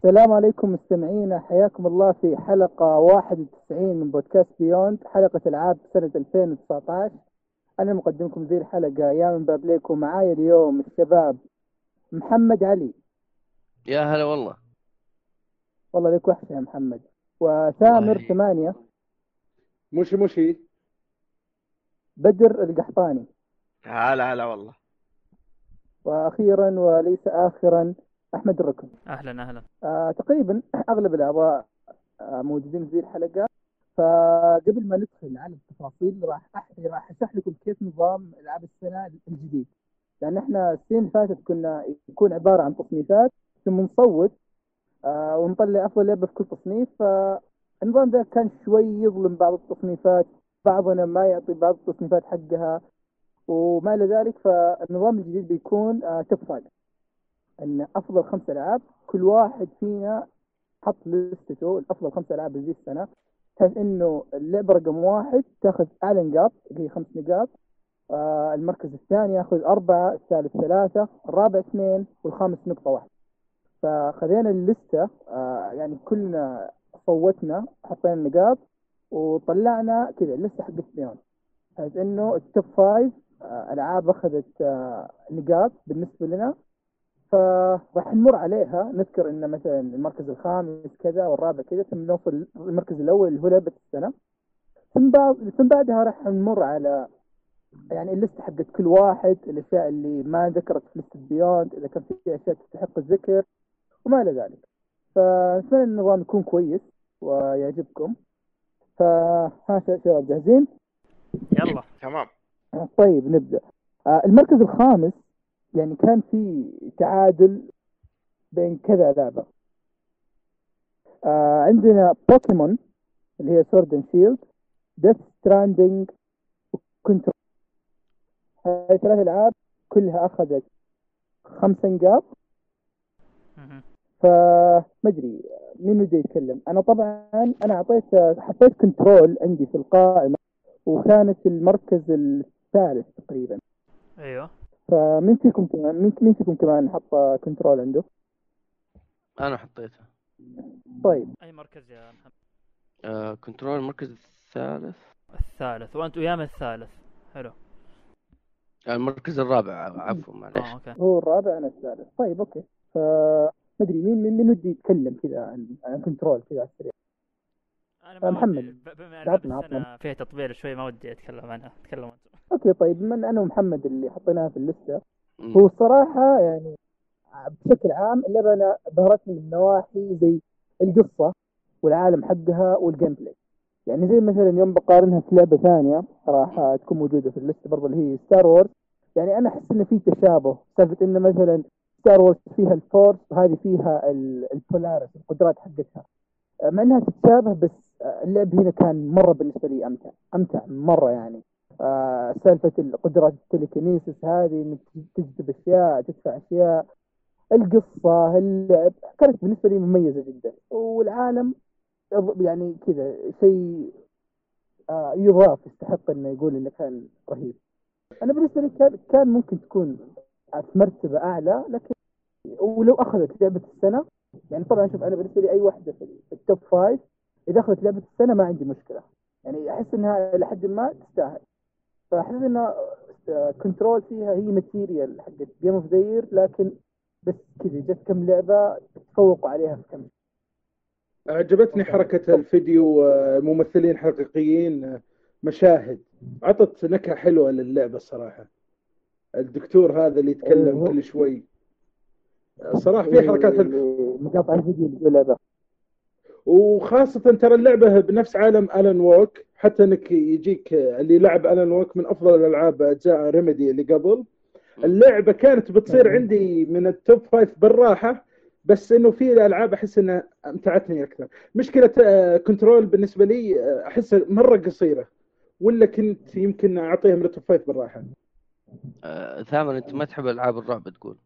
السلام عليكم مستمعينا، حياكم الله في حلقة 91 من بودكاست بيوند، حلقة ألعاب سنة 2019. أنا مقدمكم ذي الحلقة يا من بابليك، ومعاي اليوم الشباب محمد علي. يا هلا والله. والله لك وحشة يا محمد. وثامر والله 8. مشي. بدر القحطاني. هلا هلا والله. وأخيرا وليس آخرا أحمد الركن. اهلا اهلا. تقريبا أغلب الأعضاء موجودين في ذي الحلقة. فقبل ما ندخل على التفاصيل راح اشرح لكم كيف نظام العاب السنه الجديد. لان احنا السنين اللي فاتت كنا يكون عباره عن تصنيفات، ثم نصوت ونطلع افضل لعبه في كل تصنيف. فالنظام ده كان شوي يظلم بعض التصنيفات، بعضنا ما يعطي بعض التصنيفات حقها وما الى ذلك. فالنظام الجديد بيكون توب فايف، ان افضل 5 العاب، كل واحد فينا حط لستته الافضل 5 العاب لذي السنه، بحيث انه اللعبه رقم 1 تاخذ اعلى نقاط اللي هي 5 نقاط، المركز الثاني ياخذ 4، الثالث 3، الرابع 2، والخامس نقطة 1. فخذينا اللستة، يعني كلنا صوتنا، حطينا النقاط وطلعنا كذا اللستة حقت بيون، بحيث انه التوب 5 العاب اخذت نقاط بالنسبة لنا. فراح نمر عليها، نذكر ان مثلا المركز الخامس كذا والرابع كذا، ثم نوصل المركز الاول اللي هو لعبة السنة. ثم بعدها راح نمر على يعني الليست حقت كل واحد، الاشياء اللي ما ذكرت في ليست بيوند، اذا كان في اشياء تستحق الذكر وما الى ذلك. فنتمنى النظام يكون كويس ويعجبكم. فها شباب جاهزين؟ يلا تمام. طيب نبدا. المركز الخامس يعني كان في تعادل بين كذا لعبه. عندنا بوكيمون اللي هي سورد اند شيلد، ديث ستراندنج، وكنترول. هاي 3 العاب كلها اخذت 5 نقاط. مهم. فما ادري مين بده يتكلم. انا طبعا حطيت كنترول عندي في القائمه، وكانت المركز الثالث تقريبا. ايوه. فمين فيكم كمان حط كنترول عنده؟ انا حطيتها. طيب اي مركز يا محمد؟ كنترول المركز الثالث. الثالث، وانت ويام الثالث. حلو. المركز الرابع، عفوا معليش. اوكي. هو الرابع انا الثالث. طيب اوكي. ما ادري مين بده يتكلم كذا عن كنترول كذا على السريع. انا ما محمد، ودي بما ان هذه عطنا. السنه فيها تطبيل شوي، ما ودي اتكلم عنها. تكلم انت. اوكي طيب، من انا ومحمد اللي حطيناها في اللسته، مم. هو الصراحه يعني بشكل عام اللعبة أنا بهرتني من نواحي زي القصة والعالم حقها والجيم بلاي. يعني زي مثلا يوم بقارنها في لعبة ثانية راح تكون موجودة في الليست برضه اللي هي ستار وورز، يعني أنا أحس إن في تشابه، سالفة إن مثلا ستار وورز فيها الفورس وهذه فيها البولارس، القدرات حقتها، مع إنها تتشابه، بس اللعب هنا كان مرة بالنسبة لي أمتع مرة يعني. سالفة القدرات التليكنيسيس هذه، إنك تجذب أشياء، تدفع أشياء، القصة، اللعب كانت بالنسبة لي مميزة جدا، والعالم يعني كذا شيء يضاف، يستحق انه يقول انه كان رهيب. انا بالنسبة لي كان ممكن تكون في مرتبة اعلى، لكن ولو اخذت لعبة السنة، يعني طبعا شوف، انا بالنسبة لي اي واحدة في التوب 5 اذا اخذت لعبة السنة ما عندي مشكلة، يعني احس انها لحد ما تستاهل. فاحس ان كنترول فيها هي ماتيريال حقت جيم اوف ذا يير، لكن بس كذا جت كم لعبه تفوقوا عليها في كم. أعجبتني حركة الفيديو، ممثلين حقيقيين، مشاهد عطت نكهة حلوة للعبة الصراحة. الدكتور هذا اللي يتكلم كل شوي، صراحة في حركات حلوة. مقاطع الفيديو اللي في اللعبه. وخاصة ترى اللعبة بنفس عالم ألان ووك، حتى انك يجيك اللي لعب ألان ووك من افضل الالعاب اجزاء ريميدي اللي قبل. اللعبة كانت بتصير عندي من التوب 5 بالراحة، بس انه في الالعاب احس انها امتعتني اكثر. مشكلة كنترول بالنسبة لي احس مرة قصيرة، ولا كنت يمكن اعطيها من التوب 5 بالراحة. ثامن، انت ما تحب العاب الرعب تقول؟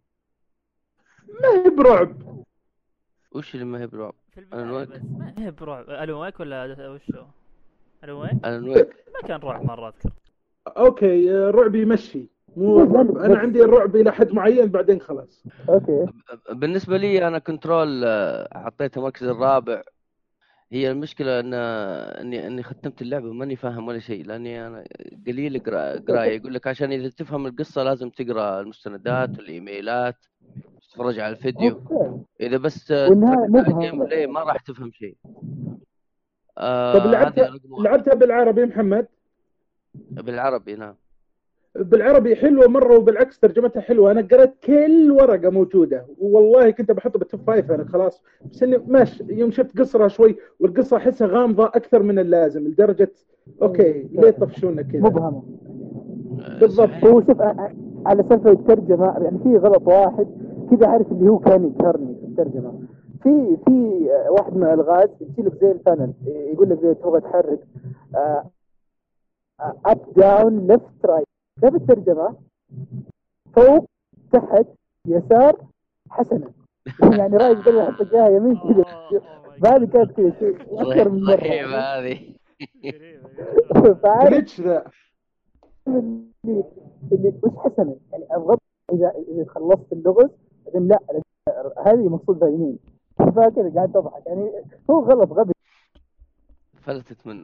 ما هي برعب. وش اللي ما هي برعب؟ في البدايه بس ما هي برعب. الون ويك ولا وشو؟ الون ويك الان ويك ما كان رعب مره اذكر. اوكي، رعب يمشي، مو الرعب، انا عندي الرعب الى حد معين بعدين خلاص. اوكي. بالنسبة لي أنا كنترول حطيته المركز الرابع. هي المشكلة إني ختمت اللعبة ماني فاهم ولا شيء، لأني أنا قليل قراية. يقول لك عشان إذا تفهم القصة لازم تقرأ المستندات والإيميلات، تتفرج على الفيديو. اوكي. إذا بس والنهاية تركز على الجيم مبهمة. بلاي ما راح تفهم شيء. طب هذه رقم واحد. لعبتها بالعربي محمد؟ بالعربي نعم. بالعربي حلوه مره، وبالعكس ترجمتها حلوه. انا قرأت كل ورقه موجوده، والله كنت بحطه بالتوب فايف انا خلاص. بس اني ماشي يوم شفت قصرها شوي، والقصه احسها غامضه اكثر من اللازم لدرجه اوكي ليه طفشونا كذا. مبهمة بالضبط. صحيح. هو شوف على سالفة الترجمة، يعني في غلط واحد كذا عارف اللي هو كان يقهرني في الترجمة. في واحد من الألغاز يجي لك زي الفانل، يقول لك زي تبغى تحرك اب داون ليفت رايت، كيف الترجمة؟ فوق تحت يسار حسنا. يعني رايك بدل ما يحط اياها يمين كذا. بعد كانت كذا شيء اكثر من مرة. رهيبة هذه. فعارف جلتش ذا. اللي وش حسنا، يعني الضبط اذا خلصت اللغز بعدين لا هذه مقصودها يمين. فكذا قاعد تضحك، يعني هو غلط غبي. فلتت منه.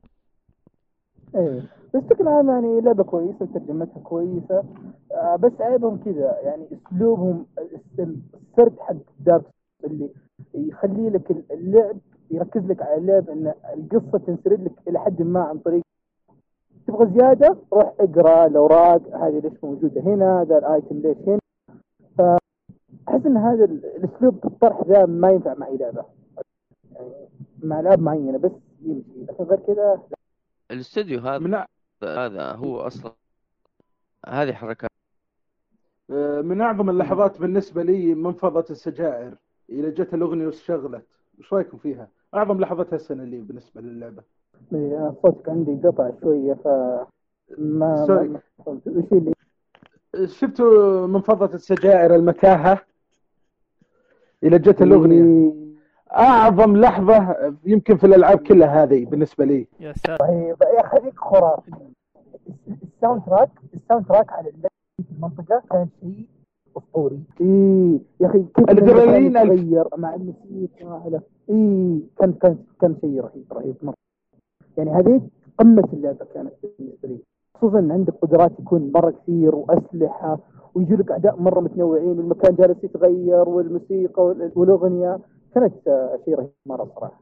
ايه بس بشكل عام يعني لعبة كويسة وترجمتها كويسة. بس عيبهم كذا، يعني اسلوبهم السرد حق دارك اللي يخلي لك اللعب يركز لك على اللعب، ان القصة تنسرد لك الى حد ما عن طريق تبغى زيادة روح اقرا الاوراق هذه ليش موجودة هنا، هذا الايتم ليش هنا. فأحس ان هذا الاسلوب الطرح ذا ما ينفع مع اي لعبة، يعني مع لعب معينة بس يمشي، لكن غير كذا الاستوديو هذا هو اصلا هذه حركات. من اعظم اللحظات بالنسبه لي منفضه السجائر الى جت الاغنيه واشتغلت. وش رايكم فيها؟ اعظم لحظتها السنه اللي بالنسبه للعبه. صوتك عندي قطع شوية سوري. ما فهمت وش اللي شفتوا منفضه السجائر المتاهه الى جت الاغنيه؟ اعظم لحظه يمكن في الالعاب كلها هذه بالنسبه لي. يا ساتر. يا اخي هذيك خرافي. الساوند تراك على اللعبة في المنطقة كان شيء اسطوري. يا اخي كيف الادرينالين تغير مع الموسيقى على كان شيء رهيب مرة. يعني هذيك قمة اللعبة كانت بالنسبة لي، خصوصا ان عندك قدرات يكون مرة كثير واسلحة ويجوا لك اعداء مرة متنوعين والمكان جالس يتغير والموسيقى والاغنية كانت شيء رهيب مرة صراحة.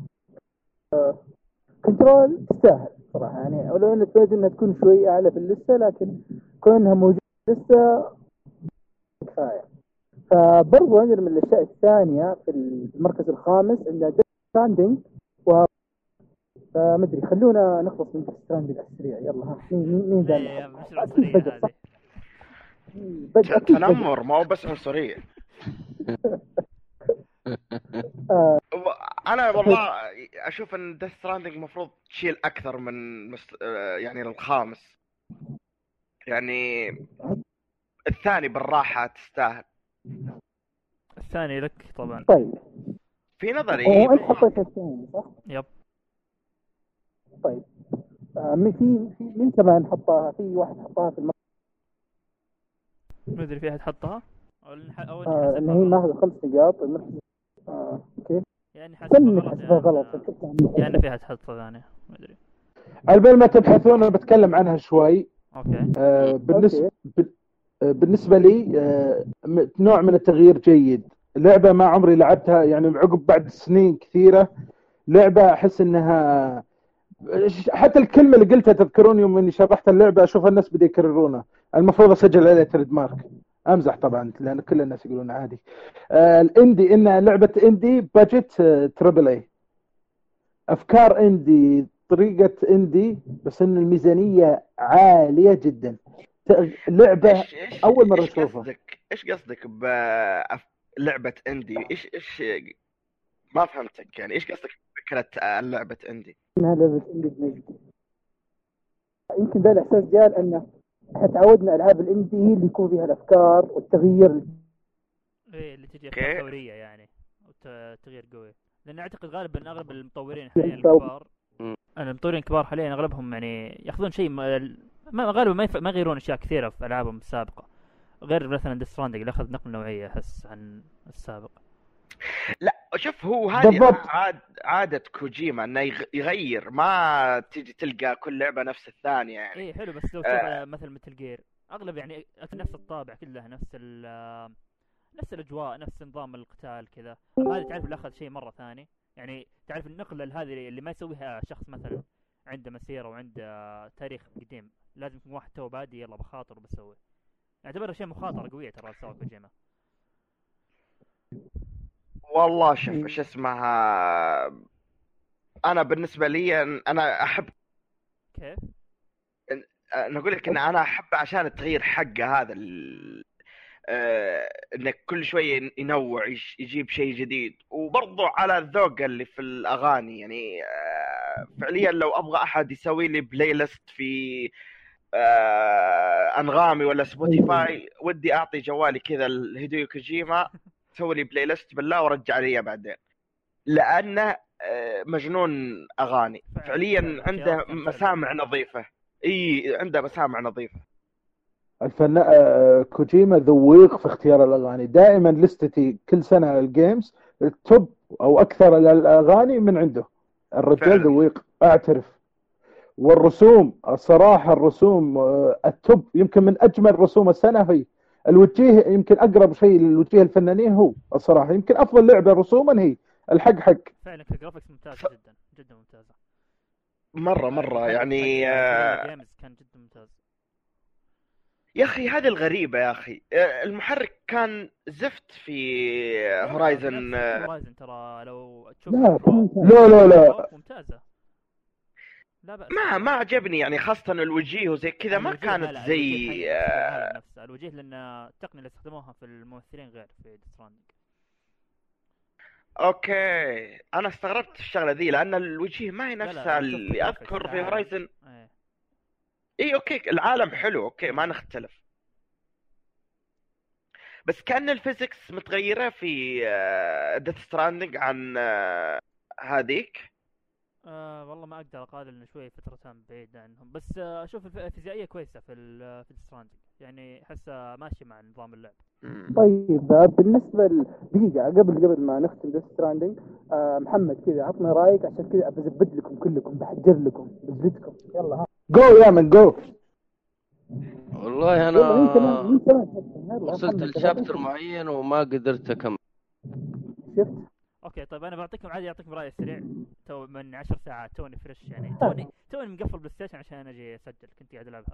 كنترول تستاهل صراحة، يعني ولو ان تريد انها تكون شوي اعلى في اللسته، لكن كونها موجودة في اللسته كفاية. فبرضو عندنا من الاشياء الثانية في المركز الخامس عندنا ديث ستراندينج. فمدري خلونا نخلص من ديث ستراندينج على السريع. يلا ها مين ذا إيه، مش العنصرية هذه. تنمر ما هو بس عنصرية. انا والله اشوف ان ديث ستراندينج المفروض تشيل اكثر من يعني الخامس. يعني الثاني بالراحة تستاهل. الثاني لك طبعا. طيب في نظري. انت حطيت الثاني صح؟ يب. طيب مين كمان حطها؟ في واحد حطها في المركز ما ادري في احد حطها او ان هي ماخذ 5 نقاط المركز. اوكي يعني حسبها غلط يعني في احد حطها ثاني ما ادري. على بال ما تبحثون بتكلم عنها شوي. اوكي. بالنسبة لي نوع من التغيير جيد. لعبة ما عمري لعبتها، يعني عقب بعد سنين كثيرة لعبة أحس أنها حتى الكلمة اللي قلتها تذكرون يوم أني شرحت اللعبة أشوف الناس بدي يكررونها. المفروض أسجل عليها تريد مارك. أمزح طبعا لأن كل الناس يقولون عادي. الإندي إنها لعبة إندي باجت تريبل اي، أفكار إندي، طريقة إندي، بس إن الميزانية عالية جدا. لعبة أول مرة أشوفها. إيش قصدك بلعبة إندي؟ إيش ما فهمتك. يعني إيش قصدك فكرة لعبة إندي؟ إنها لعبة إندي بنجد. يمكن ذا الإحساس جاء لأن إحنا تعودنا ألعاب الإندي هي اللي يكون فيها الأفكار والتغيير. إيه اللي تجي أفكار ثورية يعني والتغيير قوي. لأن أعتقد غالبا أغلب المطورين حاليا الكبار، المطورين الكبار حاليا أغلبهم يعني يأخذون شيء ما غالبا ما يغيرون اشياء كثيره في العابهم السابقه، غير مثلا ديث ستراندنج اللي اخذ نقله نوعيه احس عن السابق. لا شوف، هو هذه بالضبط. عادة كوجيما انه يغير، ما تيجي تلقى كل لعبة نفس الثانية يعني. ايه حلو، بس لو تشوف على مثل متل جير اغلب يعني نفس الطابع كلها، نفس الاجواء، نفس نظام القتال كذا. اما هذه تعرف اللي اخذ شيء مره ثاني، يعني تعرف النقله هذه اللي ما يسويها شخص مثلا عنده مسيره وعنده تاريخ قديم، لازم يكون واحد تو بادي يلا بخاطر وبسوي، يعتبر شيء مخاطره قويه ترى سوى كوجيما. والله شوف ايش اسمها، انا بالنسبة لي انا احب، كيف انا اقول لك ان انا احب عشان التغيير حقه هذا انك كل شويه ينوع، يجيب شيء جديد، وبرضه على الذوق اللي في الاغاني يعني. فعليا لو ابغى احد يسوي لي بلاي ليست في انغامي ولا سبوتيفاي، ودي اعطي جوالي كذا لهيديو كوجيما، سوي لي بلاي ليست بالله ورجع لي بعدين، لانه مجنون اغاني فعليا، عنده مسامع نظيفه. اي عنده مسامع نظيفه. الفنان كوجيما ذويق في اختيار الاغاني، دائما لستتي كل سنه الجيمز التوب او اكثر الاغاني من عنده. الرجال فعلا. ذويق اعترف. والرسوم الصراحه، الرسوم التوب، يمكن من اجمل رسوم السنه هي الوجيه، يمكن اقرب شيء للوجيه الفنانين هو الصراحه، يمكن افضل لعبه رسوما هي الحق حق. فعلا كجرافيكس ممتازه جدا جدا ممتازه، مره يعني. جيمز كان جدا ممتاز. يا اخي هذه الغريبه يا اخي، المحرك كان زفت في هورايزن. هورايزن ترى لو تشوف لا ممتازه، لا بأس. ما عجبني يعني، خاصه الوجيه وزي كذا ما كانت زي نفسها الوجيه، لان التقنيه اللي استخدموها في الممثلين غير في ديستراندنج. اوكي انا استغربت الشغله ذي، لان الوجيه ما هي نفسها اللي اذكر في هورايزن. اي اوكي العالم حلو، اوكي ما نختلف، بس كان الفيزيكس متغيره في ديث ستراندنج عن هذيك. والله ما اقدر اقارن انه شوي فترتان بعيد عنهم، بس اشوف الفيزيائيه كويسه في ديث ستراندنج، يعني احسها ماشي مع نظام اللعب. طيب بالنسبه دقيقه قبل ما نختم ديث ستراندنج، محمد كذا عطنا رايك، عشان كذا بزبد لكم كلكم، بحجر لكم بجلدكم. يلا ها جو يا من جو. والله انا وصلت لشابتر معين وما قدرت اكمل. شفت؟ اوكي طيب انا بعطيكم عادي، اعطيكم راي سريع. تو من 10 ساعات توني فريش، يعني توني مقفل بلاي ستيشن عشان اجي اسجل، كنت قاعد العبها.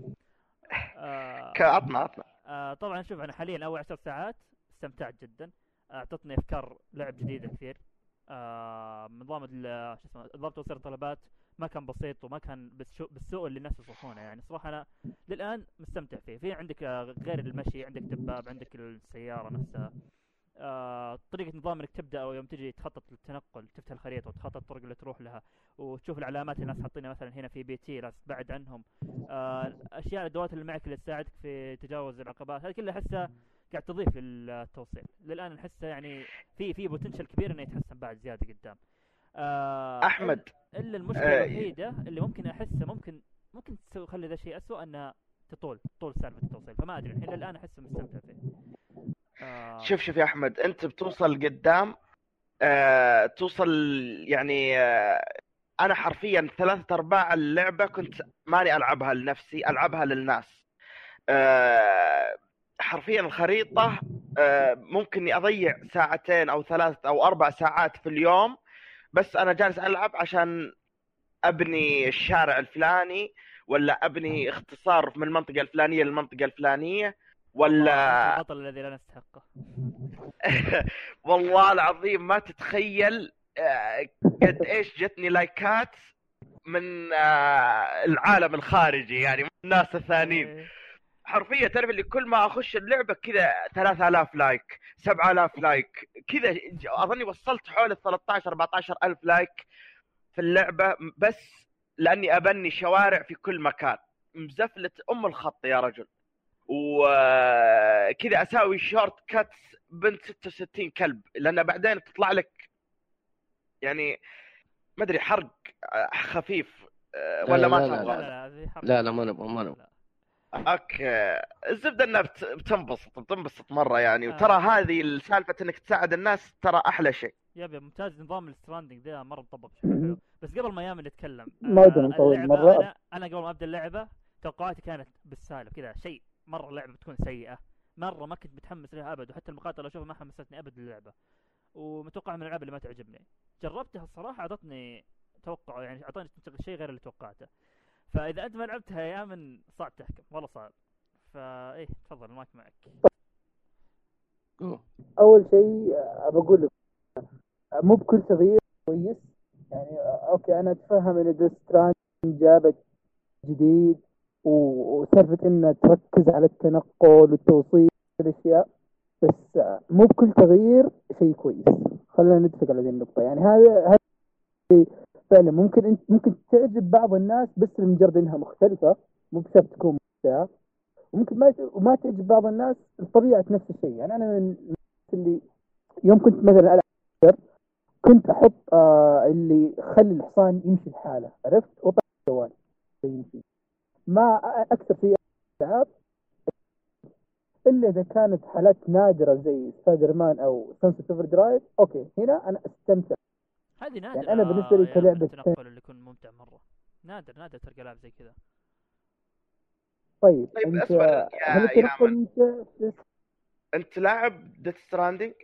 عطنا طبعا شوف انا حاليا اول 10 ساعات استمتعت جدا، اعطتني افكار لعب جديده كثير. نظام شو اسمه ضبط وصير طلبات ما كان بسيط وما كان بالسوء اللي الناس يصفونه، يعني صراحه انا للان مستمتع فيه. في عندك غير المشي عندك دباب، عندك السياره نفسها، طريقة نظام انك تبدأ او يوم تجي تخطط للتنقل، تفتح الخريطة وتخطط الطرق اللي تروح لها، وتشوف العلامات اللي الناس حاطينها مثلا هنا في بي تي لا تبعد عنهم، اشياء الادوات اللي معك اللي تساعدك في تجاوز العقبات، هذه كلها احسها قاعد تضيف للتوصيل. للان نحسه يعني في بوتنشل كبير انه يتحسن بعد زيادة قدام. احمد الا المشكلة الوحيدة اللي ممكن احسه ممكن تخلي ذا الشيء اسوء، انها طول سالفة التوصيل، فما ادري الحين الان احسه مستمتع فيه. شوف يا احمد، انت بتوصل قدام، توصل يعني، انا حرفيا 3/4 اللعبة كنت ماني العبها لنفسي، العبها للناس. حرفيا الخريطة ممكن اضيع 2 أو 3 أو 4 ساعات في اليوم، بس انا جالس العب عشان ابني الشارع الفلاني، ولا ابني اختصار من المنطقة الفلانية للمنطقة الفلانية، ولا البطل الذي لا نستحقه. والله العظيم ما تتخيل قد ايش جتني لايكات من العالم الخارجي، يعني من الناس الثانيين. حرفيا تعرف اللي كل ما اخش اللعبة كذا 3000 لايك 7000 لايك كذا، اظني وصلت حول 13-14 ألف لايك في اللعبة، بس لاني ابني شوارع في كل مكان، مزفلة الخط يا رجل، وكذا اساوي شورت كاتس بنت 66 كلب، لان بعدين تطلع لك يعني ما ادري حرق خفيف ولا ما لا لا تبغى؟ لا هذه حرب. لا ما نبغى. لا. اوكي، الزبده انها بتنبسط مره يعني، وترى هذه السالفه انك تساعد الناس ترى احلى شيء. يا ممتاز. نظام الستراندنج ده مره مطبق بشكل حلو. بس قبل ما يامن نتكلم، ما ودنا نطول اللعبه مرة. انا قبل ما ابدا اللعبه توقعاتي كانت بالسالب كذا، شيء مره اللعبه بتكون سيئه، مره ما كنت متحمس لها ابد، وحتى المقاتله اشوفها ما حمستني ابد للعبه، ومتوقع من الالعاب اللي ما تعجبني. جربتها الصراحه اعطتني توقع، يعني اعطاني شيء غير اللي توقعته. فاذا انت ما لعبتها يا يامن صعب تحكم، والله صعب. فايه تفضل المايك معك. أول شيء بقول لك مو بكل تغيير كويس يعني. أوكي أنا أتفهم إن ديث ستراندنج جابت جديد وسالفة إنها تركز على التنقل والتوصيل الأشياء، بس مو بكل تغيير شيء كويس. خلينا نتفق على هذه النقطة. يعني هذا فعلا ممكن تعجب بعض الناس بس لمجرد إنها مختلفة، مو بشرط تكون ممتعة. وممكن ما تعجب بعض الناس لطبيعة نفس الشيء. يعني أنا من الناس اللي يوم كنت مثلا ألعب كنت أحط اللي خلي الحصان يمشي لحاله، عرفت، وطلع الجوال يمشي. ما أكثر في ألعاب إلا إذا كانت حالات نادرة زي سبايدر مان أو سانست اوفر درايف، أوكي هنا أنا أستمتع. هذه نادرة يعني أنا بالنسبة لي كلعبة التنقل اللي يكون ممتع مرة، نادر تلقى لعب زي كذا. طيب طيب أنت اصبر هل التنقل ممتع؟ انت لاعب ديث ستراندنج؟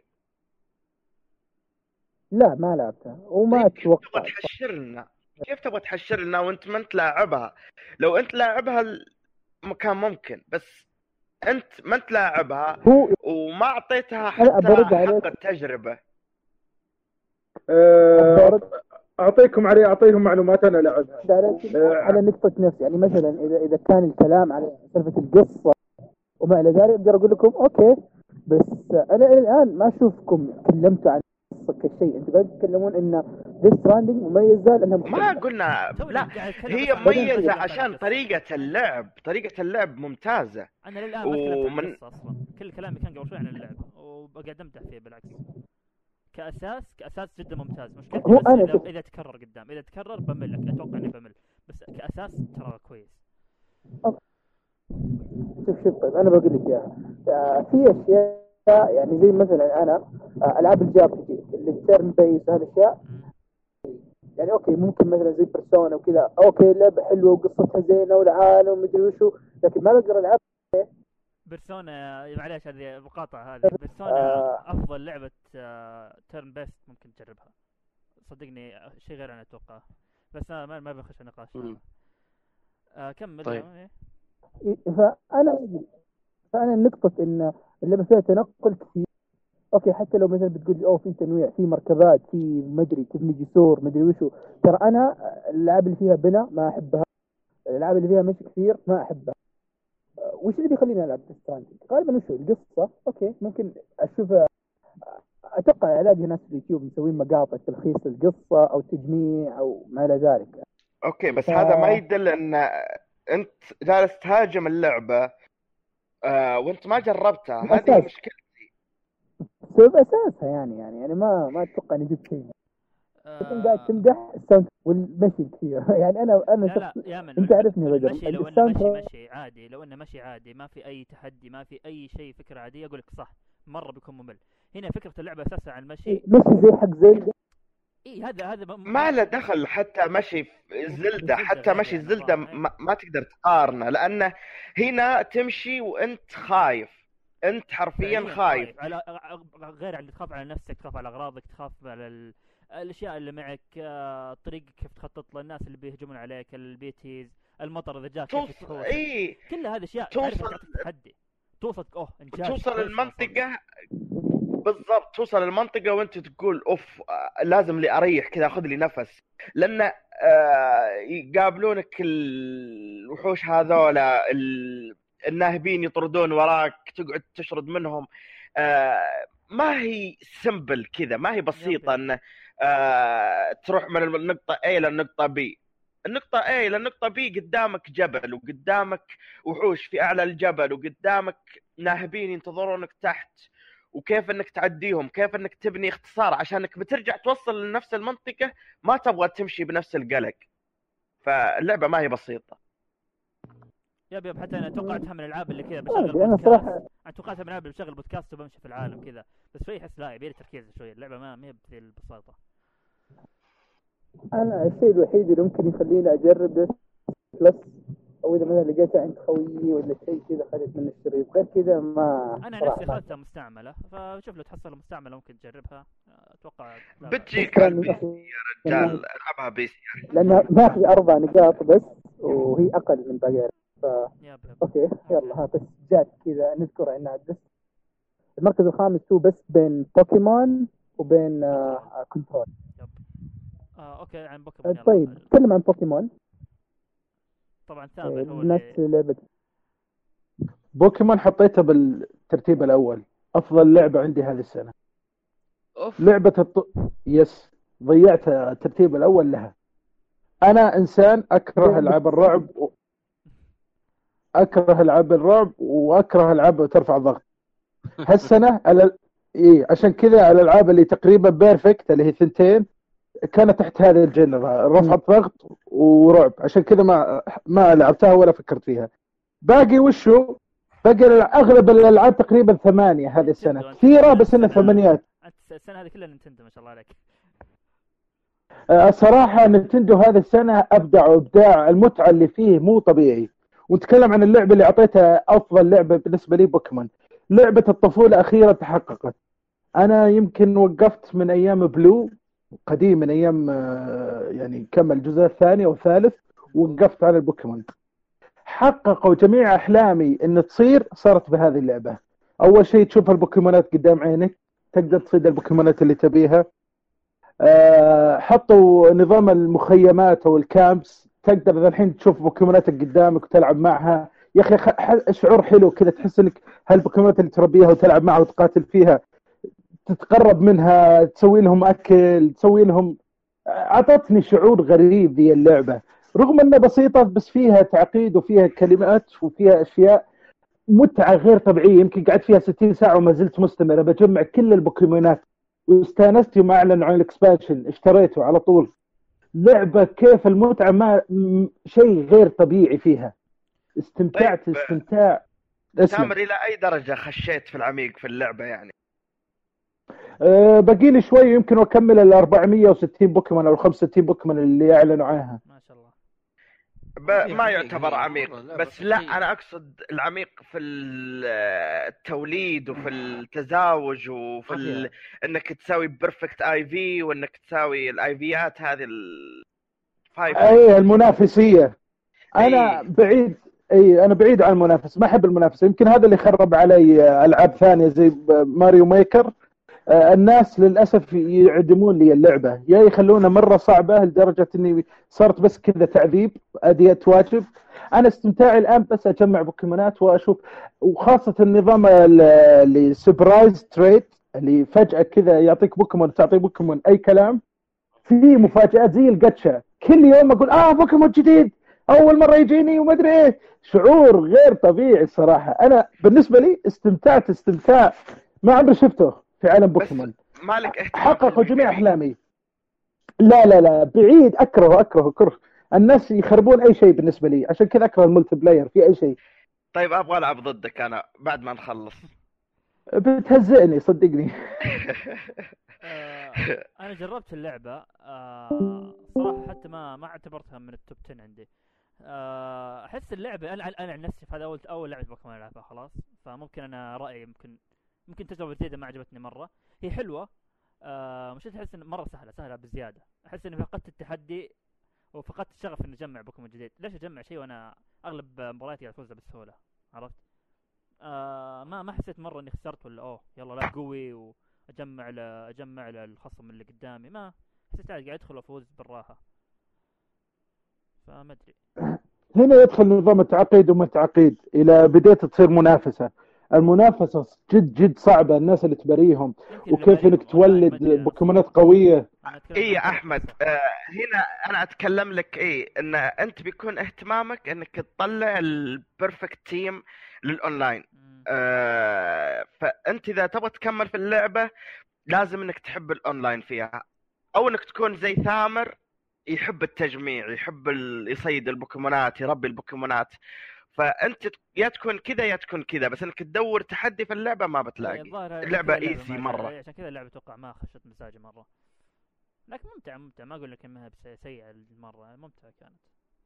لا ما لعبتها وما طيب أتوقع. كيف تبغى تحشر لنا وانت ما انت لاعبها؟ لو انت لاعبها كان ممكن، بس انت ما انت لاعبها هو وما اعطيتها برد حتى عليك. حق التجربه. برد اعطيهم معلومات انا لعبها. على نقطة نفس. يعني مثلا إذا كان الكلام على سالفة القصة وما إلى ذلك أقدر أقول لكم أوكي، بس أنا إلى الآن ما أشوفكم تكلمتوا عن القصة كشيء. أنتوا قاعدين تتكلمون إن ديث ستراندنج مميزة لأنها ما قلنا لا، هي مميزه عشان طريقه اللعب ممتازه. انا للان ما تكلمت عن القصه اصلا، كل كلامي كان قبل شوي عن اللعبه وقاعد امدح فيه. بالعكس كاساس جدا ممتاز. مشكلتي بس اذا تكرر قدام، اذا تكرر بملك، اتوقع اني بمل، بس كاساس ترى كويس. شوف طيب أنا بقول لك إياها. في أشياء يعني زي مثلا أنا ألعاب الجي اللي تيرن بيس هالأشياء، يعني أوكي ممكن مثلا زي بيرسونا وكذا، أوكي لعبة حلوة وقصتها زينة والعالم ومدري وشو، لكن ما بقدر ألعب. بيرسونا معليش هذه مقاطعة، هذه بيرسونا أفضل لعبة تيرن بيست ممكن تجربها، صدقني شيء غير أنا أتوقعه. بس ما بخش النقاش. كمل. طيب. فأنا نقطة إن اللعبة فيها تنقل كثير. أوكي حتى لو مثلا بتقول لي في تنويع، في مركبات، في مدري تبني جسور مدري وشو، ترى أنا الألعاب اللي فيها بنا ما أحبها، الألعاب اللي فيها مشي كثير ما أحبها. وش اللي بيخليني ألعب ستراندنج؟ غالبا وشو القصة. أوكي ممكن أشوفها، أتوقع ألاقي ناس في اليوتيوب مسوين مقاطع تلخيص القصة أو تجميع أو ما إلى ذلك. اوكي بس هذا ما يدل ان انت جالس تهاجم اللعبة وانت ما جربتها. هذه مشكلتي. سبب أساسها يعني ما أتوقع إني جبت شيء. انت قاعد تمدح الساوند والمشي كثير. يعني انا لا يا من انت عارفني بدر، المشي لو انه مشي عادي، لو انه مشي عادي ما في اي تحدي، ما في اي شيء، فكره عاديه، اقول لك صح مره بيكون ممل. هنا فكره اللعبه اساسا عن المشي، مشي زي حق زلدة. هذا ما له دخل. حتى مشي زلدة، حتى مشي زلدة ما تقدر تقارنه، لانه هنا تمشي وانت خايف، انت حرفيا خايف. على غير عن تخاف على نفسك، تخاف على اغراضك، تخاف على الاشياء اللي معك، الطريق كيف تخطط للناس اللي بيهجمون عليك، البيتيز، المطر اذا جاك كيف تحوس. كل هذه اشياء تعرف تحدي توصل توصل المنطقه بالضبط، توصل المنطقه وانت تقول اوف لازم لي اريح كذا، اخذ لي نفس، لان يقابلونك الوحوش هذولا الناهبين يطردون وراك، تقعد تشرد منهم. ما هي سمبل كذا، ما هي بسيطه ان تروح من النقطة A للنقطة B. النقطة A للنقطة B قدامك جبل، وقدامك وحوش في أعلى الجبل، وقدامك ناهبين ينتظرونك تحت، وكيف أنك تعديهم، كيف أنك تبني اختصار عشانك بترجع توصل لنفس المنطقة، ما تبغى تمشي بنفس القلق. فاللعبه ما هي بسيطه. يب حتى انا توقعتها من الالعاب اللي كذا ما بشغل ادري انا بودكاست. صراحه. انا توقعتها من الالعاب اللي بشغل بودكاست وبمشي في العالم كذا، بس شوي احس لا يبي تركيز شوي، اللعبه ما هي بذي البساطه. انا الشيء الوحيد اللي ممكن يخليني اجرب ده بلس، او اذا مثلا لقيتها عند خويي ولا شيء كذا خذت من الشريط، غير كذا ما انا صراحه نفسي ما اخذتها مستعمله، فشوف لو تحصلها مستعمله ممكن تجربها. اتوقع لا بأس. بتجيك شكراً على البي يا سي أخي. يا رجال، العبها بي سي. لانها ماخذ 4 نقاط بس وهي اقل من باقي. يب اوكي يلا ها بس جات كذا نذكر انها بس المركز الخامس هو بس بين بوكيمون وبين كنترول. يب اوكي عن بوكيمون يلا. طيب نتكلم عن بوكيمون. طبعا ثامر هو الناس اللي لعبة بوكيمون حطيتها بالترتيب الأول، أفضل لعبة عندي هذه السنة. اوف لعبة يس، ضيعت الترتيب الأول لها. أنا إنسان أكره ألعاب الرعب أكره ألعاب الرعب وأكره ألعاب ترفع الضغط. هالسنة إيه عشان كذا الألعاب اللي تقريبا بيرفكت اللي هي ثنتين كانت تحت هذا الجنرا، رفع ضغط ورعب، عشان كذا ما لعبتها ولا فكرت فيها. باقي وشو باقي اغلب الالعاب تقريبا 8 هذه السنه، نينتندو. كثيره بس انها 8. انت السنه هذه كلها نينتندو ما شاء الله عليك. الصراحه نينتندو هذه السنه ابدعوا ابداع، المتعه اللي فيه مو طبيعي. ونتكلم عن اللعبه اللي اعطيتها افضل لعبه بالنسبه لي، بوكيمون. لعبه الطفوله اخيرا تحققت. انا يمكن وقفت من ايام بلو قديم، من ايام يعني كمل الجزء الثاني والثالث، وقفت على البوكيمون. حققوا جميع أحلامي إن تصير، صارت بهذه اللعبة. أول شيء تشوف البوكيمونات قدام عينك، تقدر تصيد البوكيمونات اللي تبيها. حطوا نظام المخيمات أو الكامبس، تقدر الحين تشوف بوكيموناتك قدامك وتلعب معها. يا أخي شعور حلو كذا، تحس إنك هالبوكيمونات اللي تربيها وتلعب معها وتقاتل فيها، تتقرب منها، تسوي لهم أكل، تسوي لهم. أعطتني شعور غريب ذي اللعبة، رغم أنها بسيطة بس فيها تعقيد وفيها كلمات وفيها أشياء، متعة غير طبيعية. يمكن قعدت فيها 60 ساعة وما زلت مستمرة بجمع كل البوكيمونات، واستانست يوم أعلن عن الإكسبانشن، اشتريته على طول. لعبة كيف المتعة، ما شيء غير طبيعي فيها، استمتعت طيب استمتاع. تامر الى اي درجه خشيت في العميق في اللعبه يعني؟ باقي لي شوي يمكن أكمل ال 460 بوكيمون أو ال 65 بوكيمون اللي أعلنوا عنها. ما شاء الله. ما يعتبر عميق، بس لا انا اقصد العميق في التوليد وفي التزاوج وفي انك تساوي بيرفكت اي في، وانك تساوي الاي فيات هذه اي المنافسيه. انا بعيد، انا بعيد عن المنافس، ما احب المنافسه. يمكن هذا اللي خرب علي العاب ثانيه زي ماريو ميكر. الناس للاسف يعدمون لي اللعبه، يا يخلونها مره صعبه لدرجه اني صارت بس كذا تعذيب، اديه واجب. انا استمتاعي الان بس اجمع بوكيمونات واشوف، وخاصه النظام اللي سبرايز تريد، اللي فجاه كذا يعطيك بوكيمون، تعطي بوكيمون اي كلام، في مفاجآت زي الجاتشا. كل يوم اقول بوكيمون جديد، اول مره يجيني وما ادري ايه. شعور غير طبيعي الصراحه. انا بالنسبه لي استمتعت استمتاع ما عمري شفته في عالم بوكيمون. مالك اهتمام حققوا جميع احلامي. لا بعيد، اكره كره. الناس يخربون اي شيء بالنسبه لي، عشان كذا اكره الملتي بلاير في اي شيء. طيب ابغى العب ضدك انا بعد ما نخلص. بتهزئني صدقني. انا جربت اللعبه صراحه، حتى ما اعتبرتها من التوب 10 عندي. احس اللعبه انا عن نفسي في هذا اول لعبه بوكيمون العبها خلاص، فممكن انا رايي ممكن تجربه جديده ما عجبتني مره. هي حلوه، مش تحس ان مره سهله بزياده. احس اني فقدت التحدي وفقدت الشغف اني اجمع بوكيمون جديد. ليش اجمع شيء وانا اغلب مبارياتي افوز بسهوله؟ عرفت؟ ما حسيت مره اني خسرت ولا يلا لا قوي واجمع الخصم اللي قدامي. ما حسيت قاعد ادخل وافوز بالراحه، فما ادري. هنا يدخل نظام التعقيد وما التعقيد، الى بديت تصير منافسه. المنافسه جد صعبه، الناس اللي تبريهم وكيف انك تولد بوكيمونات قويه. ايه يا احمد، هنا انا اتكلم لك ان انت بيكون اهتمامك انك تطلع البرفكت تيم للاونلاين. فانت اذا تبغى تكمل في اللعبه لازم انك تحب الاونلاين فيها، او انك تكون زي ثامر يحب التجميع، يحب يصيد البوكيمونات، يربي البوكيمونات. فانت يا تكون كذا يا تكون كذا، بس انك تدور تحدي في اللعبه ما بتلاقي. الظاهر عشان اللعبه كذا اللعبة ايزي ما مره. عشان كذا اللعبة اتوقع ما خشت مزاجي مرة، لكن ممتع ما اقول لك انها سيئة مرة، ممتعة كانت.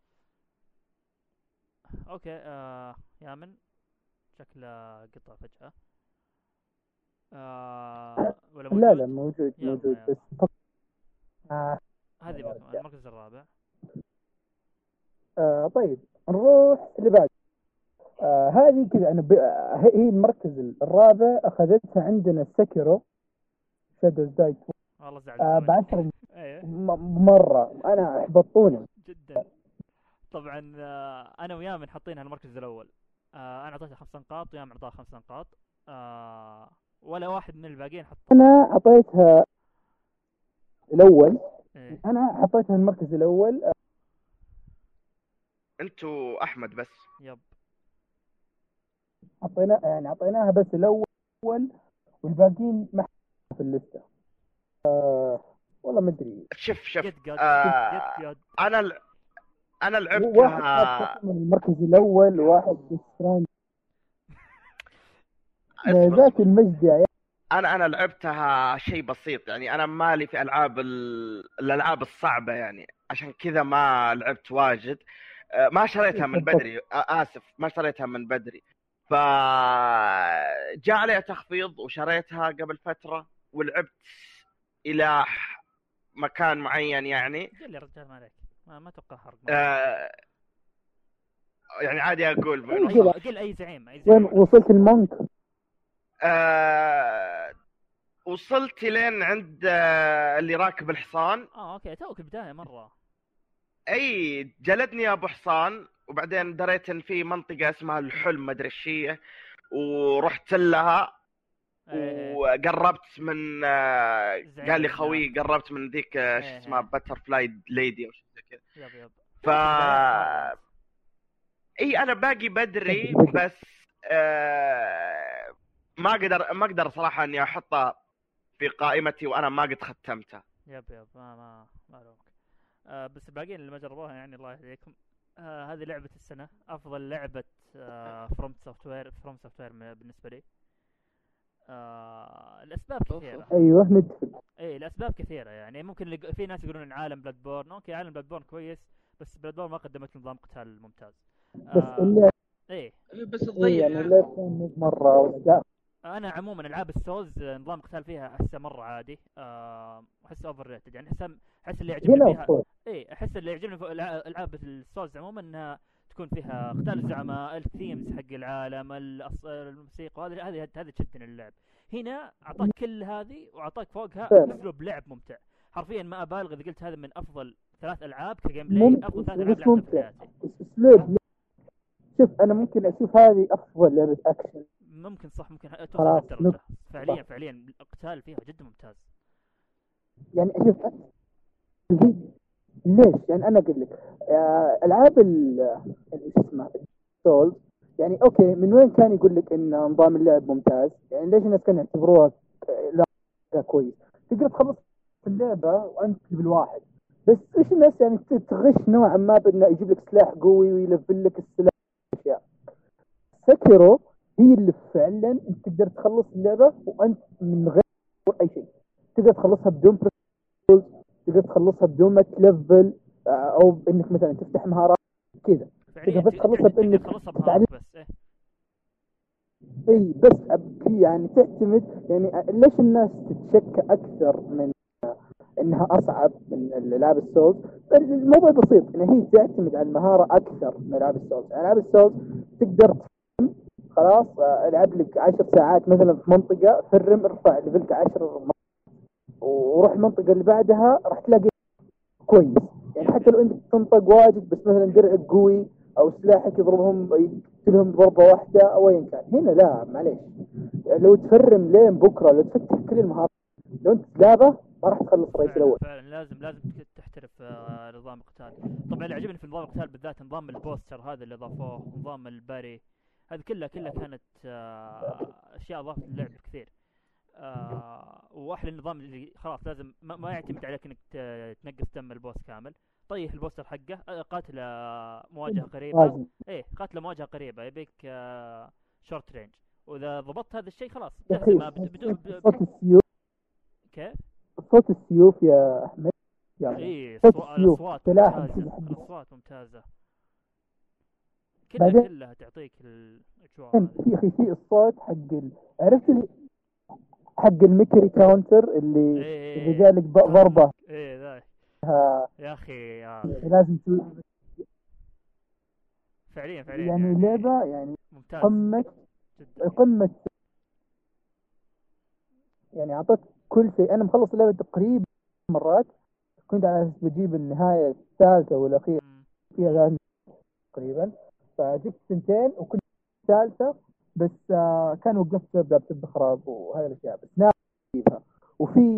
اوكي يامن شكله قطع فجأة. ولا موجود؟ لا موجود يلا موجود يلا. بس هذه المركز الرابع. طيب نروح اللي بعد. هذه كذا أنا هي المركز الرابع أخذتها عندنا سكيرو شادوز داي والله زعلت ب10 ايه مرة. أنا أحبطوني جدا. طبعا انا ويامن حاطينها المركز الاول. انا اعطيتها 5 نقاط ويامن اعطاها 5 نقاط. ولا واحد من الباقيين حط. أنا أعطيتها الأول. إيه. أنا حطيتها المركز الأول. انتوا احمد بس. يب أعطيناها بس الأول والباقيين ما في الليستة. والله ما أدري. شوف جد انا واحد لعبتها. من المركز الأول وواحد في الثاني. اسمع. ذاك المجد يا انا لعبتها شيء بسيط، يعني انا مالي في الالعاب الصعبه، يعني عشان كذا ما لعبت واجد. ما شريتها من بدري، اسف ما شريتها من بدري. فجاء عليها تخفيض وشريتها قبل فتره ولعبت الى مكان معين يعني. قل يا رجال ما عليك، ما اتوقع حرق. يعني عادي اقول قل اي زعيم وين وصلت المونك؟ وصلت لين عند اللي راكب الحصان. اوكي توك بداية مرة. اي جلدني يا ابو حصان، وبعدين دريت ان في منطقة اسمها الحلم مدري ايش هي، ورحت لها وقربت من قال لي خوي قربت من ذيك شو اسمها باترفلاي ليدي او شيء زي كذا. يب ف اي انا باقي بدري، بس ما اقدر صراحة اني احطها في قائمتي وانا ما قد ختمتها. يب ما لومك. بس الباقيين اللي ما جربوها يعني الله يهديكم. هذه لعبة السنة، افضل لعبة فروم سوفتوير بالنسبة لي. الاسباب كثيرة. ايوه ندخل. ايه الاسباب كثيرة، يعني ممكن في ناس يقولون ان عالم بلاد بورن اوكي، عالم بلاد بورن كويس، بس بلاد بورن ما قدمت نظام قتال ممتاز. بس اللي بس تضيع يعني اللي كان مرة ولا انا عموما العاب السولز نظام قتال فيها احسه مره عادي. احس اوفر ريتد، يعني احس اللي يعجبني فيها احس اللي يعجبني في العاب السولز عموما انها تكون فيها قتال الزعماء، الثيمز حق العالم، الموسيقى، هذه تشدني اللعب. هنا اعطاك كل هذه واعطاك فوقها اسلوب لعب ممتع حرفيا. ما ابالغ اذا قلت هذا من افضل 3 العاب كجيم بلاي، افضل 3 العاب لعبتها في حياتي. اسلوب. شوف انا ممكن اشوف هذه افضل لعبة اكشن. ممكن صح، ممكن توصل للدرجة. فعليا القتال فيها جدا ممتاز. يعني اشوف ليش؟ يعني انا اقول لك العاب شو اسمه سولز، يعني اوكي من وين كان يقول لك ان نظام اللعب ممتاز؟ يعني ليش الناس كانوا يعتبروها لا كويس؟ تقدر تخلص اللعبة وانت بالواحد، بس ايش الناس يعني تغش نوعا ما بانه يجيب لك سلاح قوي ويلفل لك السلاح اشياء. سكيرو هي اللي فعلا انت تقدر تخلص اللعبة وانت من غير اي شيء. تقدر تخلصها بدون تقدر تخلصها بدون ما تلفل او انك مثلا تفتح مهارات كذا. تقدر بس تخلصها بانك تتعلم بس اي بس يعني تعتمد. يعني ليش الناس تتشكى اكثر من انها اصعب من الالعاب السولز؟ الموضوع بسيط، ان هي تعتمد على المهارة اكثر من العاب السولز. العاب السولز تقدر خلاص العب لك 10 ساعات مثلا في منطقة، فرم ارفع ليفلك 10 وروح المنطقة اللي بعدها راح تلاقي كويس. يعني حتى لو انت تنطق واجد بس مثلا درعك قوي او سلاحك يضربهم يقتلهم ضربة واحدة او ايا كان. هنا لا معليش، لو تفرم لين بكرة، لو تفتح كل المهارات، لو انت لعبة ما راح تخلص الرئيس الاول. فعلا لازم تحترف نظام القتال. طبعا اللي عجبني في نظام القتال بالذات نظام البوستر هذا اللي اضافوه، نظام الباري، هذه كلها كانت اشياء اضافت للعب كثير. واحلى النظام اللي خلاص لازم ما يعتمد عليك انك تنقص دم البوس كامل، طيح البوستر حقه قاتله مواجهه قريبه. غازي. ايه قاتله مواجهه قريبه يبيك شورت رينج، واذا ضبطت هذا الشيء خلاص يا تهزم أخي صوت السيوف، كيف؟ صوت السيوف يا أحمد، يعني ايه صوت السيوف الاصوات سلاح ممتازه، كذا حق. الاصوات ممتازه بعدين كلها تعطيك الاجواء هذه. في أخي في الصوت حق عرفت حق الميكري كاونتر اللي إذا ايه جالك ضربة ايه ذا يا اخي لازم تسوي. فعليا يعني لعبة يعني ممتاز جدا. قمة يعني أعطت كل شيء. أنا مخلص اللعبة تقريبا مرات، كنت على أساس بجيب النهاية الثالثة والأخيرة فيها ثلاث تقريبا، فجبت سنتين وكنت الثالثة بس كان وقفت بسبب إخراج وهذه الأشياء، بس ناوي أجيبها. وفي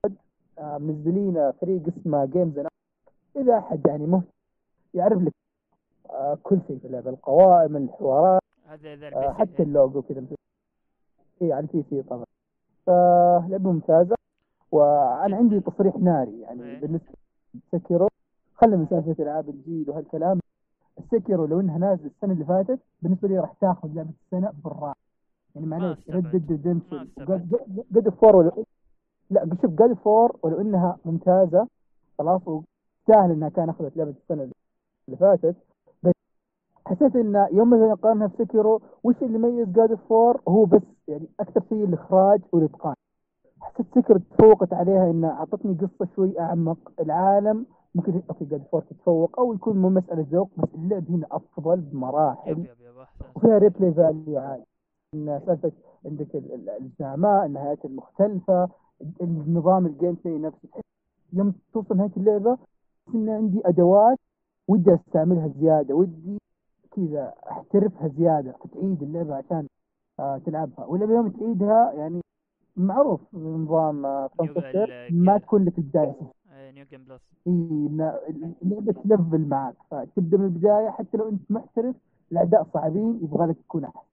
منزلين فريق اسمه جيمز، إذا أحد يعني مهتم يعرف لك كل شيء في اللعبة، القوائم، الحوارات، هذا حتى اللوجو كذا. إيه على البي سي طبعا. فلعبة ممتازة، وأنا عندي تصريح ناري يعني بالنسبة لسكيرو. خلي من سالفة ألعاب الجيل وهالكلام، السكيرو لو إنها نازل السنة اللي فاتت بالنسبة لي راح تاخذ لعبة السنة بالراحة. يعني معليش ريد ديد ريدمشن قد فور لا شوف قد فور ولو إنها ممتازة خلاص وسهل إنها كان أخذت لعبة السنة اللي فاتت، بس حسيت إن يوم مثلا قارنها بسكيرو وش اللي يميز جاد فور هو بس يعني أكثر شيء الإخراج والإتقان. حسيت سكر تفوقت عليها إن أعطتني قصة شوي أعمق، العالم ممكن في جاد فور تتفوق أو يكون مو مسألة ذوق، بس اللعب هنا أفضل بمراحل وفيها ريبلي فاليو عالي. إن سالفة عندك الزعماء، النهايات المختلفة، النظام الجيم بلاي نفسه، يوم توصل نهاية اللعبة إن عندي أدوات ودي أستعملها زيادة، ودي كذا أحترفها زيادة، فتعيد اللعبة عشان تلعبها. واللعبة يوم تعيدها يعني معروف نظام ما تكون لك البداية نيو جيم بلس، اللعبة تلفل معك، فتبدأ من البداية حتى لو أنت محترف الأعداء صعبين يبغى لك تكون أحسن.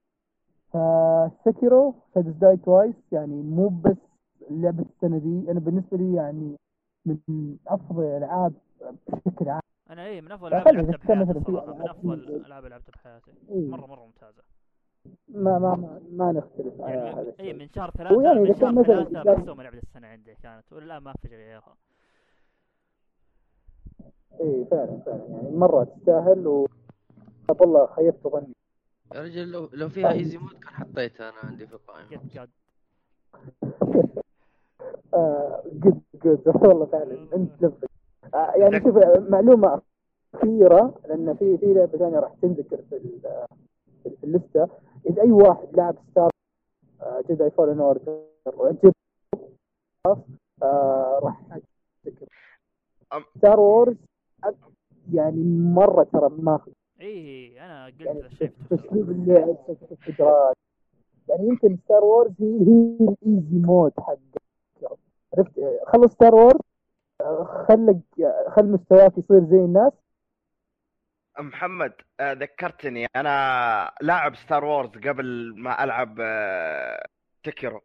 فسكيرو فاز داي توايس يعني مو بس لعبة السنة دي، أنا بالنسبة لي يعني من أفضل الألعاب بشكل عام. أنا من أفضل الألعاب اللي لعبتها بحياتي صراحة، من أفضل الألعاب اللي لعبتها بحياتي، مرة ممتازة. ما نختلف على يعني هذا الشيء. من شهر 3 يعني من شهر 3 محسومة لعبة السنة عندي كانت، ولا ما في غيرها. ايه فعلا يعني مرة تستاهل، والله خيبت ظني يا رجل لو فيها ايزي مود كان حطيتها انا عندي في القائمة. قد جد والله فعلا انت لفت. يعني شوف معلومة أخيرة، لأن في لعبة ثانية راح تنذكر في الليستة. إذا أي واحد لعب ستار جداي فالن اوردر وعجب راح تذكر ستار وورز، يعني مرة ترى ماخذ. ايه انا قلت يعني شفته تسليب اللعب في القدرات، يعني يمكن ستار وورز هي الايزي مود حق عرفت. خلص ستار وورز خل مستواك يصير زي الناس. محمد ذكرتني انا لاعب ستار وورز قبل ما العب سكيرو،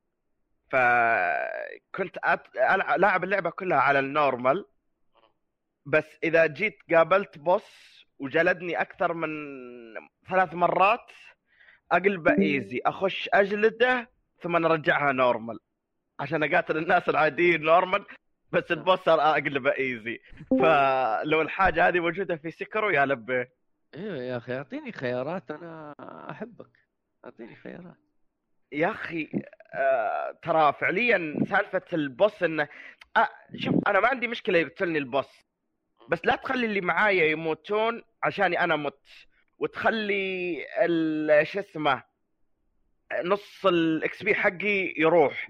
فكنت لاعب اللعبة كلها على النورمال، بس اذا جيت قابلت بوس وجلدني اكثر من 3 مرات اقلبه ايزي، اخش اجلده ثم نرجعها نورمال عشان اقاتل الناس العاديين نورمال، بس البوس اقلبه ايزي. فلو الحاجة هذه موجودة في سكرو يا لبيه. ايوه يا اخي اعطيني خيارات، انا احبك، اعطيني خيارات يا اخي ترى فعليا سالفة البوس انه شوف انا ما عندي مشكلة يقتلني البوس، بس لا تخلي اللي معايا يموتون عشاني انا مت، وتخلي شو اسمه نص الاكس بي حقي يروح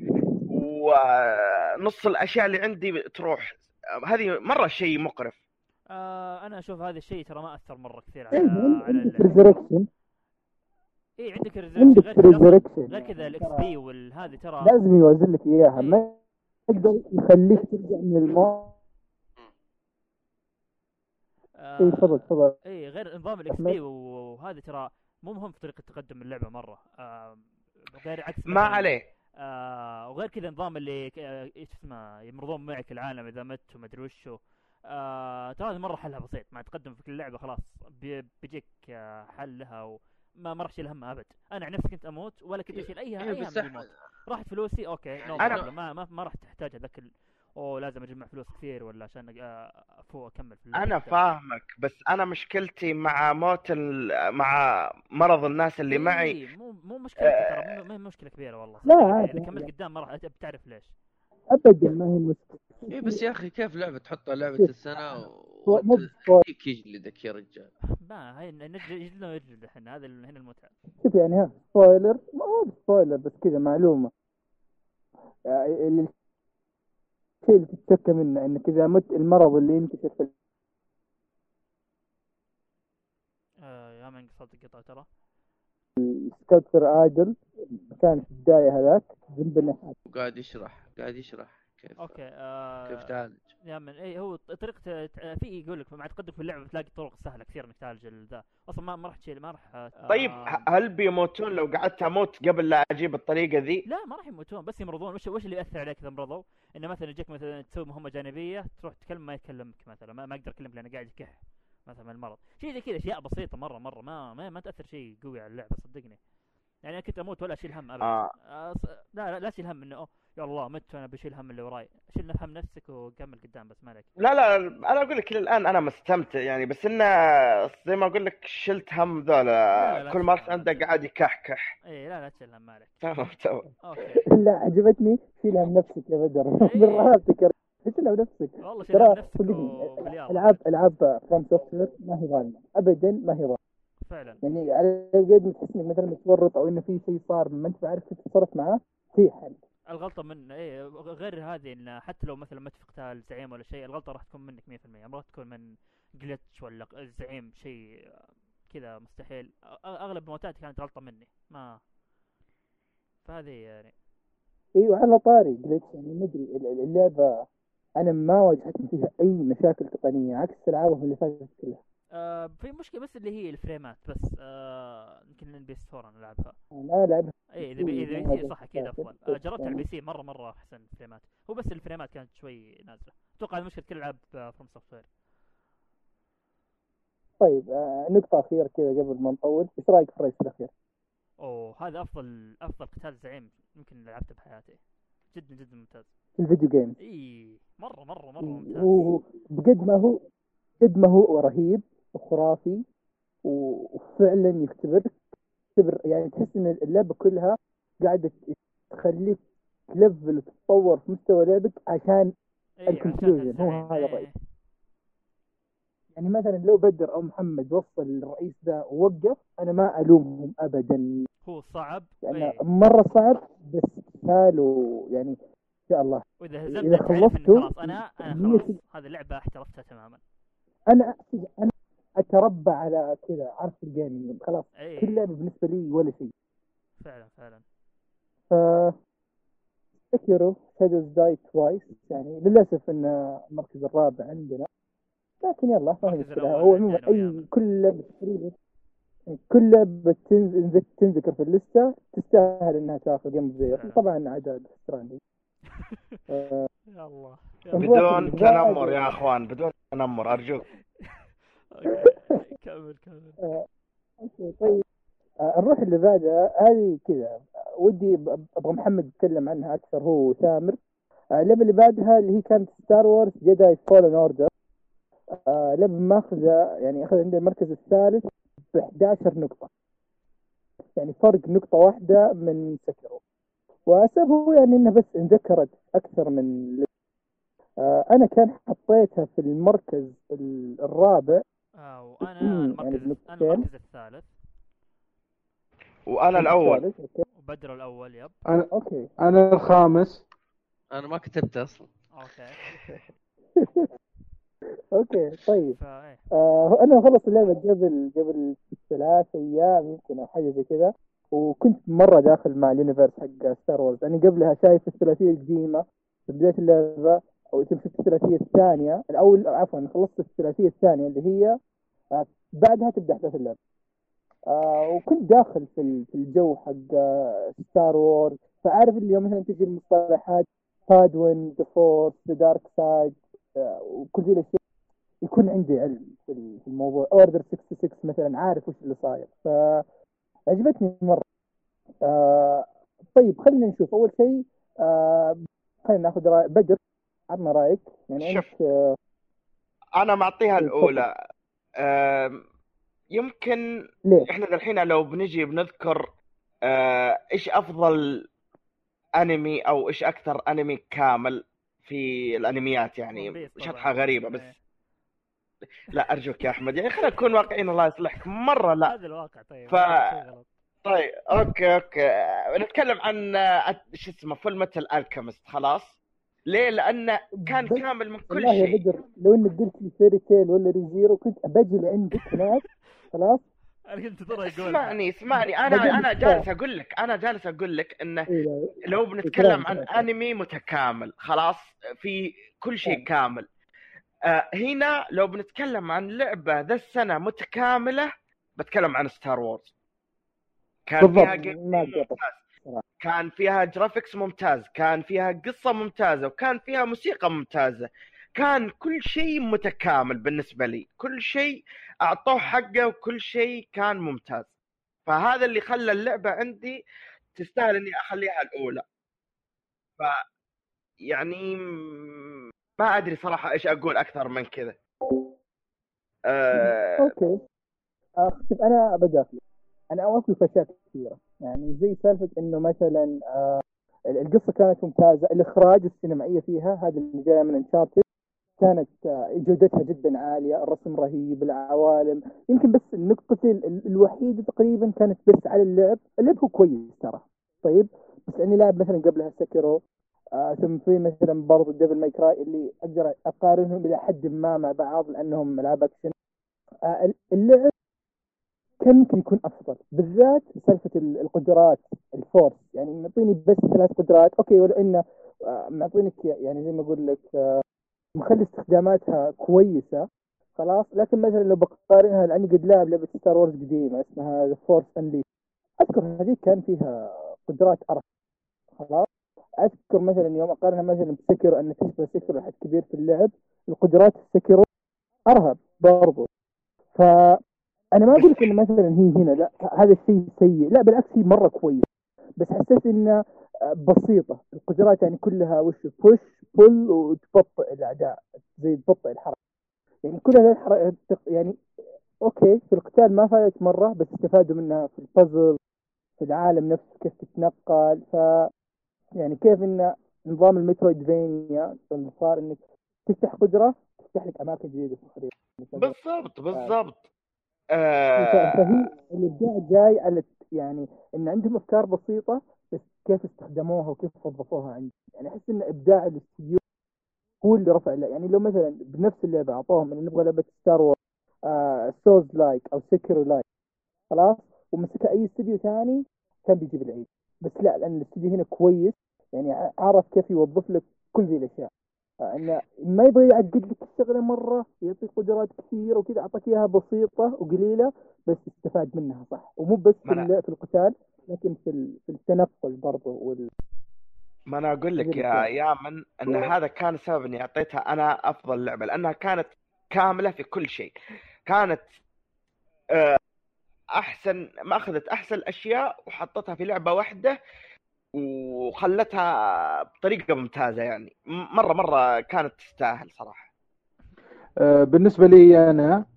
ونص الاشياء اللي عندي تروح. هذه مره شيء مقرف. انا اشوف هذا الشيء ترى ما اثر مره كثير على ريزركشن. ايه عندك ريزركشن غير كذا الاكس بي والهذه ترى لازم يوزن لك اياها، ما يقدر يخليك ترجع من الموت. ايه تفضل. ايه غير نظام الاكس بي وهذه ترى مو مهم في طريقه تقدم اللعبه مره، غير عكس ما عليه. وغير كذا نظام اللي ايش اسمه يمرضون معك العالم اذا مت وما ادري وشو. ترى هذه مره حلها بسيط مع تقدم في كل لعبه، خلاص بيجيك حل لها ما راح اشيل همها ابد. انا عن نفسي كنت اموت ولا كنت اشيل اي هم بس من الموت. راحت فلوسي اوكي نو أنا- بروبلم، ما راح تحتاج هذاك لازم اجمع فلوس كثير ولا عشان افوق اكمل في اللعبه انا قدام. فاهمك، بس انا مشكلتي مع مع مرض الناس اللي معي. إيه مو مشكلتي ترى، مو مشكله كبيره والله لا صدقني. عادي اذا كملت عادي. قدام ما راح بتعرف ليش. ابدا ما هي مشكله. ايه بس يا اخي كيف لعبه تحطها لعبه شوف، السنه مو وانت بسبويلر. فيك يجلدك يا رجال؟ ما هي يجلدنا ويجلد احنا، هذا هنا المتعه. شوف يعني ها سبويلر، ما هو سبويلر بس كذا معلومه. الشيء اللي تتشكى منه انك اذا مت المرض اللي ينتشر في يا من قصرت القطع ترى. السكالبتر ادل كان في البدايه هذاك جنب النحاس. وقاعد يشرح كيف اوكي كيف تعالج. يا من اي هو طريقه في يقول لك مع تقدم في اللعبه بتلاقي طرق سهله كثير انك تعالج ذا. اصلا ما راح تشيل، ما راح طيب هل بيموتون لو قعدت اموت قبل لا اجيب الطريقه ذي؟ لا ما راح يموتون، بس يمرضون. وش اللي ياثر عليك اذا مرضوا؟ انه مثلا يجيك مثلا تسوي مهمه جانبيه تروح تكلم ما يكلمك مثلا، ما يقدر يكلمك لانه قاعد يكح مثلا من المرض. شيء زي كذا، اشياء بسيطه مره ما تاثر شيء قوي على اللعبه صدقني. يعني انا كنت اموت ولا اشيل هم ابدا. لا اشيل هم انه يا الله مت انا بشيل هم اللي وراي. شيل هم نفسك وكمل قدام بس ما عليك. لا انا اقول لك الان انا مستمتع يعني، بس انه زي ما اقول لك شلت هم ذولا لا كل تشيل مره هم، عنده قاعد يكحكح. اي لا تشيل هم ما عليك. تمام. اوكي لا عجبتني شيلها بنفسك يا بدر. إيه. بالرهابتك شيلها بنفسك. والله شيل هم ترى نفسك صدقني وبالياضه العاب فروم سوفت وير ما هي ظالمه ابدا، ما هي ظالمه. فعلا. يعني على قد ما تحس انك مثلا متورط او انه في شيء صار ما انت عارف كيف تتصرف معاه، في حل. الغلطه من غير هذه، ان حتى لو مثلا مت في قتال زعيم ولا شيء الغلطه راح تكون منك 100%، ما راح تكون من جلتش ولا الزعيم شيء كذا مستحيل. اغلب موتاتي كانت غلطه مني ما، فهذه يعني. ايوه على طاري جلتش، يعني مدري اللعبه انا ما واجهتني فيها اي مشاكل تقنيه عكس العابهم اللي فاتت كلها. في مشكله بس اللي هي الفريمات بس. يمكن البي اس 4 انا العبها. انا لعبها اي اذا بي سي صح اكيد افضل. جربت على البي سي مره احسن فريمات. هو بس الفريمات كانت شوي نازله. اتوقع هذه مشكله كل العاب فروم سوفت وير. طيب نقطه اخيره كذا قبل ما نطول، ايش رايك في الرئيس الاخير؟ هذا افضل قتال زعيم يمكن لعبته بحياتي. جدا ممتاز في الفيديو جيمز. اي مره ممتاز. هو بقد ما هو رهيب وخرافي وفعلا يختبر يعني تحس ان اللعبه كلها قاعده تخليك تلفل وتتطور في مستوى لعبك عشان الكونكلوجن. هو هذا الرئيس. يعني مثلا لو بدر او محمد وصل الرئيس ذا ووقف انا ما الومهم ابدا. هو صعب يعني مره صعب بس سالوا يعني ان شاء الله. واذا اذا هزمت خلصته خلاص انا خلاص هذه اللعبه احترفتها تماما. انا اتربى على كذا عرف الجيمنج خلاص. كل لعبه بالنسبه لي ولا شيء فعلا. سكيرو شادوز داي توايس يعني للاسف ان المركز الرابع عندنا، لكن يلا ما هي مشكله. هو عموما كل لعبه تنذكر في اللسته تستاهل انها تاخذ جيم اوف ذا. طبعا عدا ستراندنج. يا الله بدون تنمر يا اخوان، بدون تنمر ارجوك. كمل. اوكي طيب نروح اللي بعدها. هذه كذا ودي ابغى محمد يتكلم عنها اكثر هو وسامر. اللعبه اللي بعدها اللي هي كانت ستار وورز جيداي فولن اوردر. لعبه ماخذه يعني اخذ عندها المركز الثالث ب 11 نقطه، يعني فرق نقطه واحده من سكرو. وسببه يعني انها بس انذكرت اكثر من انا كان حطيتها في المركز الرابع. وانا المركز الثالث. وانا الاول. وبدر الاول. يب اوكي انا الخامس. انا ما كتبت اصلا. اوكي اوكي طيب. انا خلصت اللعبه قبل 3 أيام يمكن او حاجه زي كذا، وكنت مره داخل مع اليونيفرس حق ستار وورز. انا قبلها شايف الثلاثيه القديمه في بدايه اللعبه، او في الثلاثيه الثانيه الاول عفوا خلصت الثلاثيه الثانيه اللي هي بعدها تبدا احداث اللعبه. وكنت داخل في الجو حق ستار وورز، فعارف اللي يوم مثلا تجي المصطلحات بادوين ذا فورس ذا دارك سايد وكل ذي الاشياء يكون عندي علم في الموضوع. اوردر 66 مثلا عارف وش اللي صاير، فعجبتني مره. طيب خلينا نشوف اول شيء. خلينا ناخذ راي بدر، عطنا رايك يعني شوف، انت. انا معطيها تفضل. الاولى. يمكن ليه؟ احنا الحين لو بنجي بنذكر ايش افضل انمي او ايش اكثر انمي كامل في الانميات، يعني ون بيس شطحه طبعا. غريبه بس. إيه. لا ارجوك يا احمد، يعني خلينا نكون واقعيين، الله يصلحك مره. لا هذا الواقع. طيب ف هذا شيء غلط. طيب اوكي نتكلم عن شو اسمه فول ميتال الكيمست. خلاص، ليه؟ لانه كان بس كامل من كل والله يا شيء. بدر لو انك قلت لي فيري تيل ولا ريزيرو كنت باجي لعندك هناك. خلاص. انا كنت ترى يقول اسمعني انا بقول انا لك جالس اقول لك انه إيه، لو كلام بنتكلم عن كلام. انمي متكامل خلاص في كل شيء كلام. كامل. هنا لو بنتكلم عن لعبة ذا السنة متكاملة، بتكلم عن ستار وورز. كان فيها بالضبط، جيم ما بلاي قطع. ممتاز، كان فيها جرافيكس ممتاز، كان فيها قصة ممتازة، وكان فيها موسيقى ممتازة. كان كل شيء متكامل بالنسبة لي، كل شيء أعطوه حقه وكل شيء كان ممتاز. فهذا اللي خلى اللعبة عندي تستاهل إني أخليها الأولى. ف يعني ما أدري صراحة إيش أقول أكثر من كذا. اوكي. شوف انا بداخل، انا اوافق في اشياء كثيره، يعني زي سالفه انه مثلا القصه كانت ممتازه، الاخراج السينمائيه فيها هذا اللي جايه من انشارتد كانت جودتها جدا عاليه، الرسم رهيب، العوالم. يمكن بس النقطه الوحيده تقريبا كانت بس على اللعب هو كويس ترى. طيب بس اني لاعب مثلا قبلها سكرو، ثم في مثلا برضو ديفل ماي كراي اللي اقدر اقارنهم الى حد ما مع بعض لانهم العاب اكشن. اللعب كان ممكن يكون افضل، بالذات سالفه القدرات الفورس. يعني معطيني بس 3 قدرات اوكي، ولو انه معطينك يعني زي ما اقول لك مخلي استخداماتها كويسه خلاص. لكن مثلا لو بقارنها لاني قد لاعب لعبه ستار وورز قديمه اسمها فورس انليش، اذكر هذيك كان فيها قدرات ارهب خلاص. اذكر مثلا يوم اقارنها مثلا بسكر ان تشبه سكر حد كبير في اللعب، القدرات السكر ارهب برضو. فانا ما اقول لك ان مثلا هي هنا لا هذا الشيء سيء، لا بالعكس هي مره كويس، بس حسيت انها بسيطه القدرات، يعني كلها وش بوش بول وتبطئ الاعداء، زي تبطئ الحركه. يعني كل هذه الحركه يعني اوكي في القتال ما فادت مره، بس استفادوا منها في البازل، في العالم نفسه كيف تتنقل. يعني كيف ان نظام المترويدفينيا اللي صار انك تفتح قدره تفتح لك اماكن جديده في الخريطه مثلا. بالضبط. فهي الابداع جاي على يعني ان عندهم افكار بسيطه، بس كيف استخدموها وكيف وظفوها عندي. يعني احس ان ابداع الاستديو هو اللي رفع يعني لو مثلا بنفس اللعبه اعطوهم ان نبغى لعبه ستار وورز سولز لايك او سكر لايك خلاص، ومسكها اي استديو ثاني كان بيجيب العيد. بس لا، لان الاستديو هنا كويس، يعني عرف كيف يوظف لك كل ذي الاشياء. انه ما يبغى يعقد لك الشغله مره، يعطيك قدرات كثيره وكذا، اعطاك اياها بسيطه وقليله بس استفاد منها صح. ومو بس ما انا في القتال، لكن في التنقل برضه ما انا اقول لك يا من ان هذا كان سبب اني اعطيتها انا افضل لعبه، لانها كانت كامله في كل شيء. كانت احسن، ما اخذت احسن الاشياء وحطتها في لعبه واحده وخلتها بطريقه ممتازه. يعني مره كانت تستاهل صراحه. بالنسبة لي أنا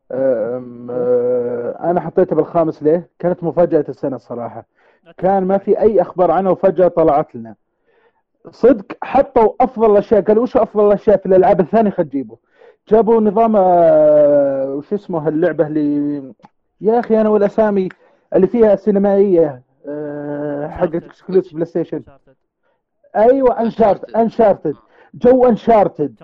أنا حطيتها بالخامس. ليه؟ كانت مفاجأة السنة الصراحة. كان ما في أي أخبار عنها وفجأة طلعت لنا صدق. حطوا أفضل الأشياء، قالوا وش أفضل الأشياء في الألعاب الثانية خد جيبوا. جابوا نظام وش اسمه اللعبة اللي يا أخي أنا والأسامي اللي فيها سينمائية حقت اكسكلوسيف بلاي ستيشن. أيوة أنشارتد. جو أنشارتد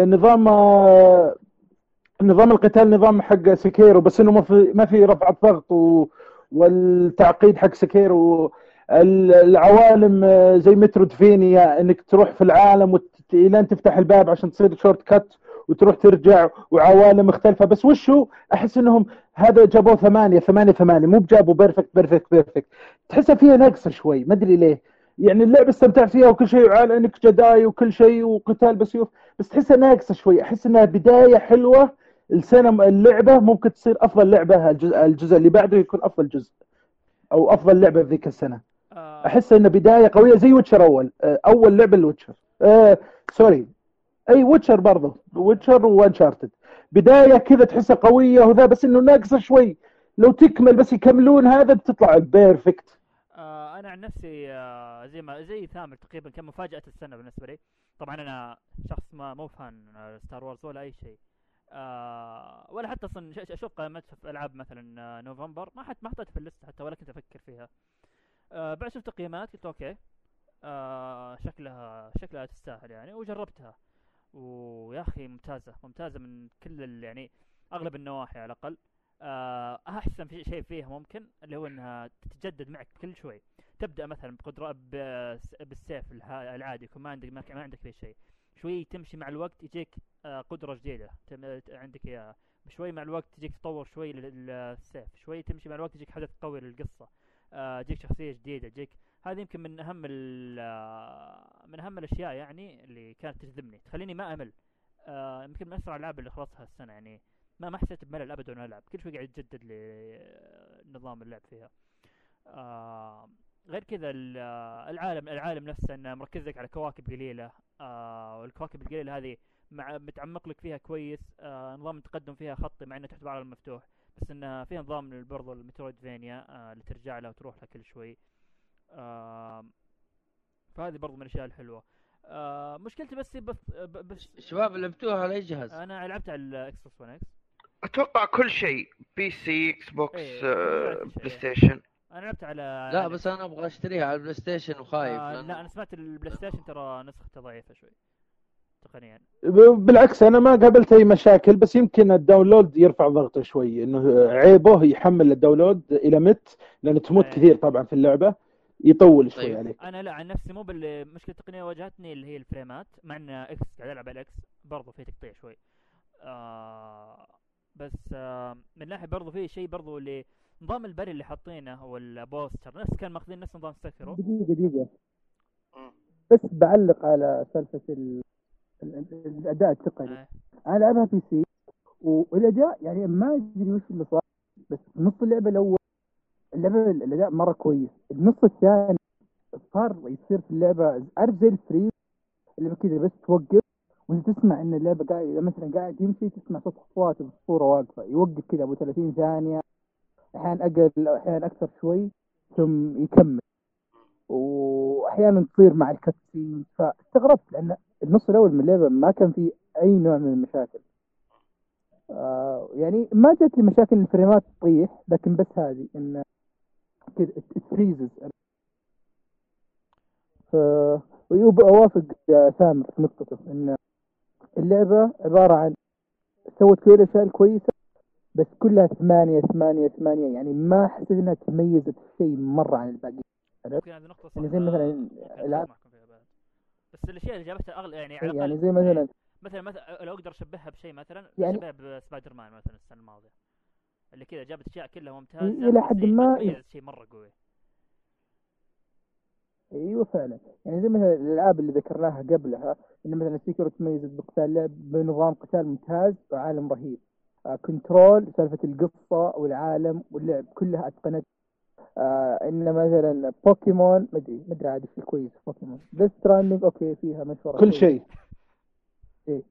نظام القتال نظام حق سكيرو، بس انه ما في رفع ضغط والتعقيد حق سكيرو. العوالم زي مترودفينيا، انك تروح في العالم الين تفتح الباب عشان تصير شورت كات وتروح ترجع، وعوالم مختلفة. بس وشو احس انهم هذا جابوه 8 مو بجابوا بيرفكت. تحسها فيها نقص شوي، ما ادري ليه. يعني اللعبه استمتعت فيها وكل شيء، وعلى انك جداي وكل شيء وقتال بسيوف، بس تحسها ناقصه شوي. احس انها بدايه حلوه السنه، اللعبه ممكن تصير افضل لعبه، الجزء اللي بعده يكون افضل جزء او افضل لعبه في ذيك السنه. احس انه بدايه قويه زي ويتشر اول لعبه الويتشر. سوري، اي ويتشر برضه، ويتشر وانشارتد بدايه كذا تحسها قويه وذا، بس انه ناقصه شوي. لو تكمل بس يكملون هذا بتطلع بيرفكت. انا عن نفسي زي ثامر تقريبا كان مفاجاه السنه بالنسبه لي. طبعا انا شخص ما مو فان ستار وورز ولا اي شيء، ولا حتى اصلا اشوف قائمه في العاب مثلا نوفمبر ما حطيتها في الليست حتى، ولا كنت افكر فيها. بعد شفت تقييمات قلت اوكي، شكلها تستاهل يعني، وجربتها. ويا اخي ممتازه من كل يعني اغلب النواحي على الاقل. احسن شيء فيها ممكن اللي هو انها تتجدد معك كل شوي. تبدا مثلا بقدره بالسيف العادي، يكون ما عندك فيه شيء، شوي تمشي مع الوقت يجيك قدره جديده عندك اياها، شوي مع الوقت تجيك تطور شوي للسيف، شوي تمشي مع الوقت يجيك حدث قوي للقصه، تجيك شخصيه جديده، تجيك هذه يمكن من اهم الاشياء يعني اللي كانت تجذبني تخليني ما امل. يمكن من اسرع الالعاب اللي خلصها السنه يعني، ما حسيت بملل ابدا وانا العب، كل شوي قاعد يتجدد لي نظام اللعب فيها. غير كذا العالم نفسه انه مركز لك على كواكب قليله، والكواكب القليله هذه متعمق لك فيها كويس. نظام التقدم فيها خطي مع انه تحت بعض المفتوح، بس انه فيها نظام برضو المترويدفينيا اللي ترجع له وتروح له كل شوي. فهذه برضو من الاشياء الحلوه. مشكلتي بس شباب لعبتوها على اي جهاز؟ انا لعبت على الاكس بوكس 1 اكس. اتوقع كل شيء، بي سي، اكس بوكس، بلاي ستيشن. انا لعبت على لا بس انا ابغى اشتريها على البلاي ستيشن وخايف. لا انا سمعت البلاي ستيشن ترى نسخته ضعيفه شوي تقنيا. بالعكس انا ما قابلت اي مشاكل، بس يمكن الداونلود يرفع ضغطه شوي، انه عيبه يحمل الداونلود الى مت، لانه تموت كثير طبعا في اللعبه، يطول شوي عليك. انا لا عن نفسي مو بالمشكله التقنيه واجهتني اللي هي الفريمات، مع ان اكس قاعد العب على اكس برضه في تقطيع شوي. بس من ناحيه برضه في شيء برضه اللي نظام البري اللي حاطينه والبوستر كان ماخذين نفس نظام سكرو. دقيقه بس بعلق على سالفه الاداء التقني. انا لعبها في سي والاداء يعني ما ادري وش اللي صار، بس نص اللعبه الاول الاداء مره كويس، النص الثاني صار يصير في اللعبه عارف زي الفريز اللي كذا بس توقف وانت تسمع ان اللعبه قاعد مثلا قاعد يمشي، تسمع صوت اصوات بالصوره واقفه، يوقف كذا ابو 30 ثانيه، احيانا اقل احيانا اكثر شوي ثم يكمل، واحيانا تصير مع الكاتسين. فاستغربت لان النص الاول من اللعبه ما كان فيه اي نوع من المشاكل. يعني ما جت لي مشاكل الفريمات تطيح، لكن بس هذه ان كذا تفريزز. وأوافق ثامر في نقطته ان اللعبه عباره عن سوت كل الاشياء الكويسه بس كلها 8 يعني ما حسيت انها تميزت شيء مره عن الباقي. ممكن هذه نقطه يعني زي مثلا بس الاشياء اللي جابتها اغلى يعني على يعني زي مثلا لو اقدر اشبهها بشيء مثلا يعني اشبهها بسبايدر مان مثلا السنه الماضيه اللي كذا جابت اشياء كلها ممتازه الى حد ما شيء مره قوي. ايوه فعلا، يعني زي مثلا الالعاب اللي ذكرناها قبلها ان مثلا سيكرو تميزت بقتال لعب بنظام قتال ممتاز وعالم رهيب. كنترول سالفه القصه والعالم واللعب كلها اتقنت. ان مثلا بوكيمون ما ادري عاد في كويس بوكيمون ديث ستراندنج اوكي فيها مشوره كل شيء ايه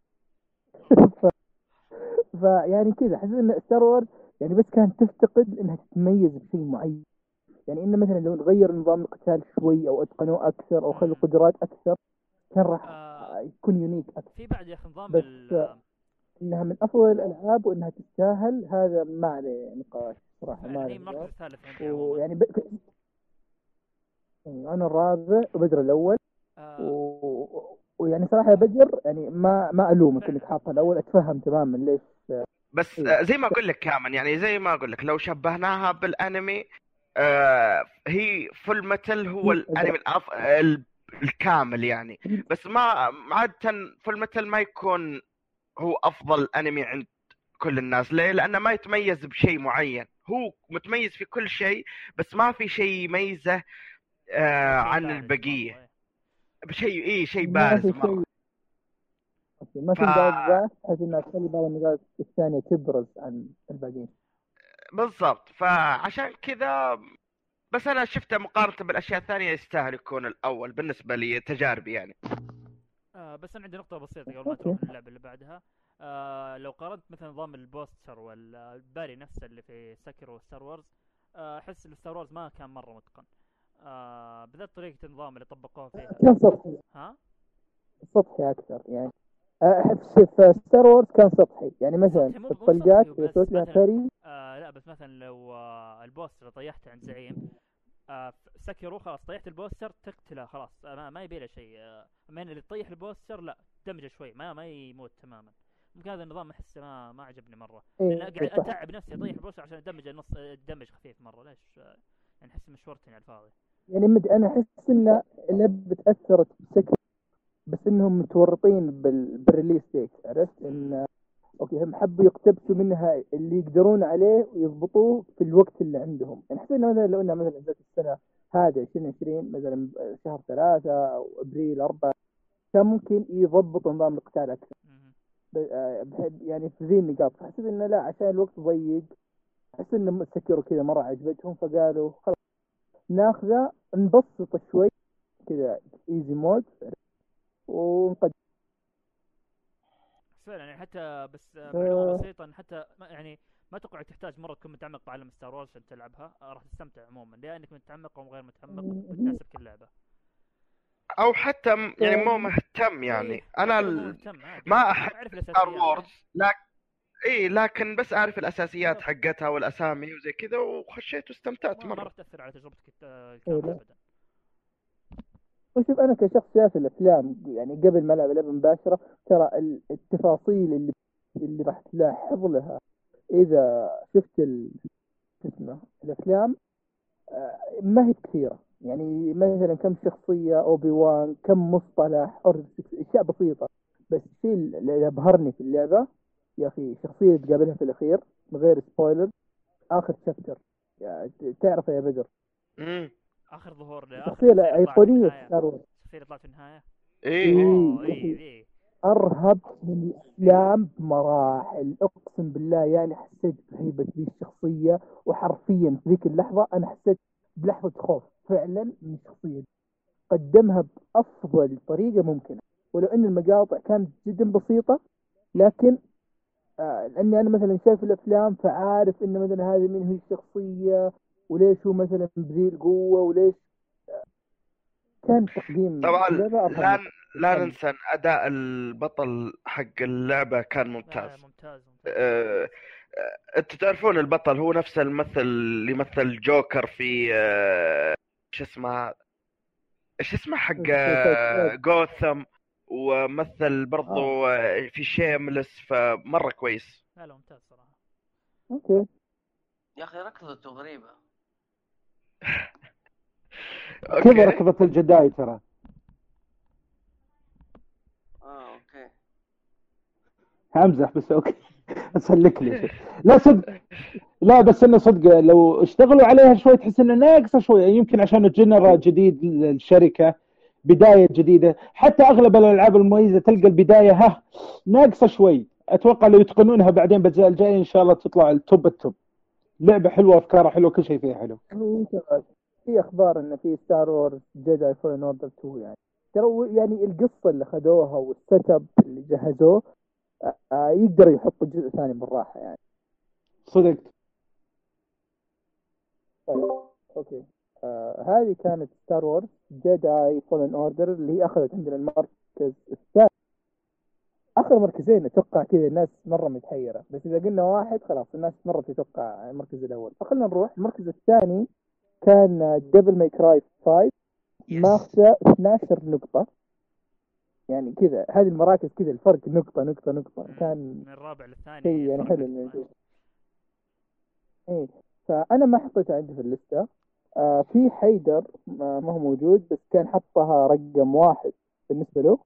فيعني كذا حسيت ان ستار وورز يعني بس كانت تفتقد انها تتميز بشيء معين. يعني إن مثلا لو نغير نظام القتال شوي أو أتقنوه أكثر أو خلوا قدرات أكثر كان راح يكون يونيك أكثر. في بعد يا أخي نظام بس إنها من أفضل الألعاب وإنها تستاهل هذا ما عليه نقاش صراحة. ما عليه المركز الثالث ويعني يعني أنا الرابع وبدر الأول ويعني صراحة بدر يعني ما ألومك إنك حاطها الأول، أتفهم تماما ليش. بس زي ما أقول لك كامل، يعني زي ما أقول لك لو شبهناها بالأنمي هي فول ميتال هو الانمي الكامل يعني، بس ما عادة فول ميتال ما يكون هو افضل انمي عند كل الناس. ليه؟ لانه ما يتميز بشيء معين، هو متميز في كل شيء بس ما في شيء يميزه عن بارز البقيه مرة، شيء ما بارز في مره. شيء. أوكي، ما ف في نقاط ضعف بحيث انها تخلي بعض النقاط الثانية تبرز عن الباقيين. بالضبط، فعشان كذا بس انا شفته مقارنه بالاشياء الثانيه يستاهل يكون الاول بالنسبه لي تجاربي يعني. بس انا عندي نقطة بسيطة قبل ما اوكي. تروح للعبة اللي بعدها. لو قارنت مثلا نظام البوستر والباري نفسه اللي في ساكيرو وستار وورز، احس الستار وورز ما كان مرة متقن. بالذات طريقة النظام اللي طبقوها فيها. كان سطحي، ها؟ سطحي اكثر يعني. احس في ستار وورز كان سطحي، يعني مثلا سطحي، مو في مو سطحي الطلقات اذا وبس. سويت لها مثلا باري. لا، بس مثلا لو البوستر اللي طيحته عند زعيم، سكروا خلاص طيحت البوستر تقتله خلاص، ما يبي له شيء. من اللي تطيح البوستر لا دمجه شوي، ما يموت تماما. ممكن هذا النظام احسه ما عجبني مره، لان ايه قاعد صح. اتعب نفسي اطيح البوستر عشان ادمج النص، الدمج خفيف مره. ليش؟ يعني احس مشورتني على الفاضي. يعني انا احس ان اللعبة تاثرت بشكل، بس انهم متورطين بالريليس ديت. عرفت ان اوكي هم حبوا يقتبسوا منها اللي يقدرون عليه ويضبطوه في الوقت اللي عندهم. يعني حسيت إنه مثلا لو انها مثلا نزلت السنه هذه 2020 مثلا شهر 3 او ابريل 4 كان ممكن يضبطوا نظام القتال اكثر. يعني في ذي النقاط حسيت انه لا، عشان الوقت ضيق. حسيت انه سكروا كذا مره عجبتهم فقالوا خلاص ناخذه نبسط شوي كذا، ايزي مود ونقدم. فعلا يعني حتى بس معلومه بسيطه، ان حتى يعني ما اتوقع تحتاج مره تكون متعمق بعالم ستار وورز عشان تلعبها. راح تستمتع عموما، لانك متعمق او غير متعمق بتناسب كل لعبه. او حتى يعني مو مهتم يعني ايه انا حتى لو مو مهتم عادي، ما احب اعرف ستار الاساسيات. وورز لكن بس اعرف الاساسيات حقتها والاسامي وزي كذا وخشيت واستمتعت ما مره. راح تاثر على تجربتك إيه الكامله لا. ابدا. وشوف انا كشخص شايف الافلام يعني قبل ما العب اللعبه مباشره، ترى التفاصيل اللي راح تلاحظ لها اذا شفت شو اسمه الافلام ما هي كثيره. يعني مثلا كم شخصيه اوبي وان، كم مصطلح اشياء بسيطه. بس الشيء اللي ابهرني في اللعبه يا اخي شخصيه اللي تقابلها في الاخير من غير سبويلر، اخر شابتر. يعني تعرف يا بدر امم اخر ظهور لاخر الشخصيه شخصيه اللي طلعت في الايقونيه في النهايه. ستار وورز. الشخصيه اللي طلعت في النهايه. ايه اوه إيه اي ذي. ارهب من الافلام بمراحل، اقسم بالله. يعني حسيت بهيبه ذي الشخصيه، وحرفيا في ذيك اللحظه انا حسيت بلحظه خوف فعلا من الشخصيه دي. قدمها بافضل طريقه ممكنه، ولو ان المقاطع كانت جدا بسيطه. لكن لاني انا مثلا شايف الافلام فعارف ان مثلا هذه من هي الشخصيه، وليش هو مثلا بذي القوه، وليش كان تقديم طبعا. اللعبه لا افضل. لا ننسى ان اداء البطل حق اللعبه كان ممتاز. ممتاز. أه انتوا تعرفون البطل هو نفس الممثل اللي يمثل جوكر في شو اسمه ايش اسمه حق جوثم، ومثل برضو في شيملس، فمره كويس. لا ممتاز صراحه. اوكي. يا اخي ركضته غريبه. كذا اوكي ركضة الجداي ترى. اوكي همزح بس اوكي. اسلك لي شيء. لا صدق، لا بس انه صدق لو اشتغلوا عليها شوي تحس انه ناقصه شوي. يمكن عشان الجنرا جديد للشركه، بدايه جديده. حتى اغلب الالعاب المميزه تلقى البدايه ناقصه شوي. اتوقع لو يتقنونها بعدين بالاجزاء الجايه ان شاء الله تطلع التوب. لعبه حلوه، افكارها حلوه، كل شيء فيها حلو. في اخبار ان في ستار وورز جيداي فولن اوردر 2. يعني ترى يعني القصه اللي خذوها والسيت اب اللي جهزوه يقدروا يحطوا جزء ثاني بالراحه يعني. صدقت. طيب اوكي. هذه كانت ستار وورز جيداي فولن اوردر اللي هي اخذت عندنا المركز الثاني. اخر مركزين اتوقع كذا الناس مره متحيره، بس اذا قلنا واحد خلاص الناس مره تتوقع المركز الاول. فخلنا نروح المركز الثاني. كان ديفل ماي كراي 5 ماخذه 12 نقطة. يعني كذا هذه المراكز كذا الفرق نقطة كان من الرابع للثاني شيء يعني فرق حلو نقطة. انه ايه. فانا ما حطيتها عندي في الليستة. في حيدر ما هو موجود، بس كان حطها رقم واحد بالنسبة له.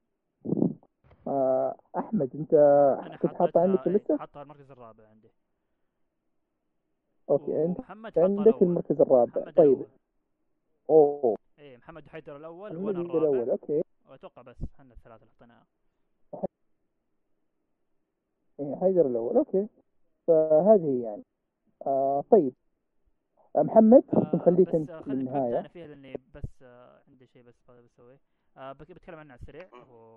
احمد انت انا كنت حاطها عندك في حطيتها الليستة؟ حطها المركز الرابع عندي. اوكي انت ومحمد حطها عندك الاول. المركز الرابع. محمد طيب الاول. اوه ايه محمد حيدر الاول مين وانا اللي الرابع، الاول؟ اوكي. واتوقع بس احنا الثلاثه اللي حطيناها. إيه، حيدر الاول. اوكي، فهذه يعني طيب. محمد نخليك بس انت خليني ابدا للنهايه. انا فيها لاني بس عندي شيء بس بسويه. بتكلم عنه على السريع. هو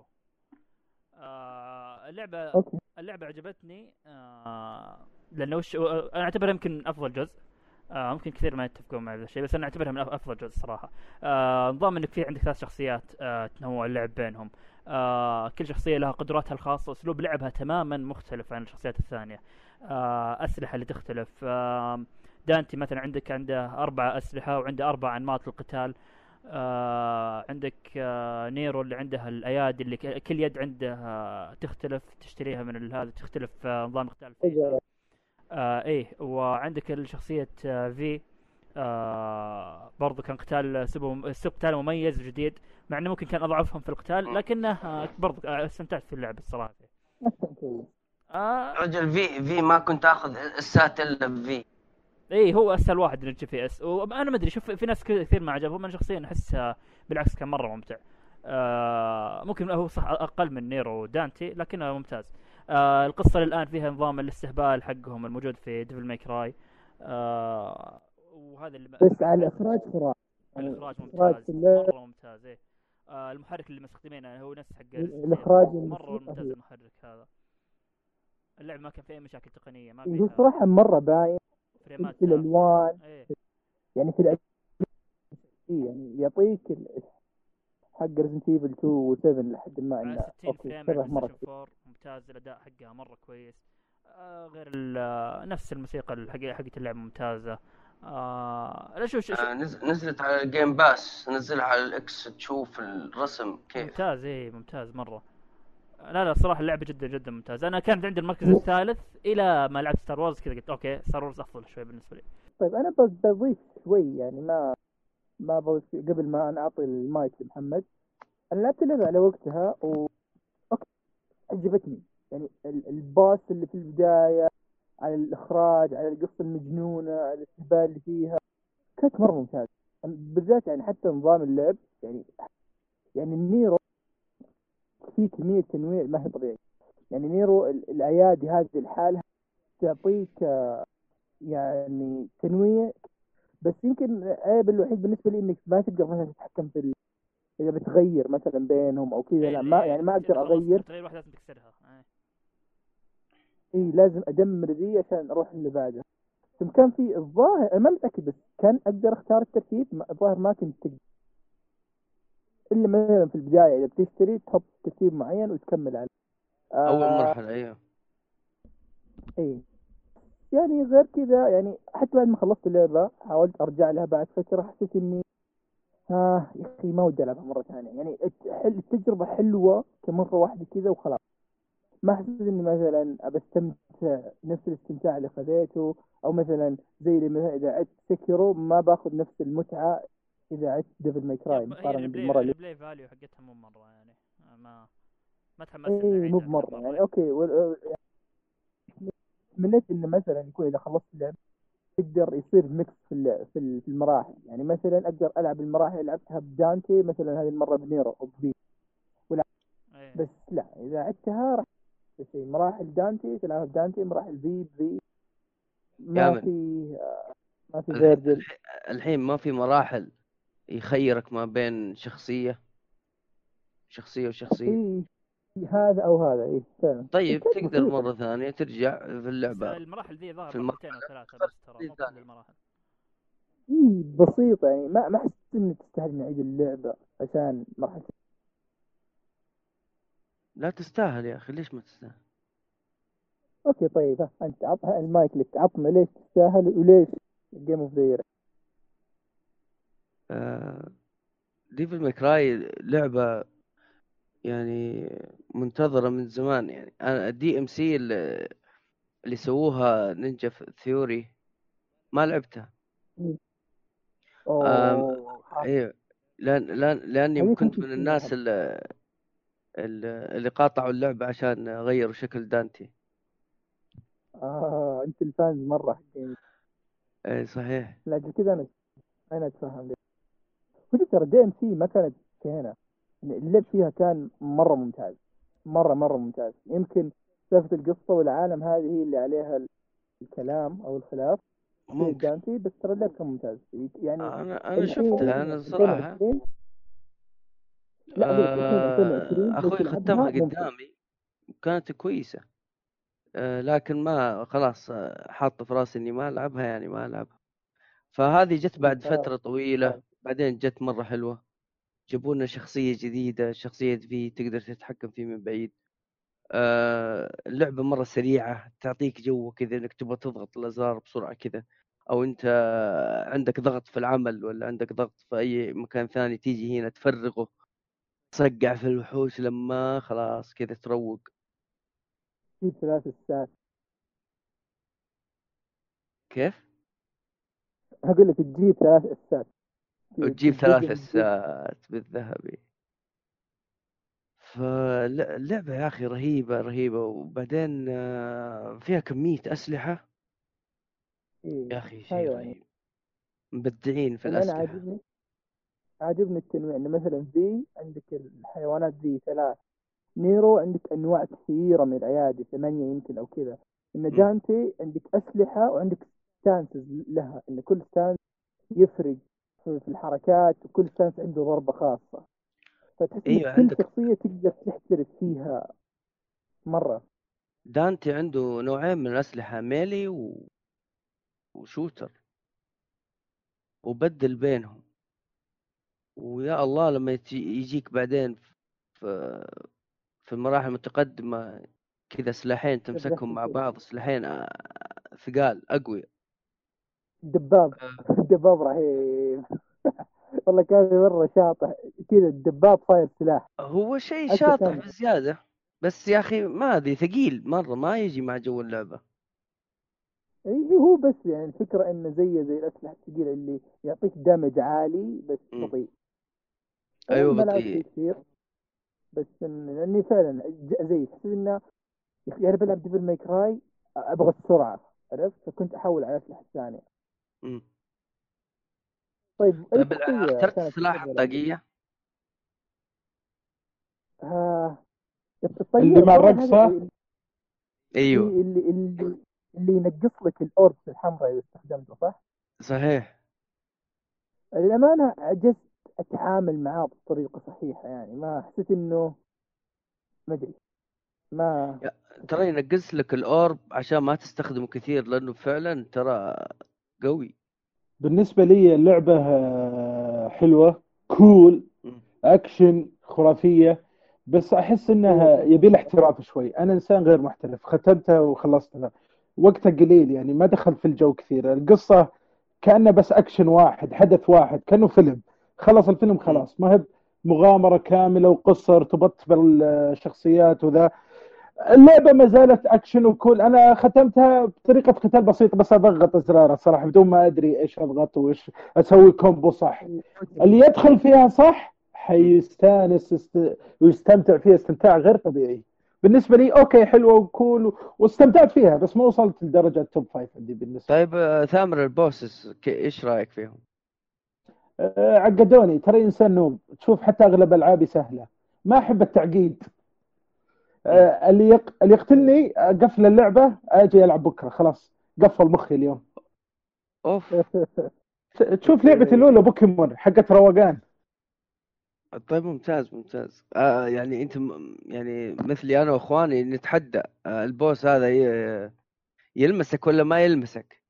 اللعبه اوكي. عجبتني لانه انا اعتبرها يمكن افضل جزء. ممكن كثير ما يتفقون مع هذا الشيء، بس انا اعتبرها من افضل جزء صراحه. نظام انك في عندك 3 شخصيات، تنوع اللعب بينهم. كل شخصيه لها قدراتها الخاصه، اسلوب لعبها تماما مختلف عن الشخصيات الثانيه. اسلحه اللي تختلف. دانتي مثلا عنده 4 اسلحه وعنده 4 انماط للقتال. عندك نيرو اللي عندها الايادي اللي كل يد عندها تختلف، تشتريها من هذا تختلف نظام القتال فيها. ايه، وعندك الشخصية في برضو كان قتال اسلوب قتال مميز وجديد، مع انه ممكن كان اضعفهم في القتال، لكنه برضو استمتعت في اللعب الصراحة. رجل في ما كنت اخذ السات الا بفي. ايه، هو اسهل واحد للجي في اس، وانا ما ادري، شوف في ناس كثير ما عجبهم، انا شخصيا احسها بالعكس كان مره ممتع. ممكن هو صح اقل من نيرو ودانتي لكنه ممتاز. القصه الان فيها نظام الاستهبال حقهم الموجود في ديفل ماي كراي. وهذا اللي بس على الاخراج خرافي، يعني الاخراج الاخراج ممتاز، في اللعبه، مره ممتاز. ايه، المحرك اللي مستخدمينه هو نفس حق الاخراج مره والموسيقى ممتاز هي المحرك هذا. اللعبه ما كان فيها اي مشاكل تقنيه، ما هو فيها صراحه مره باين فريمات في ثابته. الالوان، ايه، يعني في الأجزاء، يعني يعطيك حق ريزنت ايفل 2 و 7 لحد ما على انه 60 اوكي فريم على شبه بلاي مره ستيشن كثير. 4 ممتاز، الاداء حقها مره كويس. غير نفس الموسيقى حقت اللعبه ممتازه. لا شوف نزلت على الجيم باس، نزلها على الاكس تشوف الرسم كيف. ممتاز. ايه ممتاز مره. لا الصراحه اللعبه جدا جدا ممتازه. انا كانت عندي المركز الثالث الى ما لعبت ستار وورز، كذا قلت اوكي ستار وورز افضل شوي بالنسبه لي. طيب انا بضيف شوي، يعني ما بضيف قبل ما انا اعطي المايك لمحمد. انا لعبت اللعبه على وقتها اوكي، عجبتني. يعني الباص اللي في البدايه، على الاخراج، على القصه المجنونه، على الاستهبال اللي فيها، كانت مره ممتازه. بالذات يعني حتى نظام اللعب، يعني النيرو في كميه تنويع ما هي طبيعيه. يعني نيرو الايادي هذه لحالها تعطيك يعني تنويع. بس يمكن العيب الوحيد بالنسبه لي انك ما تقدر مثلا تتحكم في اذا بتغير مثلا بينهم او كذا. ايه لا، ما يعني ما اقدر خلاص اغير. تغير واحده لازم تكسرها. اي لازم ادمر ذي عشان اروح اللي بعده. ثم كان في الظاهر، انا ما متاكد، بس كان اقدر اختار الترتيب. الظاهر ما كنت تقدر الا مثلا في البدايه اذا بتشتري تحط ترتيب معين وتكمل عليه. اول مرحله ايوه. اي يعني غير كذا، يعني حتى بعد ما خلصت اللعبه حاولت ارجع لها بعد فتره، حسيت اني يا اخي ما ودي العبها مره ثانيه. يعني التجربه حلوه كمره واحده كذا وخلاص. ما حسيت اني مثلا ابى استمتع نفس الاستمتاع اللي خذيته، او مثلا زي اللي مثلا اذا عدت سكيرو ما باخذ نفس المتعه اذا عدت ديفل ماي كراي هي مقارنه بالمره اللي البلاي فاليو حقتها مو مره يعني. ما تحمست اني ايه مو اعيدها اكثر بمره. مره. يعني اوكي تمنيت انه مثلا يكون اذا خلصت اللعبه يقدر يصير ميكس في المراحل. يعني مثلا اقدر العب المراحل اللي لعبتها بدانتي مثلا هذه المره بنيرو او بفي، ايه. بس لا اذا عدتها راح شيء مراحل دانتي تلعبها بدانتي، مراحل في ما جامد. في ما في فيرجل. الحين ما في مراحل يخيرك ما بين شخصيه وشخصيه. في هذا او هذا، ايه فعلا. طيب كانت تقدر بسيطه. مرة ثانية ترجع في بس اللعبة المراحل ذي ظهر في مرحلتين او المرحلة ثلاثه بس، ترى دي مو كل ثانية. المراحل. ايه بسيطه، يعني ما حسيت اني تستاهل نعيد اللعبه عشان مرحله. لا تستاهل يا أخي، ليش ما تستاهل؟ اوكي طيب، انت عطها المايك لك، عطنا ليش تستاهل وليش جيم اوف ذا. ديفل ماكراي لعبة يعني منتظرة من زمان. يعني أنا الدي ام سي اللي سووها نينجا ثيوري ما لعبتها. آم، اوه ايوه، لاني هذه كنت كنت من فيها الناس اللي قاطعوا اللعبة عشان غيروا شكل دانتي. انت الفانز مره حقين. اي صحيح. لاجل كذا انا اتفهم ليه. وجدت ترى دي ام سي ما كانت هنا، اللعب فيها كان مرة ممتاز، مرة ممتاز. يمكن سالفة القصة والعالم هذه هي اللي عليها الكلام أو الخلاف في ممكن. دانتي، بس ترى اللعب كان ممتاز يعني. انا الحين شفتها انا صراحة. 2020، لا أقول لك الحين 2020 لو اخوي ختمها تلعبها ممكن. قدامي وكانت كويسة. لكن ما خلاص، حاط في راسي اني ما العبها، يعني ما العبها. فهذه جت بعد لا فترة طويلة، بعدين جت مرة حلوة. جابوا لنا شخصية جديدة، شخصية في تقدر تتحكم فيه من بعيد. اللعبة مرة سريعة، تعطيك جو كذا انك تبغى تضغط الازرار بسرعة كذا. او انت عندك ضغط في العمل ولا عندك ضغط في اي مكان ثاني، تيجي هنا تفرغه، تصقع في الوحوش لما خلاص كذا تروق. تجيب 3 ساعات. كيف؟ أقول لك تجيب 3 ساعات، وتجيب تلقى 3 ساعات بالذهبي. فاللعبة يا أخي رهيبة رهيبة. وبعدين فيها كمية أسلحة إيه يا أخي، شيء هذا يعني. رهيب. مبدعين في أنا الأسلحة. عاجبني التنويع، إنه مثلا ذي عندك الحيوانات ذي 3، نيرو عندك أنواع كثيرة من الأيادي، 8 يمكن أو كذا. إن م. دانتي عندك أسلحة وعندك ستانسز لها، إن كل ستانس يفرق في الحركات، وكل ستانس عنده ضربة خاصة، فتحس إن أيوة، كل عندك شخصية تقدر تحترف فيها مرة. دانتي عنده نوعين من الأسلحة، ميلي وشوتر، وبدل بينهم. ويا الله لما يجيك بعدين في في المراحل المتقدمة كذا سلاحين تمسكهم مع بعض، سلاحين ثقال أقوياء. الدباب الدباب رهيب. والله كان مرة شاطح كذا، الدباب صاير سلاح هو شيء حتى شاطح كان. بزيادة، بس يا أخي ما أدري، ثقيل مرة، ما يجي مع جو اللعبة. هو بس يعني الفكرة انه زي الأسلحة الثقيلة اللي يعطيك دمج عالي بس مم. بطيء. أيوة ما لعبت فيه بطيء. كثير، بس لاني فعلا زي تحس انه يا اخي انا بلعب ديفل ماي كراي، ابغى السرعة، عرفت؟ فكنت احول على الأسلحة الثانية. مم. طيب اي طيب شخصية اخترت كانت السلاح تفضل عندك؟ الطاقية. آه اللي الطاقية مع الظاهر هذا الرقصة. أيوة اللي ينقص لك الأوربس الحمراء إذا استخدمته، صح؟ صحيح. للأمانة عجزت أتعامل معاه بطريقة صحيحة، يعني ما حسيت إنه، ما أدري، ما ترى ينقص لك الأورب عشان ما تستخدمه كثير، لأنه فعلا ترى قوي. بالنسبة لي اللعبة حلوة، كول، مم. أكشن، خرافية. بس أحس إيه إنها يبي لها احتراف شوي. أنا إنسان غير محترف، ختمتها وخلصتها وقتها قليل، يعني ما دخل في الجو كثير. القصة كأنه بس أكشن واحد، حدث واحد، كأنه فيلم. خلص الفيلم مم. خلاص، ما هي مغامرة كاملة وقصة ارتبطت بالشخصيات وذا. اللعبة ما زالت أكشن وكول. أنا ختمتها بطريقة قتال بسيطة، بس أضغط أزرار الصراحة بدون ما أدري إيش أضغط وإيش أسوي كومبو صح. اللي يدخل فيها صح مم. حيستانس ويستمتع فيها استمتاع غير طبيعي. بالنسبة لي أوكي، حلوة وكول واستمتعت فيها، بس ما وصلت لدرجة توب فايف عندي بالنسبة. طيب ثامر البوسس إيش رأيك فيهم؟ عقدوني، ترى إنسان نوب، تشوف حتى أغلب ألعابي سهلة، ما أحب التعقيد. مم. اللي يقتلني اقفل اللعبه، اجي العب بكره، خلاص قفل مخي اليوم. أوف. تشوف لعبتي الاولى بوكيمون حقت روقان. طيب ممتاز ممتاز. يعني أنت يعني مثلي أنا وإخواني نتحدى البوس هذا يلمسك ولا ما يلمسك.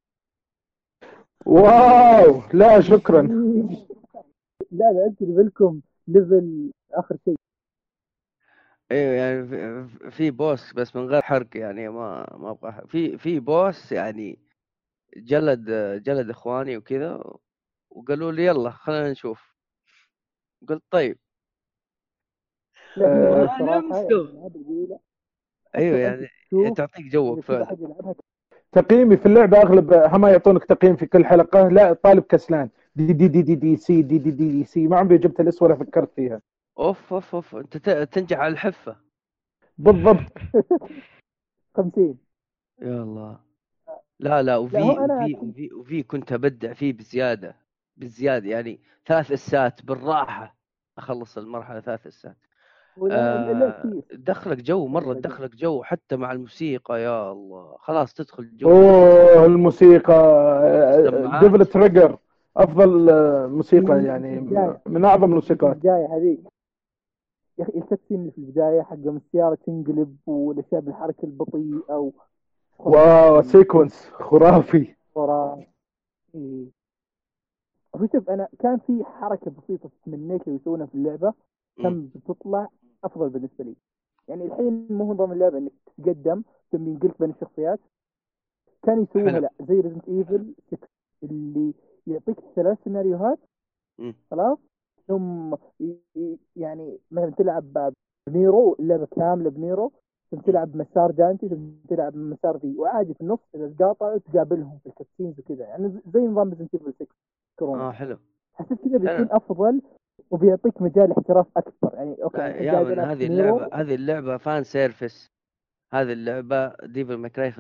واو، لا شكرا. لا أنت ليفلكم ليفل آخر شيء. ايوه يعني في بوس بس من غير حرق، يعني ما ابغى في بوس يعني جلد اخواني وكذا، وقالوا لي يلا خلينا نشوف. قلت طيب. لا هي آه، والله الصراحة يعني لمسته. الألعاب الجديدة ايوه حتى أنت يعني تشوف تعطيك جوك إذا كذا فعلا. حد يلعبها. تقييمي في اللعبه اغلب ما يعطونك تقييم في كل حلقه. لا، طالب كسلان، دي سي دي سي، ما عمري جبت الاس ولا فكرت فيها. اوف اوف اوف، انت تنجح على الحفه. بالضبط. 50. يا الله. لا لا، لا هو وفي أنا وفي وفي وفي كنت ابدع فيه بزياده. بالزياده، يعني 3 اسات بالراحه اخلص المرحله 3 اسات. لا كثير تدخلك جو مره، والله جو. تدخلك جو حتى مع الموسيقى، يا الله خلاص تدخل جو. اوه الموسيقى، السماعات ديفل تريجر افضل موسيقى في يعني، البداية من اعظم في الموسيقات. البداية هذيك يا أخي، الكاتسين اللي في البداية حق يوم السيارة تنقلب والأشياء بالحركة البطيئة واو سيكونس خرافي. وراء. شوف أنا كان في حركة بسيطة تمنيت لو يسوونها في اللعبة كم بتطلع أفضل بالنسبة لي. يعني الحين مو نظام اللعبة إنك تتقدم ثم ينقلك بين الشخصيات، كان يسووها حلو. لا زي ريزنت ايفل 6 اللي يعطيك 3 سيناريوهات خلاص، ثم يعني مثلا تلعب بنيرو اللعبة كاملة بنيرو، ثم تلعب مسار دانتي، ثم تلعب مسار في، وعادي في النص إذا تقاطعوا تقابلهم في الكاتسينز وكذا، يعني زي نظام ريزنت ايفل 6 كورونا. حلو. حسيت كذا فعلا. بيكون أفضل وبيعطيك مجال احتراف أكثر. يعني أوكي أنا الحين يا قاعد من ألعب هذه نيرو. اللعبة فان سيرفيس. هذه اللعبة ديفل ماكراي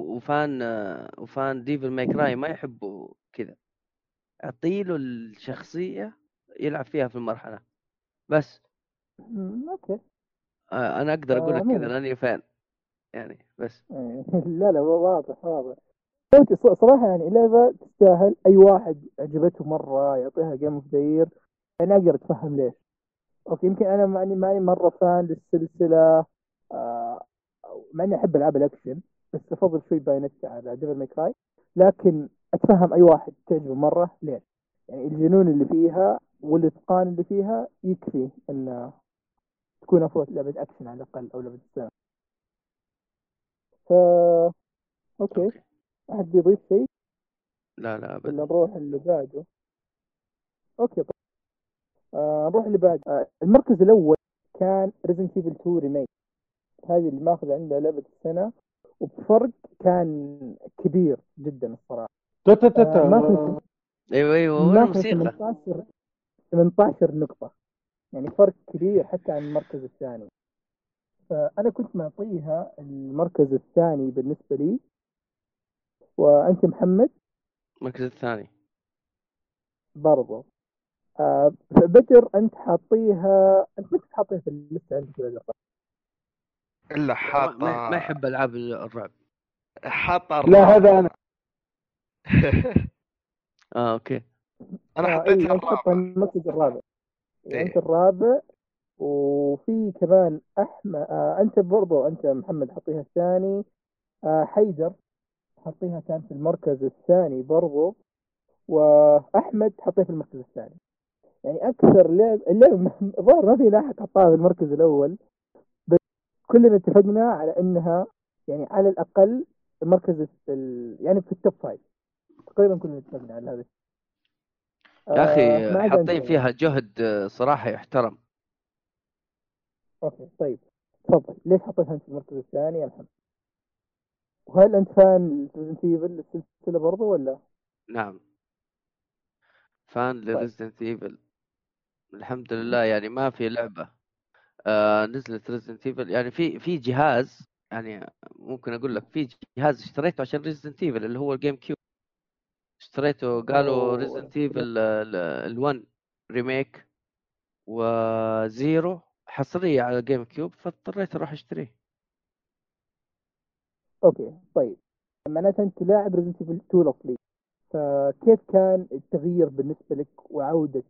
وفان ديفل ماكراي ما يحبوا كذا، اعطيله الشخصية يلعب فيها في المرحلة بس. أوكي انا اقدر اقول لك كذا مو لاني فان يعني بس. لا لا واضح واضح. صراحة يعني اللعبة تستاهل أي واحد عجبته مرة يعطيها جيم اوف ذا يير. أنا أقدر أتفهم ليش. أوكي يمكن أنا ماني مرة فان للسلسلة، آه، مع إني أحب ألعاب الأكشن، بس أفضل شوي بايونيتا على ديفل ماي كراي. لكن أتفهم أي واحد تعجبه مرة ليش. يعني الجنون اللي فيها والإتقان اللي فيها يكفي أن تكون أفضل لعبة أكشن على الأقل أو لعبة السنة. فا أوكي، أحد بيضيف شيء لا ولا ابدا. نروح اللي بعده؟ أوكي طيب. نروح اللي بعد. المركز الأول كان Resident Evil 2 ريميك، هذه اللي ماخذ عندها لعبة السنة وبفرق كان كبير جدا الصراحة. تا تا تا تا. ماخذ ايوه وين ماخذ الموسيقى؟ 18 نقطة، يعني فرق كبير حتى عن المركز الثاني. فأنا كنت معطيها المركز الثاني بالنسبة لي. وأنت محمد المركز الثاني. برضو بدر أنت حاطيها، أنت كنت حاطيها في الليستة عندك ولا الا ما يحب العاب الرعب. حاطه لا هذا انا. اوكي. انا إيه حطيتها أنت حطها الرابع. المركز الرابع. إيه. أنت الرابع. وفي كمان أحمد، أنت برضو أنت محمد حطيها الثاني. حيدر حطيها كان في المركز الثاني برضو. وأحمد حطيها في المركز الثاني. يعني أكثر اللعب ظهر ما في لاحق حطها في المركز الأول، بس كلنا اتفقنا على أنها يعني على الأقل المركز يعني في التوب فايف تقريبا كلنا اتفقنا على هذا. يا اخي ما عدا أنت حاطين يعني. فيها جهد صراحة يحترم. أوكي طيب تفضل، ليش حطيتها أنت في المركز الثاني يا محمد؟ وهل أنت فان ريزنت ايفل السلسلة برضو ولا؟ نعم، فان طيب لريزدنت ايفل الحمد لله. يعني ما في لعبة نزلت ريزدنت ايفل، يعني في جهاز، يعني ممكن اقول لك في جهاز اشتريته عشان ريزدنت ايفل اللي هو الجيم كيوب. اشتريته قالوا أوه. ريزدنت ايفل ال1 ريميك وزيرو حصرية على الجيم كيوب، فاضطريت اروح اشتريه. أوكي طيب، معناته أنت لاعب ريزنت ايفل 2 لوفلي، فكيف كان التغيير بالنسبة لك وعودة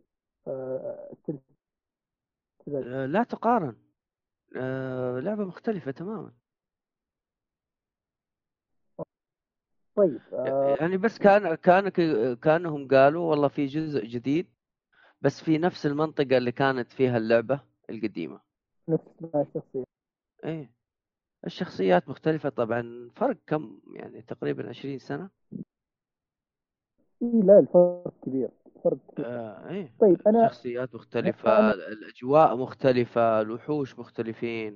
السلسلة؟ لا تقارن، لعبة مختلفة تماما. طيب يعني بس كانهم قالوا والله في جزء جديد بس في نفس المنطقة اللي كانت فيها اللعبة القديمة. نفس ما الشخصية. ايه الشخصيات مختلفة طبعا، فرق كم يعني تقريبا 20 سنة. إيه لا الفرق كبير، فرق كبير. ايه طيب شخصيات مختلفة، أنا الأجواء مختلفة، الوحوش مختلفين.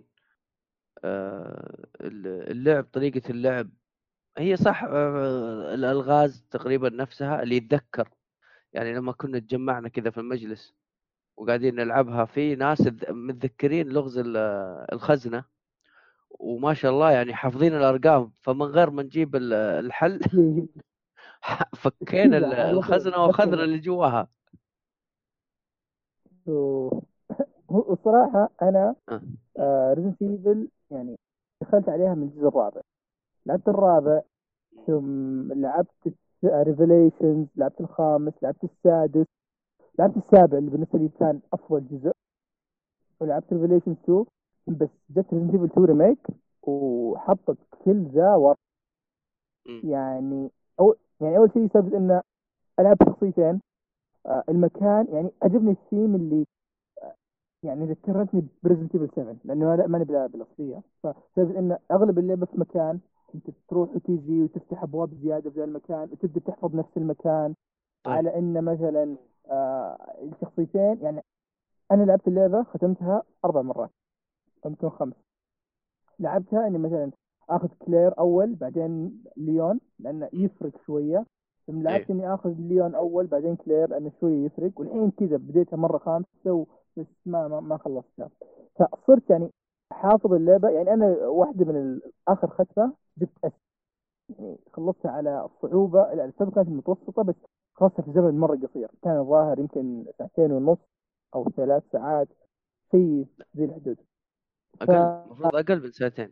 اللعب طريقة اللعب هي صح. الألغاز تقريبا نفسها اللي يتذكر، يعني لما كنا تجمعنا كذا في المجلس وقاعدين نلعبها، في ناس متذكرين لغز الخزنة وما شاء الله يعني حافظين الأرقام، فمن غير ما نجيب الحل فكينا كذا على الخزنة طول واخذنا بس. اللي جواها. هو الصراحة أنا آه. ريزنت ايفل يعني دخلت عليها من الجزء الرابع، لعبت الرابع، ثم لعبت ريفيليشنز، لعبت الخامس، لعبت السادس، لعبت السابع اللي بالنسبة لي كان أفضل جزء، ولعبت ريفيليشنز 2. بس جت ريزنت ايفل 2 ريميك وحطت كل ذا ورا. مم. يعني أول شيء سبب إن ألعب شخصيتين. المكان يعني عجبني الثيم اللي يعني ذكرتني بريزنت ايفل 7، لانه ماني بلعب الاصليه، فسبب ان اغلب اللعبه في مكان انت تروح وتيجي وتفتح ابواب زياده في ذا المكان وتبدا تحفظ نفس المكان. طيب. على ان مثلا الشخصيتين يعني انا لعبت اللعبه ختمتها 4 مرات، يمكن 5. لعبتها اني مثلا اخذ كلير اول بعدين ليون لانه يفرق شويه، ثم لعبت ايه اني اخذ ليون اول بعدين كلير لانه شويه يفرق، والحين كذا بديتها مره خامسه بس ما خلصتها. فصرت يعني حافظ اللعبه. يعني انا واحده من اخر ختمه جبت يعني خلصتها على الصعوبه، لا الصعوبه كانت متوسطه بس خلصتها في زمن مره قصير، كان الظاهر يمكن 2.5 ساعات او 3 ساعات، شيء ذي الحدود. ف اقل، المفروض اقل من ساعتين.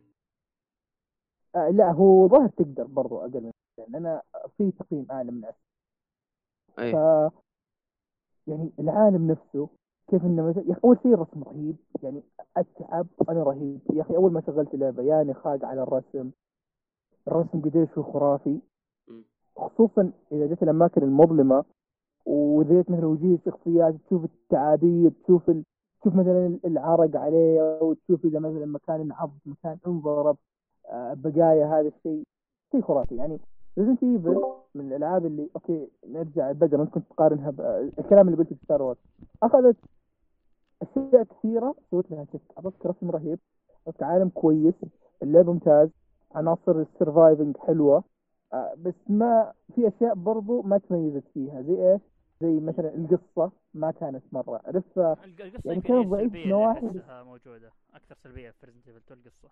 لا هو ظاهر تقدر برضو اقل من كذا، لان انا في تقييم اعلى من أسف. ف ايه يعني العالم نفسه كيف انه مثلا يا اخي اول شيء الرسم رهيب، يعني اتعب انا رهيب يا اخي. اول ما شغلت اللعبه ياني خاق على الرسم قديش هو خرافي، مم. خصوصا اذا جت الاماكن المظلمه واذا جت مثلا وجوه الشخصيات تشوف التعابير، تشوف مثلا العرق عليه، وتشوف اذا مثلا مكان انعض مكان انضرب، بقايا هذا الشيء، شيء خرافي يعني. ريزنت ايفل من الالعاب اللي اوكي نرجع بدر انت كنت تقارنها الكلام اللي قلته في ستار وورز، اخذت اشياء كثيره سويت لها شيك، اعطتك رسم رهيب، اعطتك عالم كويس، اللعب ممتاز، عناصر السرفايفنج حلوه، بس ما في اشياء برضو ما تميزت فيها زي ايش؟ زي مثلا القصه ما كانت مره عرفت، القصه يعني يمكن هي كانت ضعيفه في السلبيه اللي نواحي، احسها موجوده، اكثر سلبيه في ريزنت ايفل القصه.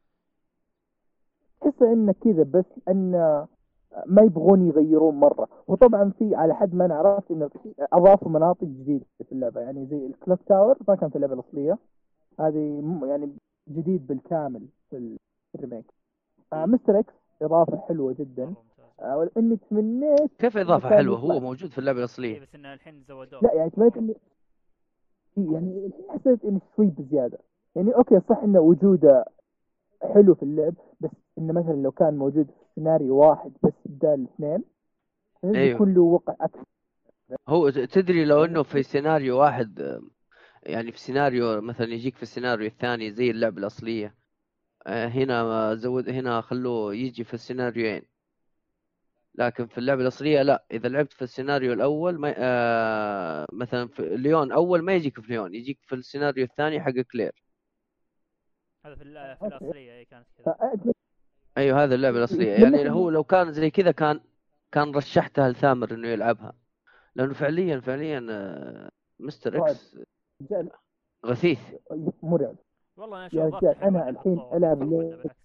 تحس انه كذا بس ان ما يبغون يغيرون مره. وطبعا في على حد ما انا عرفت انه اضافوا مناطق جديده في اللعبه، يعني زي الكلوك تاور ما كان في اللعبه الاصليه، هذه يعني جديد بالكامل في الريميك. مم. مستر اكس اضافه حلوه جدا، مره ممتازه. اني تمنيت كيف انه اضافة كان حلوة؟ يطلع. هو موجود في اللعبة اي الاصلية. بس انه الحين زودوه. لا يعني تمنيت اني يعني حسيت انه شوي بزياده. يعني اوكي صح انه وجوده حلو في اللعب، بس انه مثلا لو كان موجود في سيناريو واحد بس بدال اثنين ايوه، يكون له وقع اكثر. هو تدري لو يعني انه في سيناريو واحد، يعني في سيناريو مثلا يجيك في السيناريو الثاني زي اللعبة الاصلية، هنا زود، هنا خلوه يجي في السيناريوين. لكن في اللعبة الأصلية لا، إذا لعبت في السيناريو الأول ما مثلا في ليون أول ما يجيك في ليون، يجيك في السيناريو الثاني حق كلير. هذا في اوكي الاصليه اي كانت كذا. أيوه هذا اللعبة الأصلية. تمنيت يعني هو لو كان زي كذا كان رشحتها لثامر إنه يلعبها، لأنه فعليا مستر رعب إكس رجال، غثيث. مرعب والله انا اشوف يا اضافته رجال. حلوه انا اللي الحين حطوه العب اكثر منه بالعكس.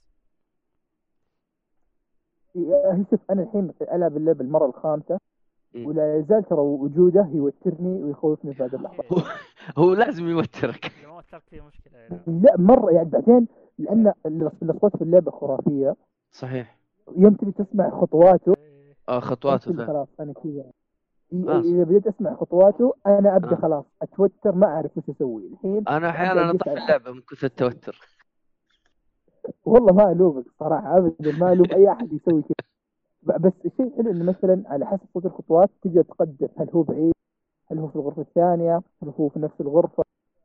شوف انا الحين العب اللعبه المره الخامسه م. ولا يزال ترى وجوده يوترني ويخوفني في بعض اللحظات. هو هو لازم يوترك. اذا ما وترك فيه مشكله يعني. لا مره يعني بعدين، لان الاصوات في اللعبه خرافيه، صحيح. يوم تبي تسمع خطواته إيه. تحس خطواته اللي فعلا. خلاص انا كذا، خلاص. اذا بديت اسمع خطواته انا ابدا آه. خلاص اتوتر ما اعرف وش اسوي الحين، أنا ابدا أحيانا اقيس أطفي على الحظ. اللعبة من كثر التوتر. والله ما الومك صراحه ابدا، ما الوم اي احد يسوي كذا. بس الشيء الحلو انه مثلا على حسب صوت الخطوات تقدر تقدر هل هو بعيد، هل هو في الغرفه الثانيه، هل هو في نفس الغرفه.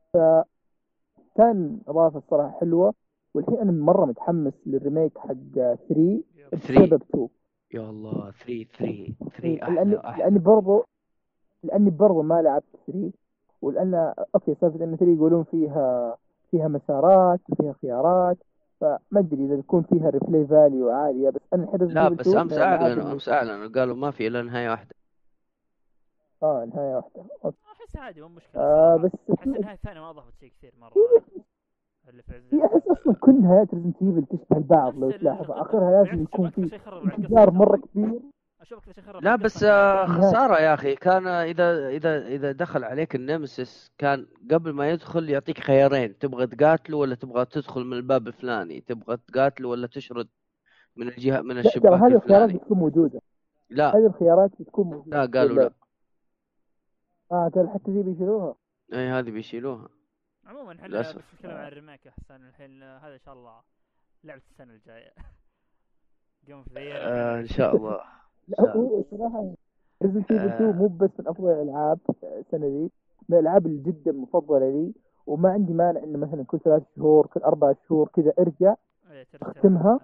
كان اضافه الصراحه حلوه. والحين انا مره متحمس للريميك حق 3 يب. 3. بسبب 2. يا الله، 3 لاني أحلى أحلى. لاني برضو ما لعبت 3. ولان اوكي سالفه ان 3 يقولون فيها مسارات وفيها خيارات، فما ادري اذا بيكون فيها ريبلاي فاليو عاليه. بس انا الحين ريزنت لا ايفل بس 2 من الالعاب اللي أمس أعلنوا قالوا ما في إلا نهاية واحدة. نهايه واحده. احس عادي مو مشكله صراحه. بس احس النهايه الثانيه ما اضافت شيء كثير مره اللي في في احس اصلا كل نهايات ريزنت ايفل تشبه البعض نفس لو تلاحظ، القدم. اخرها لازم بالعكس شوف يكون اكثر في شيء يخرب على القصه انفجار مره ترى كبير. اشوفك كذا شخرب لا القصة بس النهائية. خسارة يا أخي. كان إذا دخل عليك النمسيس كان قبل ما يدخل يعطيك خيارين، تبغى تقاتله ولا تبغى تدخل من الباب الفلاني، تبغى تقاتله ولا تشرد من الجهة من لا ترى الشباك هذه الخيارات الفلاني. بتكون موجودة، لا هذه الخيارات بتكون موجودة لا في قالوا لا. ترى حتى ذي بيشيلوها. أي هذه بيشيلوها عموما احنا للأسف. بس نتكلم عن الريميك احسن الحين. هذا ان شاء الله لعبة السنة الجاية. قوم في إن شاء الله. لا هو صراحة ريزنت ايفل 2 مو بس من افضل الالعاب السنة ذي، من الالعاب اللي جدا مفضلة لي، وما عندي مانع انه مثلا كل 3 شهور كل 4 شهور كذا ارجع اختمها.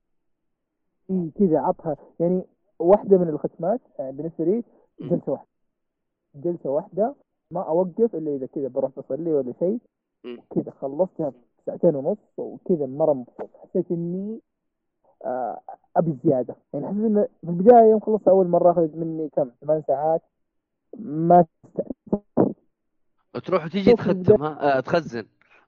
كذا عطها يعني واحدة من الختمات بالنسبة لي جلسة واحدة ما أوقف إلا إذا كذا بروح بصلي ولا شيء كذا، خلصتها في 2.5 ساعة وكذا مرة مبسوط. حسيت إني أبي زيادة، يعني حسيت إن في البداية يوم خلصت أول مرة أخذت مني كم 8 ساعات ما تروح وتيجي تختم تخزن.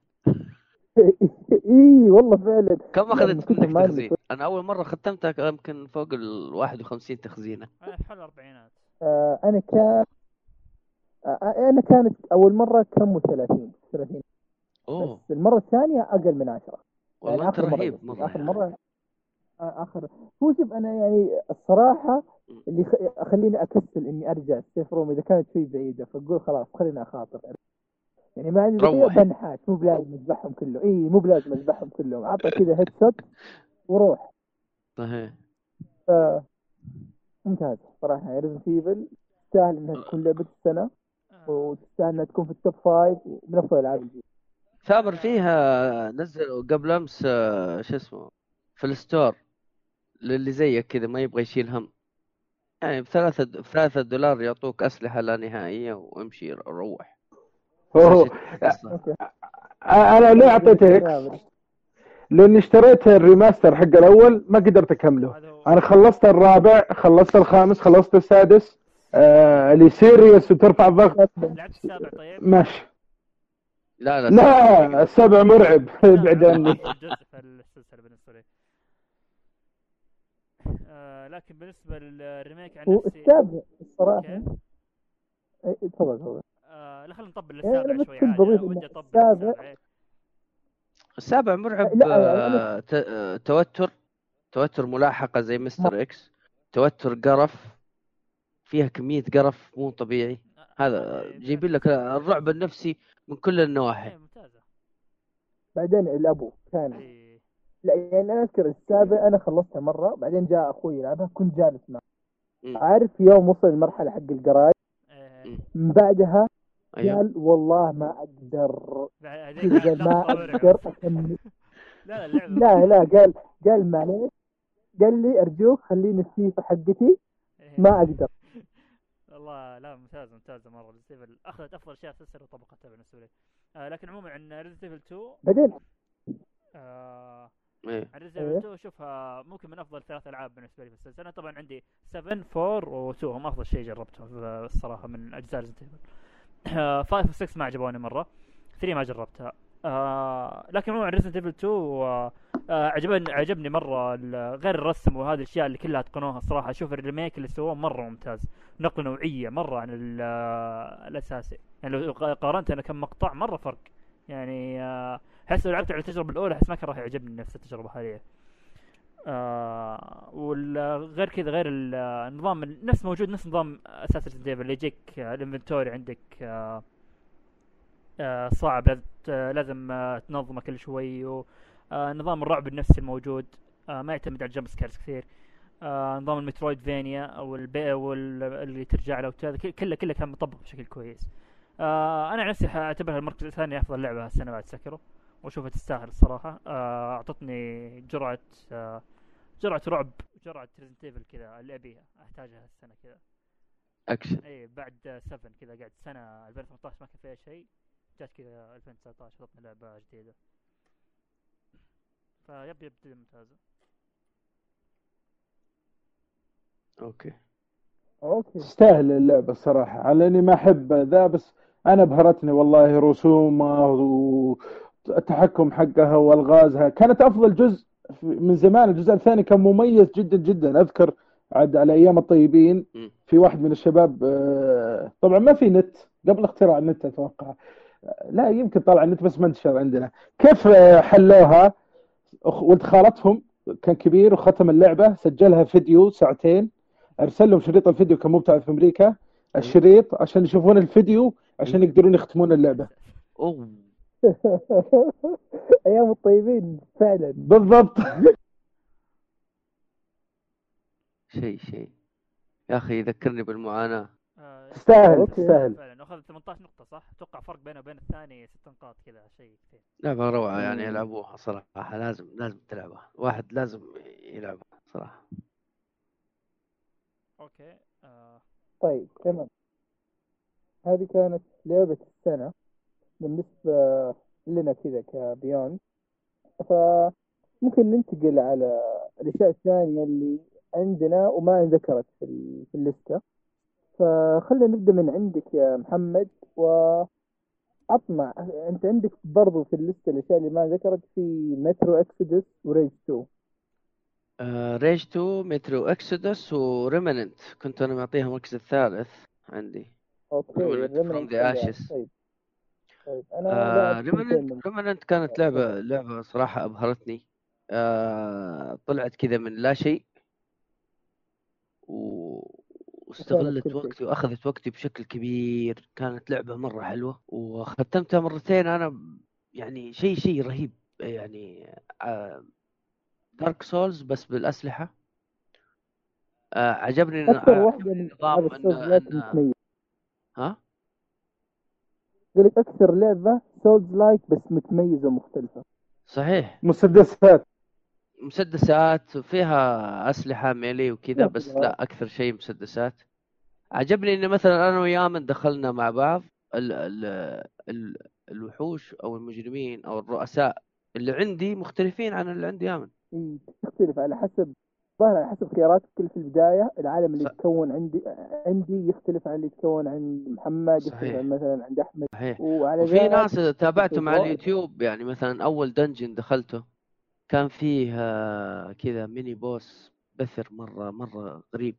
إيه والله فعلا. كم أخذت منك تخزين؟ أنا أول مرة ختمتها يمكن فوق 51 تخزينة. حول 40. أنا كانت أول مرة كم 30. أوه. بس المرة الثانية أقل من 10. والله يعني أنت رهيب مرة. آخر مرة هو شوف أنا يعني الصراحة اللي خليني أكسل إني أرجع السيف روم إذا كانت شوي بعيدة، فأقول خلاص خليني أخاطر. يعني ما عندي بنحات، مو بلازم أذبحهم كلهم. مو بلازم أذبحهم كلهم، عطى كذا هيد شوت وروح. صحيح. ممتاز صراحة. ريزنت ايفل تستاهل إنها تكون لعبة السنة، وتستاهل إنها تكون في التوب 5 من أفضل الألعاب الجديدة. ثامر فيها نزلوا قبل أمس شو اسمه في الستور للي زيك كذا ما يبغى يشيل هم، يعني $3 يعطوك أسلحة لا نهائية وامشي روح. أنا ليه أعطيت إكس؟ لأني اشتريت الريماستر حق الأول ما قدرت أكمله. أنا خلصت الرابع، خلصت الخامس، خلصت السادس. اللي سيريس وترفع الضغط. لعبت السابع طيب؟ ماشي. لا السابع مرعب. ابعد عني. لكن بالنسبة للريميك عن نفسي السابع الصراحة تفضل. لا خلينا نطبل للسابع شوي عادي. ودي اطبل السابع مرعب. توتر ملاحقة زي مستر اكس، توتر قرف، فيها كمية قرف مو طبيعي. هذا جيب لك الرعب النفسي من كل النواحي. ممتازة. بعدين الابو كان لا يعني انا اذكر السابع انا خلصتها مرة، بعدين جاء اخوي يلعبها كنت جالس معه. عارف يوم وصل المرحلة حق القراج من بعدها قال والله ما اقدر ما اقدر اكمل. لا قال معليش، قال لي ارجوك خليني في حقتي ما اقدر. والله لا ممتازة مرة. ريزنت ايفل اخذت افضل شيء سلسلة وطبقتها بالنسبة لي. لكن عموما عن ريزنت ايفل 2 بعدين ريزنت ايفل 2 شوفها ممكن من افضل 3 العاب بالنسبة لي في السلسلة. طبعا عندي 7 4 و2 هم افضل شيء جربته الصراحة من اجزاء ريزنت ايفل. 5 و 6 ما عجبوني مرة، 3 ما جربتها. لكن عموما ريزنت ايفل 2 عجبني مرة غير الرسم وهذه الاشياء اللي كلها اتقنوها الصراحة. اشوف الريميك اللي سووه مرة ممتاز، نقلة نوعية مرة عن الاساسي. يعني لو قارنت انا كم مقطع مرة فرق. يعني احس لو لعبت على التجربة الاولى احس ما كان راح يعجبني نفس التجربة هذه. والغير كذا غير النظام نفس موجود نفس نظام اساس ريزنت ايفل اللي يجيك الانفنتوري عندك صعب لازم تنظمه كل شوي. ونظام الرعب النفسي الموجود ما يعتمد على الجمب سكيرز كثير. نظام المترويد فينيا او اللي ترجع له كله كان مطبق بشكل كويس. انا نفسي اعتبرها المركز الثاني افضل لعبه السنه بعد سكرو، واشوفها تستاهل الصراحه. اعطتني جرعه رعب، جرعه ريزنت ايفل كذا اللي ابيها احتاجها السنه كذا اكشن. اي بعد 7 كذا قاعد سنه 2018 ما كان فيها شيء، جات كذا 2019 عطتني لعبه جديده. فيبدأ ممتازه. اوكي تستاهل اللعبة الصراحة، على اني ما احب ذا بس انا بهرتني والله. رسومها والتحكم حقها والغازها كانت افضل جزء من زمان. الجزء الثاني كان مميز جدا جدا. اذكر عاد على ايام الطيبين في واحد من الشباب، طبعا ما في نت قبل اختراع النت اتوقع، لا يمكن طلع النت بس ما انتشر عندنا. كيف حلوها؟ ولد خالتهم كان كبير وختم اللعبة، سجلها فيديو ساعتين، ارسل لهم شريط الفيديو، كان مبتعث في امريكا الشريط عشان يشوفون الفيديو عشان يقدرون يختمون اللعبة. اوه ايام الطيبين فعلا. بالضبط. شيء يا اخي يذكرني بالمعاناة. تستاهل أوكي. تستاهل. فعلا اخذ 18 نقطة صح؟ اتوقع فرق بينه وبين الثاني 6 نقاط كذا شيء كثير. لعبة روعة يعني، يلعبوها صراحة، لازم تلعبها، واحد لازم يلعبها صراحة. اوكي طيب تمام، هذه كانت لعبة السنة بالنسبة لنا كذا كبيوند. فممكن ننتقل على الأشياء الثانية اللي عندنا وما انذكرت في الليستة. فخلنا نبدأ من عندك يا محمد، وأطمع أنت عندك برضو في الليستة الأشياء اللي ما ذكرت في مترو إكسودس وريج 2. ريج 2، مترو اكسودس، وريمننت كنت انا معطيها المركز الثالث عندي. أوكي ريمننت فروم ريمننت ذا خليها. اشز. طيب أنا لاعب ثنتين من ريمننت كانت لعبة صراحة ابهرتني. طلعت كذا من لا شيء واستغلت كل شيء. وقتي واخذت وقتي بشكل كبير. كانت لعبة مرة حلوة وختمتها مرتين انا، يعني شيء رهيب يعني. دارك سولز بس بالأسلحة. عجبني أكثر واحدة من نظام لعبة سولز لايك متميزة. ها قال لك أكثر لعبة سولز لايك بس متميزة ومختلفة. صحيح. مسدسات فيها أسلحة ميلي وكذا، بس لا أكثر شيء مسدسات. عجبني إن مثلا أنا ويامن دخلنا مع بعض الوحوش أو المجرمين أو الرؤساء اللي عندي مختلفين عن اللي عند يامن. تختلف على حسب ظاهر، على حسب خياراتك كل في البداية. العالم اللي يتكون عندي يختلف عن اللي يتكون عند محمد، يختلف عن مثلا عند أحمد. صحيح. وعلى وفي ناس تابعتهم على اليوتيوب، يعني مثلا أول دنجن دخلته كان فيه كذا ميني بوس بثر مرة غريب.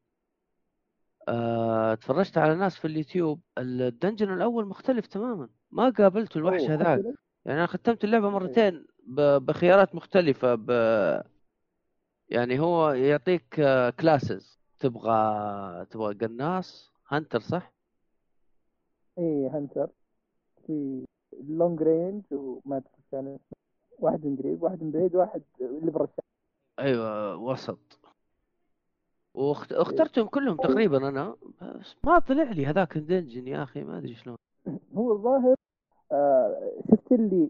تفرجت على ناس في اليوتيوب، الدنجن الأول مختلف تماما، ما قابلت الوحش هذاك. يعني أنا ختمت اللعبة مرتين بخيارات مختلفة يعني هو يعطيك كلاسز، تبغى قناص هانتر صح؟ ايه هانتر، في لونج رينج وما ادري كان واحد من قريب واحد من بعيد واحد اللي برشا. ايوه وسط. واخترتهم كلهم تقريبا انا، بس ما طلع لي هذاك الدنجن يا اخي، ما ادري شلون. هو الظاهر شفت اللي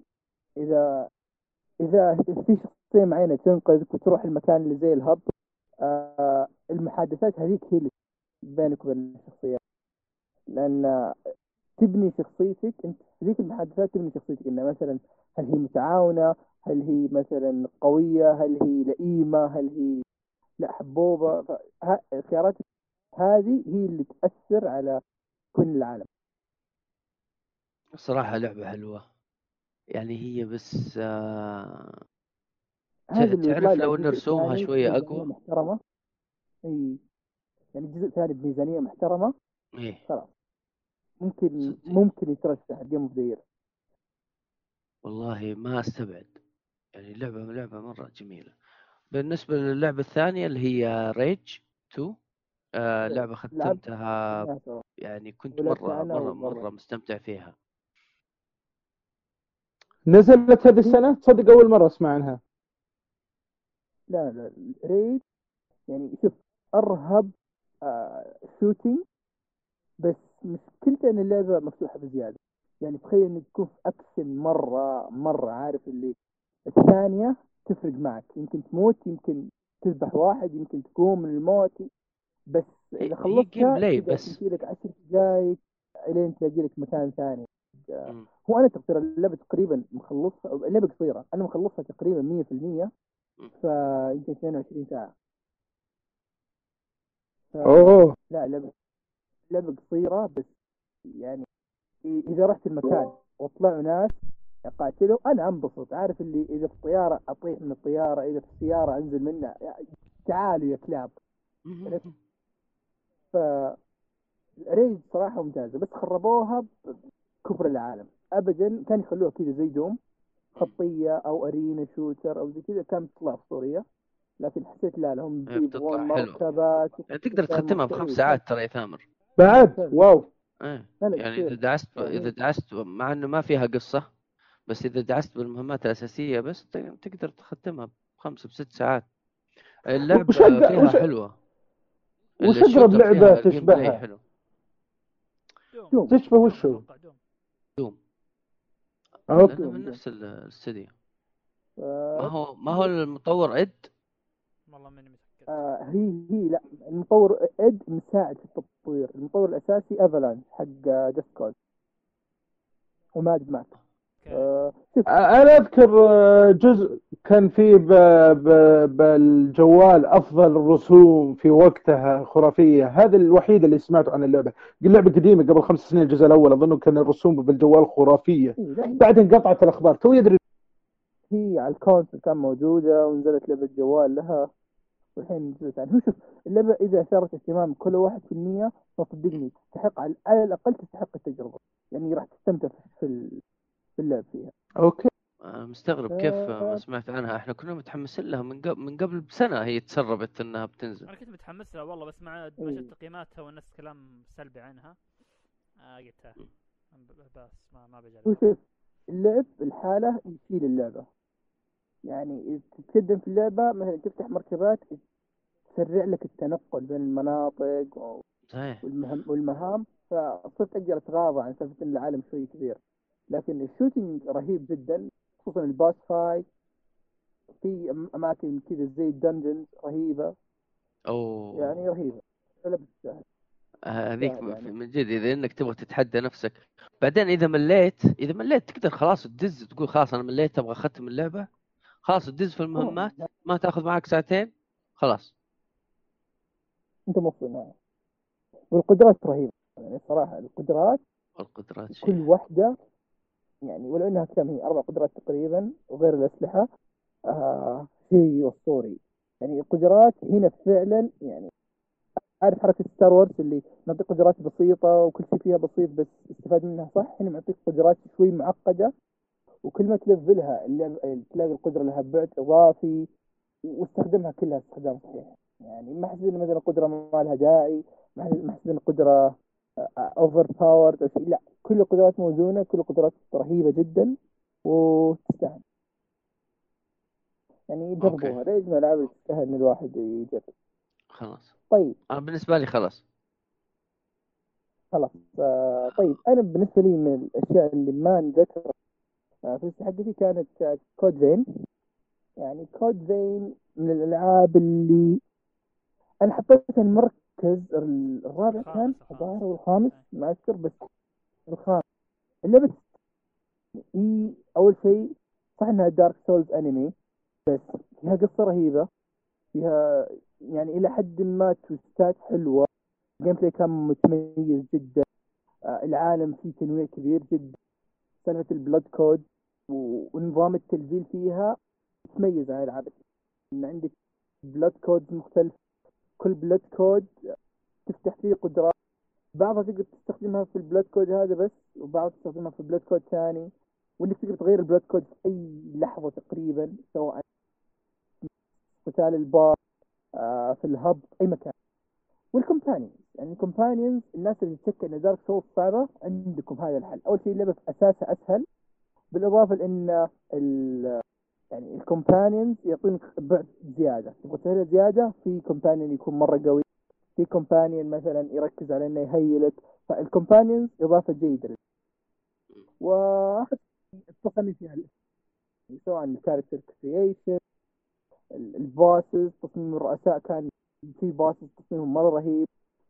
اذا في شخصيه معينه تنقذك وتروح المكان اللي زي الهب، المحادثات هذيك هي اللي بينك وبين الشخصيات، لان تبني شخصيتك انت في ذيك المحادثات، تبني شخصيتك انها مثلا هل هي متعاونه، هل هي مثلا قويه، هل هي لئيمه، هل هي لا حبوبه. خياراتك هذه هي اللي تاثر على كل العالم. الصراحه لعبه حلوه يعني، هي بس هذا اللي تعرف يطلع لو ان رسومها شويه اقوى محترمه. اي يعني الجزء الثاني بميزانيه محترمه، ايه خلاص ممكن يترشح جيم اوف ذا. والله ما استبعد، يعني لعبه مره جميله. بالنسبه للعبه الثانيه اللي هي ريج 2، لعبه ختمتها يعني، كنت مره مستمتع فيها. نزلت هذه السنه؟ تصدق اول مره اسمع عنها. لا ريج يعني شوف ارهب شوتينج، بس مشكلته ان اللعبه مفتوحه بزياده. يعني تخيل انك تكون في اكشن مره عارف اللي الثانيه تفرق معك، يمكن تموت، يمكن تذبح واحد، يمكن تقوم من الموت، بس اذا خلصتها تمشي لك 10 دقائق الين تلاقي لك مكان ثاني. هو انا تقدر اللعبه تقريبا مخلصها، اللعبه قصيره انا مخلصها تقريبا 100%، فيمكن 22 ساعه. اوه لا لعبه قصيره، بس يعني اذا رحت المكان وطلعوا ناس قاتلوا انا انبسط، عارف اللي اذا في الطياره اطيح من الطياره، اذا في السياره انزل منها، يعني تعالوا يا كلاب. ف ريج صراحة ممتازة، بس خربوها بكبر العالم. أبدا كان يخلوها كذا زي دوم، خطية أو أرينا شوتر أو زي كذا، كانت تطلع أسطورية. لكن حسيت لا، لهم يبغون بتطلع حلوة. مركبات يعني تقدر كان تختمها ب5 مختلف. ساعات ترى يا ثامر. بعد فعلا. واو. ايه لا لا يعني كثير. إذا دعست مع إنه ما فيها قصة، بس إذا دعست بالمهمات الأساسية بس تقدر تختمها ب5 ب6 ساعات. وش اللعبة فيها وش حلوة، وش اقرب الشوتر لعبة فيها الجيم بلاي تشبهها؟ حلو. دوم. تشبه وشو؟ اتوقع دوم. دوم، اوكي. لأنه من نفس الاستديو. ف- ما هو المطور إد. والله ماني متاكد. هي لا، المطور إد مساعد في التطوير. المطور الأساسي أفلانش حق جاست كوز وماد ماك. شوف انا اذكر جزء كان فيه بالجوال افضل رسوم في وقتها خرافيه. هذا الوحيد اللي سمعته عن اللعبه. اللعبه قديمه قبل 5 سنين، الجزء الاول اظنه كان الرسوم بالجوال خرافيه. لا، بعد انقطعت الاخبار، تو يدري. هي على الكونسل كان موجودة ونزلت لعبة جوال لها، والحين نزلت عنها. هو شوف، اللعبة إذا أثارت اهتمام كل 1%، فصدقني تستحق، على الأقل تستحق التجربة. يعني راح تستمتع في اللعب فيها. اوكي. مستغرب كيف ما سمعت عنها. احنا كنا متحمسين لها من قبل بسنة، هي تسربت انها بتنزل. انا كنت متحمس لها والله، بس ما شفت تقييماتها والناس كلام سلبي عنها. قلت بس ما بجرب. هو شوف، اللعب الحالة يشيل اللعبة. يعني تتقدم في اللعبة، مثلا تفتح مركبات تسرع لك التنقل بين المناطق صحيح. والمهام، فصرت أقدر أتغاضى عن سالفة إن العالم شوي كبير. لكن الشوتينج رهيب جدا، خصوصا الباس فايت في أماكن كذا زي الدنجنز رهيبة. او يعني رهيبة، لا بتستاهل. هذيك يعني من جد، اذا انك تبغى تتحدى نفسك. بعدين اذا مليت تقدر خلاص تدز، تقول خلاص انا مليت ابغى اختم اللعبة، خلاص تدز في المهمات، ما تاخذ معك ساعتين، خلاص. أنت مصنع. والقدرات رهيبة، يعني صراحة القدرات القدرات كل شيء. واحدة، يعني ولو انها كم هي 4 قدرات تقريبا وغير الاسلحه، شيء اسطوري. يعني القدرات هنا فعلا، يعني عارف حركه ستار وورز اللي نعطيك قدرات بسيطه وكل شيء فيها بسيط بس استفاد منها صح، هنا معطيك قدرات شوي معقده، وكل ما تلفلها تلاقي القدره لها بعد اضافي، واستخدمها كلها استخدام صحيح. يعني ما احس ان مثلا قدره ما لها داعي، ما احس ان القدره اوفر باورد او شيء. لا، كل القدرات موزونه، كل القدرات رهيبه جدا وتستاهل. يعني اوكي يجربوها، ليش ما العاب تستاهل ان الواحد يجرب. خلاص. طيب انا بالنسبة لي خلاص. خلاص. طيب انا بالنسبه لي من الاشياء اللي ما نذكر في الليسته حقتي كانت كود فين. يعني كود فين من الالعاب اللي انا حطيتها المركز الرابع، كان الظاهر والخامس، ما اذكر، بس الخامس. اللعبه هي اول شيء صح انها دارك سولز انمي، بس فيها قصه رهيبه، فيها يعني الى حد ما تويستات حلوه، الجيم بلاي كان متميز جدا، العالم فيه تنويع كبير جدا، سالفه البلاد كود ونظام التسجيل فيها متميز عن العاب. ان عندك بلاد كود مختلف، كل بلاد كود تفتح فيه قدرات، بعضها تقدر تستخدمها في البلاد كود هذا بس، وبعضها تستخدمها في بلاد كود ثاني، وانك تقدر تغير البلاد كود في اي لحظه تقريبا، سواء قتال البار، في الهب، في اي مكان. والكومبانيونز، يعني الكومبانيونز، الناس اللي تشك ان دارك سولز صعبه، عندكم هذا الحل. اول شيء اللعبه في اساسها اسهل، بالاضافه لان يعني الكومبانيونز يعطونك بعد زياده، تبغى تسهيل زياده، في كومبانيون يكون مره قوي، في كومبانيون مثلا يركز على انه يهيلك، فالكومبانيونز اضافه جيده. واخر شيء التصاميم فيها، سواء الكاركتر كرييشن، الباسز، تصميم الرؤساء، كان في باسز تصميمهم مره رهيب.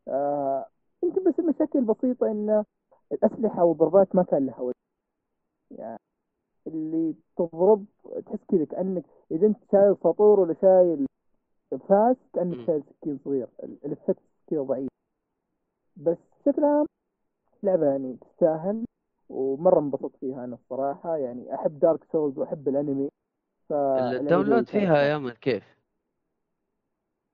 يمكن بس المشاكل البسيطه ان الاسلحه والضربات ما كان لها وجه. يعني اللي تضرب تحس كذا كانك اذا انت شايل سطور ولا شايل فاس، كانك شايل سكين صغير، الافكت كذا ضعيف. بس بشكل عام لعبه يعني تستاهل، ومره انبسطت فيها انا الصراحه. يعني احب دارك سولز واحب الانمي، فالانمي ذوي الداونلود كانت فيها مرة. يا من كيف؟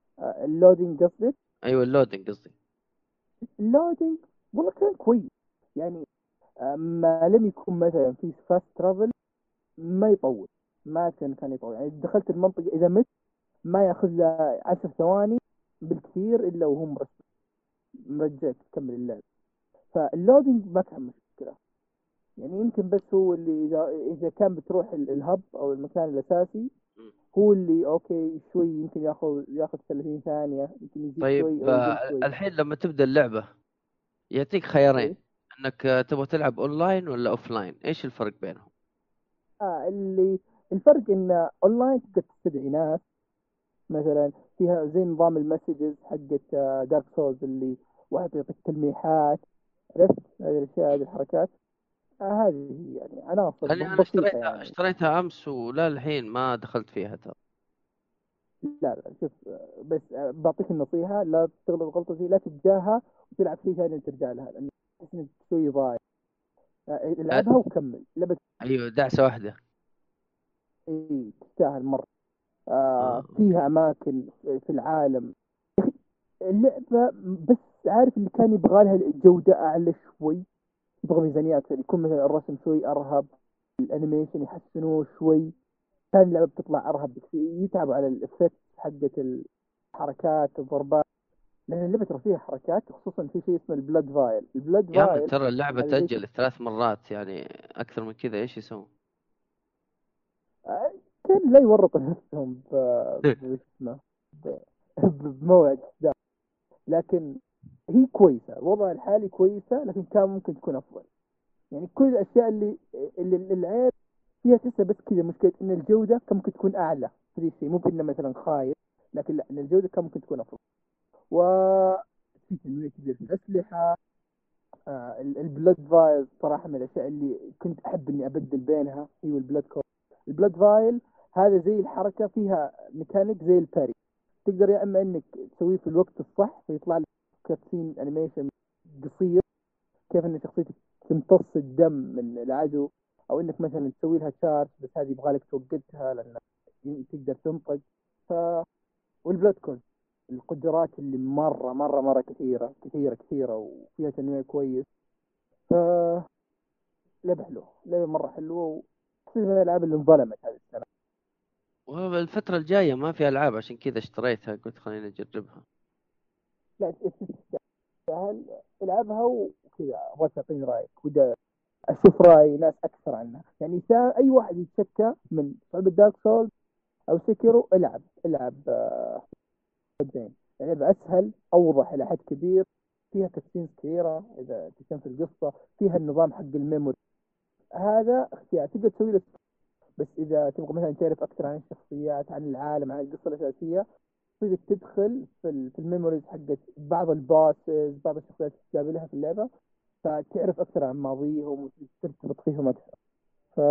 اللودينج قصدك؟ ايوه اللودنج قصدي. اللودينج والله كان كويس يعني. ما لم يكن مثلا في فاست ترافل ما يطول، ما كان يطول يعني. دخلت المنطقة إذا مت ما ياخذ له 10 ثواني بالكثير إلا وهو مرجعك تكمل اللعب. فاللودينج ما كان مشكلة يعني. يمكن بس هو اللي إذا كان بتروح الهب أو المكان الأساسي هو اللي أوكي شوي يمكن ياخذ 30 ثانية، يمكن يزيد شوي طيب أو يقل شوي. الحين لما تبدا اللعبه يعطيك خيارين، إيه؟ انك تبغى تلعب اونلاين ولا اوفلاين، ايش الفرق بينهم؟ اللي الفرق إن أونلاين تقدر تستدعي ناس مثلا، فيها زي نظام المسجز حقت دارك سولز اللي واحد يعطيك تلميحات، عرفت هذه الأشياء هذه الحركات. هذه يعني عناصر لاني انا بسيطة اشتريتها يعني. اشتريتها امس ولا الحين ما دخلت فيها ترى. لا شوف، بس بعطيك النصيحة لا تغلط غلطتي، لا تتجاهها وتلعب فيه ثاني وترجع لها، لأن تحس إنك شوي ضايع. أ- العبها وكمل لعبة. ايوه دعسه واحده. إيه تستاهل مرة. اوكي. فيها أماكن في العالم. اللعبة بس عارف اللي كان يبغى لها الجودة أعلى شوي، يبغى ميزانيات يعني يكون مثلا الرسم شوي أرهب، الأنيميشن يحسنوه شوي، كان اللعبة بتطلع أرهب بكثير. يتعبوا على الإفكت حقة الحركات الضربات، لأن اللعبة ترى فيها حركات، خصوصا في شيء اسمه البلاد فايل. البلاد يا من فايل ترى اللعبه هذا زي تأجلت 3 مرات، يعني اكثر من كذا ايش يسوون؟ كان لا يورطوا نفسهم بش اسمه بموعد ده. لكن هي كويسة، الوضع الحالي كويسة، لكن كان ممكن تكون أفضل يعني. كل الأشياء اللي العيب فيها تحسها بس كذا، مشكلة إن الجودة كان ممكن تكون أعلى في الشيء، مو إنه مثلا خايف، لكن لا، إن الجودة كان ممكن تكون أفضل. وفي تنويع كبير في الأسلحة. البلاد فايل صراحة من الأشياء اللي كنت أحب إني أبدل بينها هي والبلاد كور. البلاد فايل هذا زي الحركة فيها ميكانيك زي الباري، تقدر يا إما إنك تسويه في الوقت الصح فيطلع لك كاتسين أنيميشن قصير كيف إن شخصيتك تمتص الدم من العدو، أو إنك مثلا تسوي لها شارج بس هذه يبغى لك توقتها لأن تقدر تنطق. ف والبلاد كود القدرات اللي مرة كثيرة كثيرة كثيرة وفيها تنويع كويس. ف لعبة حلوة، لعبة مرة حلوة، وتصير من الألعاب اللي انظلمت هذه السنة. والفتره الجايه ما في العاب عشان كذا اشتريتها، قلت خليني اجربها. لا تستاهل، العبها وكذا أبغى تعطيني رأيك وده أشوف رأي ناس أكثر عنها يعني. أي واحد يتشكى من لعبة دارك سولز أو سيكيرو العب زين. اللعبة أسهل أوضح إلى حد كبير، فيها كاتسينز كثيرة إذا تهتم في القصة، فيها النظام حق الميموري. هذا اختيار تقدر تسوي له، بس إذا تبغى مثلا تعرف أكثر عن الشخصيات عن العالم عن القصة الأساسية تقدر تدخل في الميموريز حقت بعض الباسز بعض الشخصيات اللي تقابلها في اللعبة، فتعرف أكثر عن ماضيهم وترتبط فيهم أكثر. ف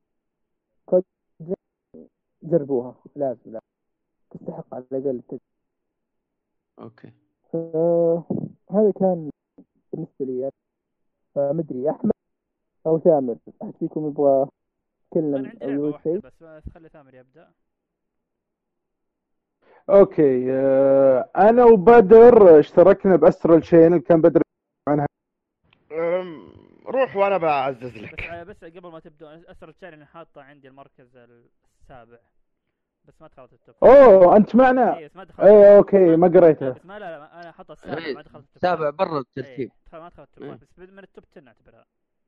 جربوها، لازم تستحق على الأقل اوكي. هذا كان بالنسبة لي. فمدري أحمد أو ثامر أحد فيكم يبغى انا يتكلم عندي أو لعبه يقول واحده شيء؟ بس خلي ثامر يبدا. اوكي، انا وبدر اشتركنا باسترال شين اللي كان بدر عنها. روح وانا بعزز بس لك. بس قبل ما تبدأ أسر الشارع أنا حاطه عندي المركز السابع، بس ما دخلت التوب. اوه انت معنا؟ ايه بس ما دخلت. ايه اوكي، ما لا قريتها. بس ما لا انا حاطه السابع ما دخلت التوب. سابع برا ايه الترتيب. ما دخلت التوب، إيه. بس من التوب 10 اعتبرها.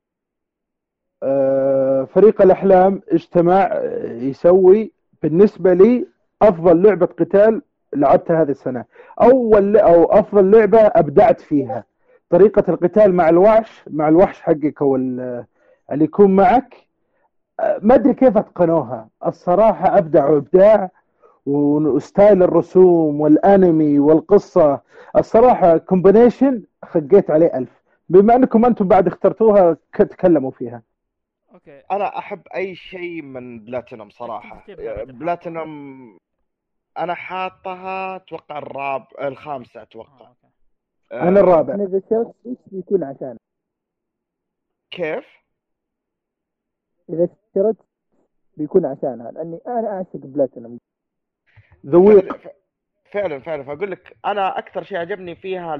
فريق الأحلام اجتمع يسوي بالنسبة لي أفضل لعبة قتال لعبتها هذه السنة، أو أفضل لعبة أبدعت فيها. طريقة القتال مع الوحش حقك أو اللي يكون معك، ما أدري كيف أتقنوها الصراحة. أبدعوا إبداع، وستايل الرسوم والأنمي والقصة الصراحة كومبينيشن خقيت عليه 1000. بما أنكم أنتم بعد اخترتوها تكلموا فيها. اوكي انا احب اي شيء من بلاتينوم صراحه. ترتيبها بدر بلاتينوم انا حاطها اتوقع الخامسه اتوقع. اوكي. أنا الرابع. أنا إذا اشتريت سويتش بيكون عشان كيف؟ إذا اشتريت بيكون عشانها، لأني أنا أعشق بلاتينوم. ذويق. فعلا فعلا. فاقول لك انا اكثر شيء عجبني فيها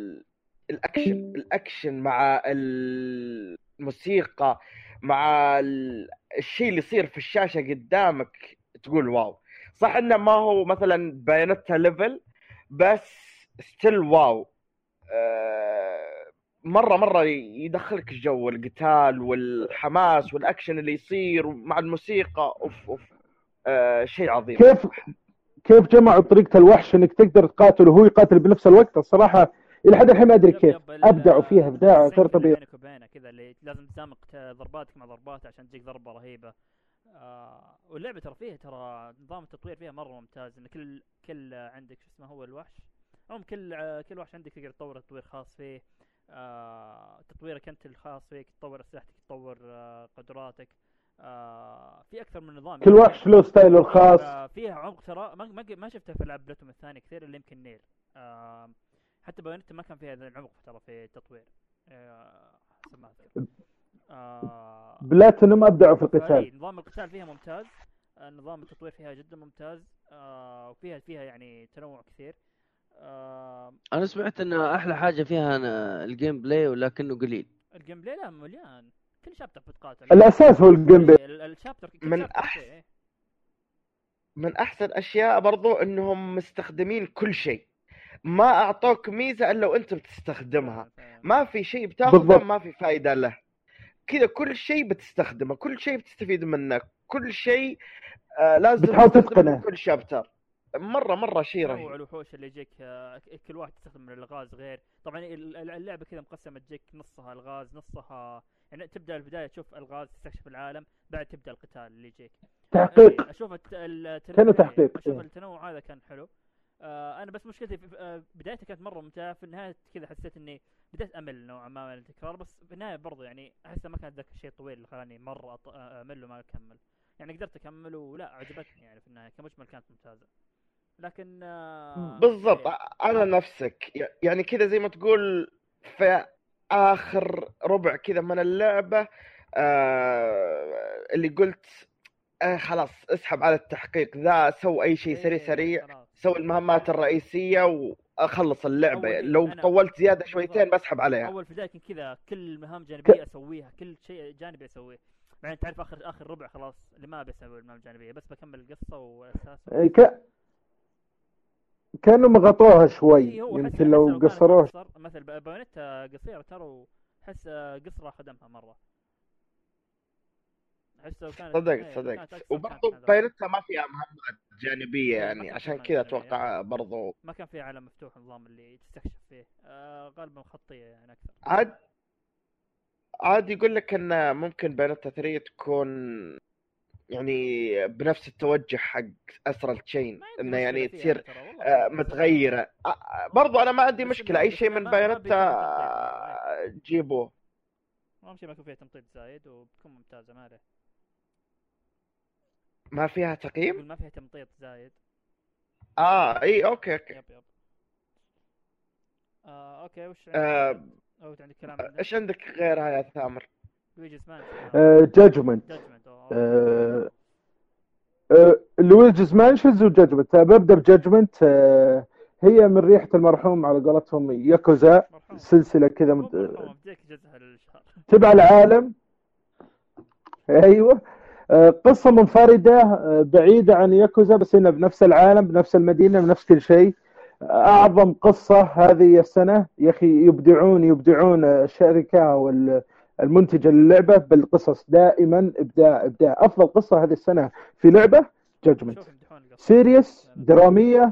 الاكشن مع الموسيقى مع الشيء اللي يصير في الشاشة قدامك، تقول واو. صح انه ما هو مثلا بايونيتا ليفل، بس ستيل واو. مرة يدخلك الجو، القتال والحماس والأكشن اللي يصير مع الموسيقى. أوف شيء عظيم. كيف جمعوا طريقة الوحش انك تقدر تقاتل وهو يقاتل بنفس الوقت؟ الصراحة الى حد الحين ما ادري كيف ابدعوا فيها ابداع غير طبيعي. بينك وبينه كذا اللي لازم تزامق ضرباتك مع ضربات عشان تجيك ضربة رهيبة. واللعبة ترى فيها نظام التطوير فيها مرة ممتاز، ان كل عندك شو اسمه هو الوحش، كل وحش عندك تقدر تطور تطوير خاص فيه. تطويرك انت الخاص فيك، تطور اسلحتك، تطور قدراتك. في اكثر من نظام، كل وحش له ستايله الخاص. فيها عمق ترى ما شفتها في العاب بلاتوم الثاني كثير، اللي يمكن نير. حتى بايونيتا ما كان فيها العمق ترى في التطوير. حسب ما اذكر. بلاتينوم ابدعوا في القتال. نظام القتال فيها ممتاز، نظام التطوير فيها جدا ممتاز. وفيها يعني تنوع كثير. انا سمعت ان احلى حاجه فيها الجيم بلاي، ولكنه قليل. الجيم بلاي لا مليان، كل شابتر بتقاتل. الاساس هو الجيم بلاي. الشابتر من احسن اشياء برضو انهم مستخدمين كل شيء، ما اعطوك ميزه الا وانت بتستخدمها. ما في شيء بتاخذه ما في فايده له، كذا كل شيء بتستخدمه، كل شيء بتستفيد منه، كل شيء لازم بتحاول تتقنه كل شابتر. مرة شيء رهيب. الوحوش اللي يجيك كل واحد تستخدم من الغاز غير. طبعا اللعبة كذا مقسمة، تجيك نصها الغاز نصها، يعني تبدأ البداية تشوف الغاز، تستكشف العالم، بعد تبدأ القتال اللي يجيك تحقيق. اشوف كانوا تحقيق. اشوف التنوع هذا كان حلو. انا بس مشكلتي في بدايتها كانت مرة ممتعة، في النهاية كذا حسيت اني بدأت امل نوعا ما من التكرار، بس في النهاية برضو يعني احس ما كان ذاك الشيء طويل اللي خلاني مرة امل وما اكمل. يعني قدرت اكمل ولا عجبتني، يعني في النهاية كمجمل كانت ممتازة. لكن بالضبط انا نفسك، يعني كذا زي ما تقول في اخر ربع كذا من اللعبة اللي قلت خلاص اسحب على التحقيق ذا، سوي اي شيء سريع سوي المهمات الرئيسية واخلص اللعبة. لو طولت زيادة شويتين بسحب عليها. اول في بداية كذا كل مهام جانبية اسويها، كل شيء جانبي اسويه، بعدين تعرف اخر ربع خلاص اللي ما بسوي المهام الجانبية، بس بكمل القصة واساس. كانوا مغطوها شوي، يمكن لو قصروها مثل بايونيتا قصيرة ترى، حس قصرها خدمها مرة. صدقت وبرضه بايونيتا ما فيها مهمات جانبية، يعني عشان كذا اتوقع برضه ما كان فيها عالم مفتوح، نظام اللي تستكشف فيه غالبا خطية يعني اكثر. عاد يقول لك ان ممكن بايونيتا 3 تكون يعني بنفس التوجه حق أسرى تشين، انه يعني تصير متغيرة. برضو انا ما عندي مشكلة، اي شيء من بايونيتا جيبوه. اهم شيء ما يكون فيها تمطيط زايد وبتكون ممتازة. ما عليه، ما فيها تقييم، ما فيها تمطيط زايد. اي اوكي يب. اوكي وش عندك؟ عندك كلام عندك؟ ايش عندك غيرها يا ثامر؟ لويجيز جادجمنت. لويجيز مانشنز وجادجمنت. ببدأ بجادجمنت. هي من ريحة المرحوم على قولتهم ياكوزا، سلسلة كذا تبع العالم. ايوه، قصة منفردة بعيدة عن ياكوزا، بس هنا بنفس العالم بنفس المدينة بنفس كل شيء. أعظم قصة هذه السنة يا أخي، يبدعون الشركة والمنتجة للعبة بالقصص، دائما إبداع. أفضل قصة هذه السنة في لعبة جادجمنت، سيريس درامية،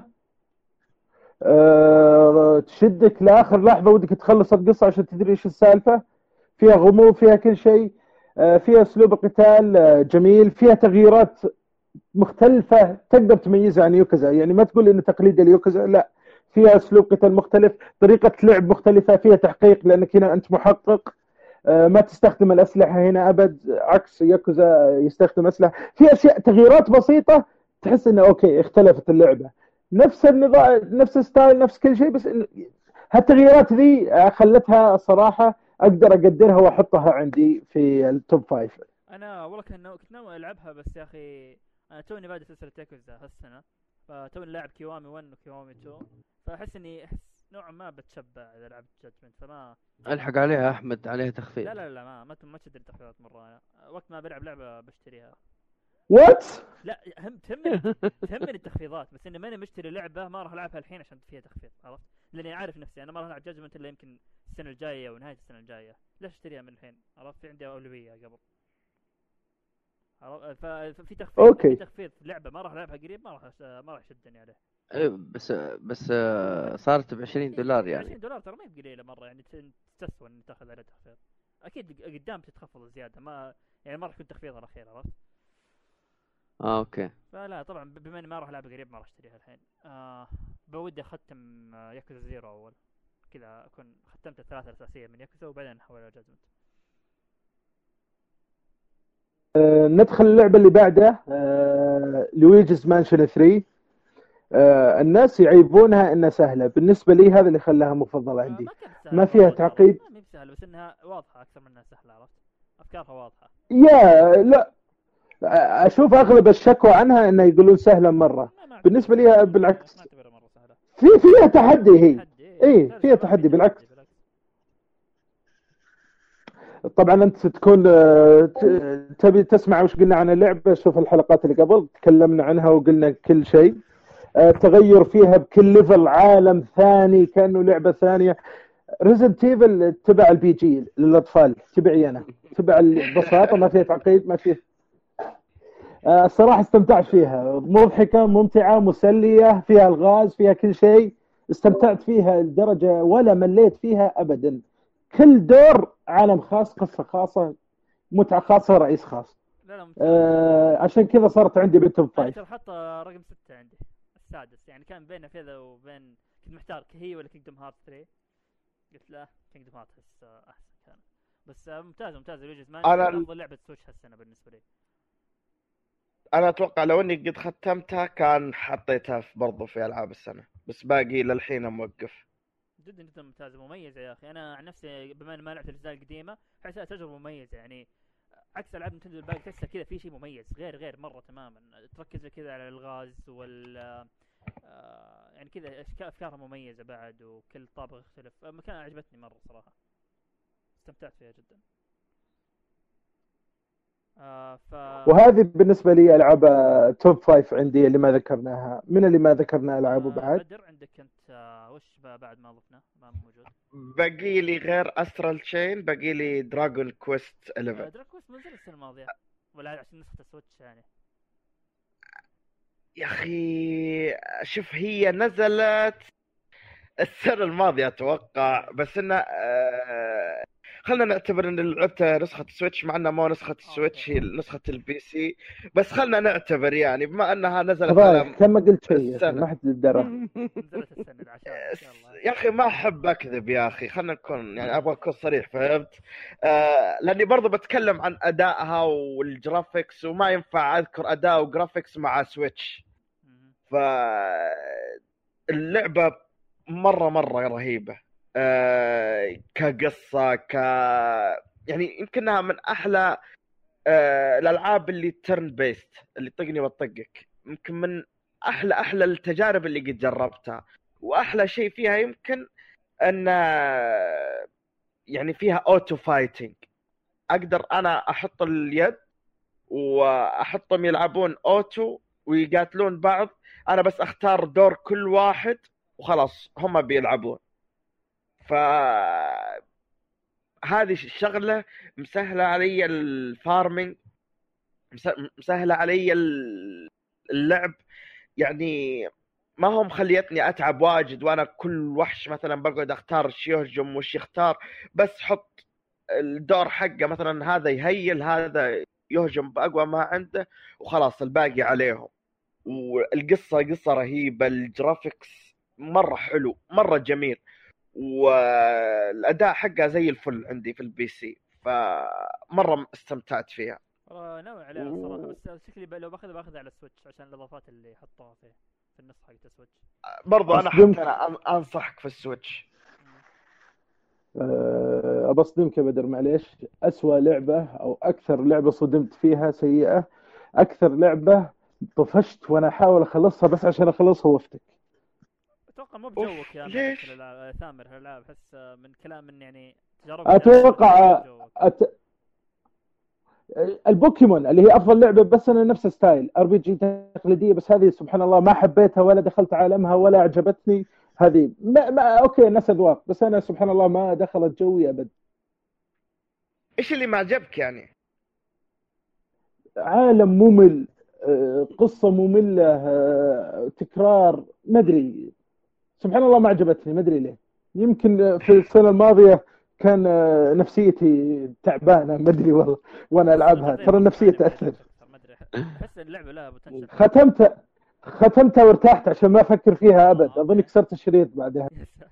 تشدك لآخر لحظة ودك تخلص القصة عشان تدري إيش السالفة. فيها غموض، فيها كل شيء، فيها أسلوب قتال جميل، فيها تغييرات مختلفة تقدر تميزها عن يوكوزا. يعني ما تقول إنه تقليد اليوكوزا، لا، فيها أسلوب قتال مختلف، طريقة لعب مختلفة، فيها تحقيق لأنك هنا أنت محقق، ما تستخدم الأسلحة هنا أبد عكس يوكوزا يستخدم أسلحة. في أشياء تغييرات بسيطة تحس إنه أوكي اختلفت اللعبة، نفس النظام نفس الستايل نفس كل شيء، بس هالتغييرات ذي خلتها صراحة أقدر أقدرها وأحطها عندي في التوب 5. أنا والله كنت ناوي ألعبها، بس يا أخي أنا توني بادئ سلسلة ياكوزا هالسنة، فتوني لاعب كيوامي 1 وكيوامي 2، فاحس اني نوعا ما بتشبع اذا لعبت جادجمنت. فما الحق عليها احمد، عليها تخفيض. لا ما تشتري تخفيضات مره. أنا وقت ما بلعب لعبه بشتريها. وات؟ لا تهمني التخفيضات، بس اني ماني مشتري لعبه ما راح العبها الحين عشان فيها تخفيض، عرفت؟ لاني عارف نفسي انا ما راح العب جادجمنت الا يمكن السنه الجايه ونهايه السنه الجايه، ليش اشتريها من الحين؟ عرفت؟ في عندي اولويه قبل. ففي تخفيض، أوكي. في تخفيض لعبه ما راح العبها قريب، ما راح يشدني عليه. إيه بس صارت ب$20 يعني. $20 ترى ما هي قليله مره، يعني تستسوى ان تاخذ عليها تخفيض. اكيد قدام تتخفض زياده، ما يعني ما راح يكون تخفيضها الاخير، عرفت؟ اوكي. فلا طبعا بما اني ما راح العب قريب ما راح اشتريها الحين. بودي اختم ياكوزا زيرو اول كذا، اكون ختمت الثلاثه الاساسيه من ياكوزا وبعدين احول على جادجمنت. ندخل اللعبة اللي بعده، لويجيز مانشن 3. الناس يعيبونها انها سهلة، بالنسبة لي هذا اللي خلاها مفضلة عندي. ما فيها تعقيد، ما هي سهله، بس انها واضحه اكثر منها سهله، عرفت؟ افكارها واضحه. لا اشوف اغلب الشكوى عنها انه يقولون سهلة مرة. بالنسبة لي بالعكس، ما اعتبرها مره سهله. فيها تحدي هي. ايه فيها تحدي بالعكس. طبعا انت تكون تبي تسمع وش قلنا عن اللعبة، شوف الحلقات اللي قبل تكلمنا عنها وقلنا كل شيء. تغير فيها بكل ليفل، عالم ثاني كأنه لعبة ثانية. ريزنت ايفل تبع البي جي للأطفال، تبعي أنا، تبع البساطة، ما فيها تعقيد، ما فيها. الصراحة استمتعت فيها، مضحكة ممتعة مسلية، فيها الغاز، فيها كل شيء، استمتعت فيها لدرجة ولا مليت فيها أبدا. كل دور عالم خاص، قصة خاصة، متعة خاصة، رئيس خاص. عشان كذا صارت عندي بالتوب 5. ترى حط رقم 6 عندي، السادس، يعني كان بين كذا وبين، كنت محتار هي ولا كينجدوم هارت 3. قلت لا كينجدوم هارت احسن كان، بس ممتاز لويجيز مانشن افضل لعبه سويتش هالسنه بالنسبه لي. انا اتوقع لو اني قد ختمتها كان حطيتها برضو في العاب السنه، بس باقي للحين موقف. جدا ممتازه مميزه يا اخي. انا عن نفسي بما اني ما لعبت الاجزاء القديمه احسها تجربه مميزه، يعني عكس العاب نينتندو الباقي تحسها كذا في شيء مميز غير مره تماما. تركز كذا على الغاز وال يعني كذا افكارها مميزه بعد، وكل طابق يختلف. مكان عجبتني مره صراحه، استمتعت فيها جدا. وهذه بالنسبة لي ألعاب توب 5 عندي اللي ما ذكرناها. من اللي ما ذكرنا ألعابه بعد؟ بدر عندك أنت وش بعد ما ضفنا ما موجود؟ باقي لي غير أسترال تشين، باقي لي دراغون كويست 11. دراغون كويست نزل السنة الماضية ولا عشان نسخة السويتش يعني؟ يا أخي شوف، هي نزلت السنة الماضية أتوقع، بس إنه خلنا نعتبر ان لعبتها نسخة السويتش، مع انها مو نسخة السويتش، هي نسخة البي سي، بس خلنا نعتبر يعني بما انها نزلت على كم قلت شيء ما حد درى. نزلت السنة العشاء ان شاء الله. يا اخي ما احب اكذب يا اخي، خلنا نكون يعني ابغى اكون صريح، فهمت؟ لاني برضو بتكلم عن ادائها والجرافيكس، وما ينفع اذكر اداء وجرافيكس مع سويتش. ف اللعبة مرة رهيبة، كقصة يعني يمكنها من أحلى الألعاب اللي تيرن بيست، اللي طقني وطقك، يمكن من أحلى التجارب اللي قد جربتها. وأحلى شيء فيها يمكن أن يعني فيها أوتو فايتنج، أقدر أنا أحط اليد وأحطهم يلعبون أوتو ويقاتلون بعض، أنا بس أختار دور كل واحد وخلاص هم بيلعبون. فهذه الشغلة مسهلة علي الفارمينج، مسهلة علي اللعب، يعني ما هم خليتني أتعب واجد وأنا كل وحش مثلا بقعد أختار وش يهجم وش يختار، بس حط الدور حقه، مثلا هذا يهيل هذا يهجم بأقوى ما عنده وخلاص الباقي عليهم. والقصة قصة رهيبة، الجرافيكس مرة حلو مرة جميل، والأداء حقها زي الفل عندي في البي سي، فمرة استمتعت فيها. ناوي عليها الصراحة، بس شكلي لو باخذها على السويتش عشان الإضافات اللي حطوها في النسخة حق السويتش. برضو أنا حتى أنصحك في السويتش. أبصدمك يا بدر معليش، أسوأ لعبة أو أكثر لعبة صدمت فيها سيئة، أكثر لعبة طفشت وانا احاول اخلصها بس عشان اخلصها وافتك. اتوقع مو أوف، بجوك يا ليش؟ ثامر هالالعاب. احس من كلام من يعني تجاربنا اتوقع بجوك. البوكيمون اللي هي افضل لعبه، بس انا نفس ستايل ار بي جي تقليديه، بس هذه سبحان الله ما حبيتها ولا دخلت عالمها ولا عجبتني. هذه اوكي الناس اذواق، بس انا سبحان الله ما دخلت جوي ابد. ايش اللي ما عجبك يعني؟ عالم ممل، قصه ممله، تكرار، ما ادري سبحان الله ما عجبتني، ما ادري ليه. يمكن في السنه الماضيه كان نفسيتي تعبانه، ما ادري والله وانا العبها، ترى النفسيه تاثر. ما ادري، احس اللعبه لها بوتنشل. ختمتها وارتحت عشان ما افكر فيها ابد. اظني كسرت الشريط بعدها.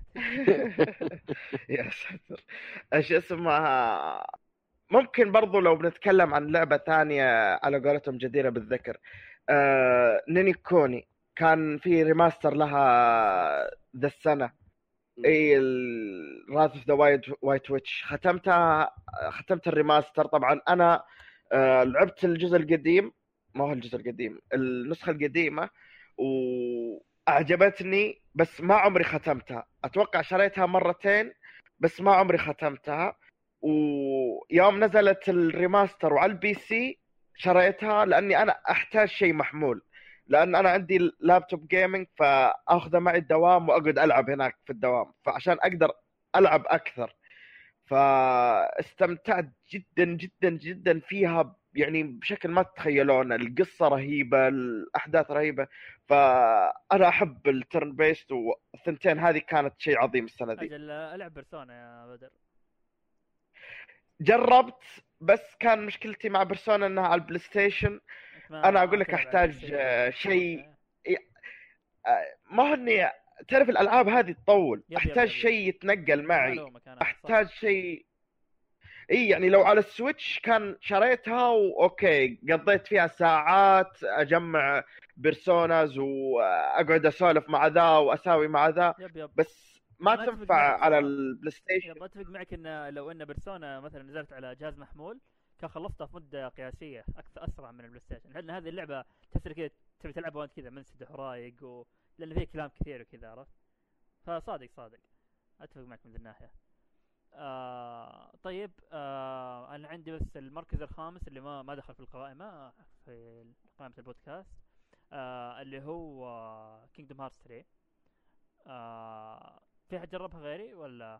يا ساتر. ايش اسمها؟ ممكن برضو لو بنتكلم عن لعبة ثانية على قولتهم جديرة بالذكر، نيني كوني كان في ريماستر لها ذا السنة. اي راث اوف ذا وايت ويتش ختمت الريماستر. طبعا انا لعبت الجزء القديم، ما هو الجزء القديم، النسخة القديمة، وأعجبتني بس ما عمري ختمتها. أتوقع شريتها مرتين بس ما عمري ختمتها. ويوم نزلت الريماستر وعلى البي سي شريتها، لأني أنا أحتاج شيء محمول، لأن أنا عندي لابتوب جيمنج فأخذه معي الدوام وأقعد ألعب هناك في الدوام، فعشان أقدر ألعب أكثر. فاستمتعت جدا جدا جدا فيها، يعني بشكل ما تتخيلون. القصة رهيبة، الأحداث رهيبة، فأنا أحب الترن بيست، والثنتين هذه كانت شيء عظيم السنة دي. اجل العب بيرسونا يا بدر. جربت بس كان مشكلتي مع بيرسونا انها على البلاي ستيشن. انا اقول لك احتاج شيء، ما هو اني تعرف الالعاب هذه تطول، احتاج شيء يتنقل معي، احتاج شيء. اي يعني لو على السويتش كان شريتها واوكي قضيت فيها ساعات اجمع بيرسوناز واقعد اسولف مع ذا واساوي مع ذا، بس ما تنفع على البلاي ستيشن. اتفق معك ان لو ان بيرسونا مثلا نزلت على جهاز محمول كان خلصتها في مده قياسيه اكثر اسرع من البلاي ستيشن، لان هذه اللعبه تحس كذا تبي تلعبها وانت كذا منسدح ورايق لان فيه كلام كثير وكذا، عرفت؟ فصادق اتفق معك من ذي الناحيه. طيب انا عندي بس المركز الخامس اللي ما دخل في القائمه، في قائمه البودكاست، اللي هو كينجدوم هارتس 3. في حد جربها غيري ولا؟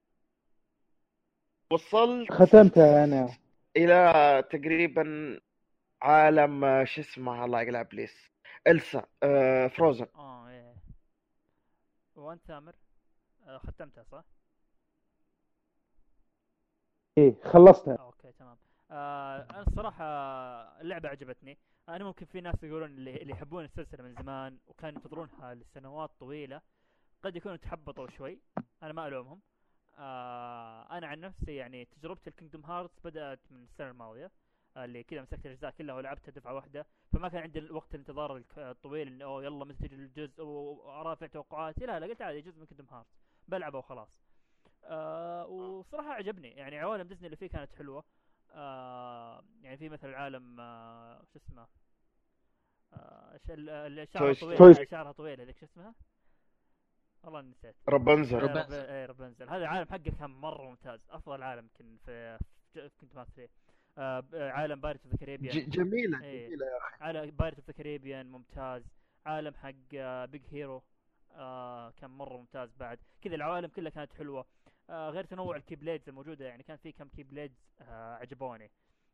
وصلت ختمتها انا الى تقريبا عالم شو اسمه، الله يقلع ابليس، إلسا، فروزن. ايه. وانت ثامر ختمتها صح؟ ايه خلصتها. اوكي تمام. انا الصراحه اللعبه عجبتني. انا ممكن في ناس يقولون اللي يحبون السلسله من زمان وكانوا ينتظرونها لسنوات طويله قد يكونوا تحبطوا شوي، انا ما الومهم. انا عن نفسي يعني تجربتي الكينجدوم هارتس بدات من السنه الماضيه، اللي كذا مسكت الاجزاء كلها ولعبتها دفعه واحده، فما كان عندي وقت الانتظار الطويل انه اوه يلا متى تجي الجزء ورافع توقعاتي. لا قلت عادي جزء من كينجدوم هارتس بلعبه وخلاص. وصراحه عجبني، يعني عوالم ديزني اللي فيه كانت حلوه. يعني في مثل العالم شو اسمه، اللي شعرها طويل هذيك شو اسمها؟ والله نسيت. رابنزل. رابنزل هذا العالم حقه كان مره ممتاز، افضل عالم يمكن في كنت ما ادري. عالم بايرت اوف ذا كاريبيان جميله يا اخي. عالم بايرت اوف ذا كاريبيان ممتاز. عالم حق بيج هيرو كان مره ممتاز. بعد كذا العوالم كلها كانت حلوه. غير تنوع الكيبليدز الموجوده، يعني كان في كم كيبليدز عجبوني.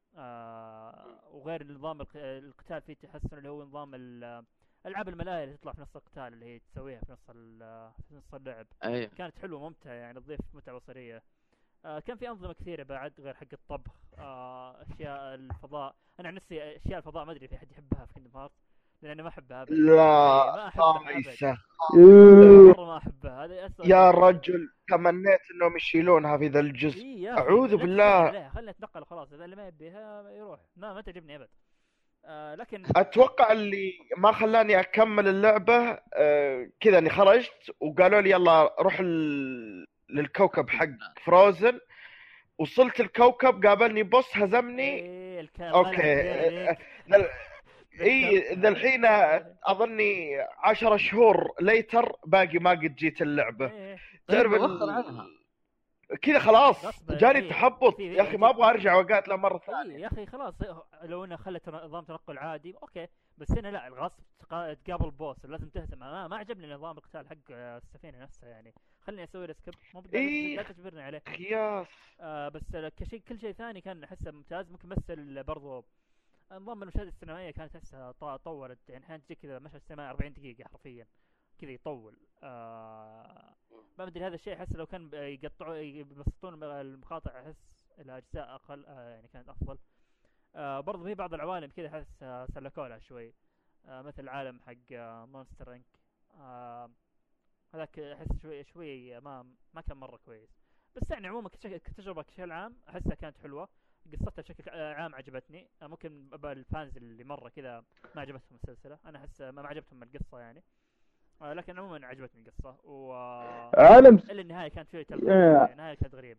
وغير نظام القتال فيه تحسن، اللي هو نظام العاب الملاهي اللي تطلع في نص القتال اللي هي تسويها في نص اللعب. أيه. كانت حلوه ممتعه، يعني تضيف متعه بصريه. كان في انظمه كثيره بعد غير حق الطبخ. اشياء الفضاء، انا عن نفسي اشياء الفضاء ما ادري في احد يحبها في كيندم هارت، لان انا ما احبها ابدا. لا ما احبها مره، ما احبها. هذا يا رجل تمنيت انهم يشيلونها في ذا الجزء. اعوذ بالله، خلنا نتنقل خلاص، اذا اللي ما يبيها يروح. ما تعجبني ابد. لكن اتوقع اللي ما خلاني اكمل اللعبه كذا اني خرجت وقالوا لي يلا روح للكوكب حق فروزن. وصلت الكوكب قابلني بوس هزمني. اوكي اي ذا الحين اظني 10 شهور ليتر باقي ما قد جيت اللعبه. إيه. تعرف وخر عنها كذا خلاص غصب. جاني إيه. تحبط في- يا اخي، ما ابغى ارجع وقاتله مره ثانيه. يا اخي خلاص، لو انها خلت نظام تنقل عادي اوكي، بس هنا لا، الغصب تقابل بوس لازم تهزم. ما عجبني نظام القتال حق السفينه نفسها يعني. خلني اسوي له سكيب، مو إيه. لا تجبرني عليه. خياس. بس كشيء، كل شيء ثاني كان احسه ممتاز. ممكن بس برضو نظام المشاهد السينمائيه كانت احسها طولت يعني. احيانا تجي كذا مشهد سينمائي 40 دقيقه حرفيا كذا يطول. ما ادري هذا الشيء احس لو كان يقطعوا يبسطون المقاطع احس الاجزاء اقل يعني كانت افضل. برضو في بعض العوالم كذا احس سلكوا لها شوي. مثل العالم حق مونستر انك، هذاك احس شوي ما كان مره كويس. بس يعني عموما كتجربه بشكل عام احسها كانت حلوه. قصتها بشكل عام عجبتني. ممكن الفانز اللي مره كذا ما عجبتهم السلسله، انا احس ما عجبتهم القصه يعني. لكن عموما عجبتني القصه عالم الا النهايه كانت فيها النهايه كانت غريبه.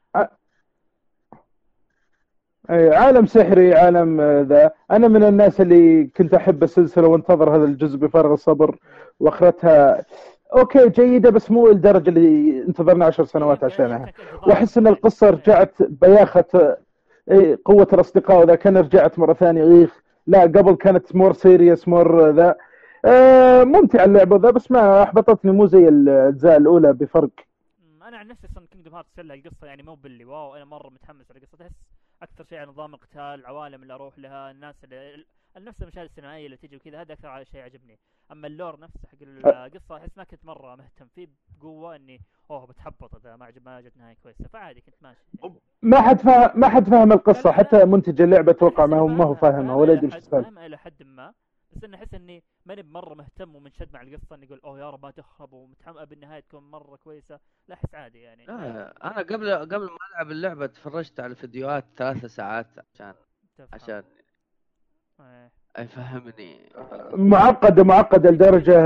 اي عالم سحري عالم ذا. انا من الناس اللي كنت احب السلسله وانتظر هذا الجزء بفارغ الصبر، واخرتها اوكي جيده بس مو لدرجه اللي انتظرنا 10 سنوات عشانها. واحس ان القصه رجعت بياخه قوه الاصدقاء، وذا كان رجعت مره ثانيه لا قبل كانت مور سيريس مور ذا. ممتع اللعبه ذا بس ما احبطتني، مو زي الاجزاء الاولى بفرق. انا عن نفسي اصلا كينجدوم هارتس كلها القصه يعني مو باللي واو، انا مره متحمس على القصه. تحس اكثر شيء على نظام القتال، العوالم اللي اروح لها، الناس اللي نفس المشاهد السينمائيه اللي تجي وكذا، هذا اكثر شيء عجبني. اما اللور نفسه حق القصه احس ما كنت مره مهتم فيه بقوه اني بتحبط اذا ما جت نهايه كويسه، فعادي كنت ماشي. ما حد فهم القصه، حتى منتج اللعبه اتوقع ما هو فاهمها ولا يدري ايش السالفه. فاهمها الى حد ما، بس انا احس اني ماني مره مهتم ومنشد مع القصه اني اقول يا رب ما تخرب ومتحمس بالنهايه تكون مره كويسه. لا احس عادي يعني. انا قبل ما العب اللعبه تفرجت على فيديوهات 3 ساعات عشان يفهمني. معقده لدرجه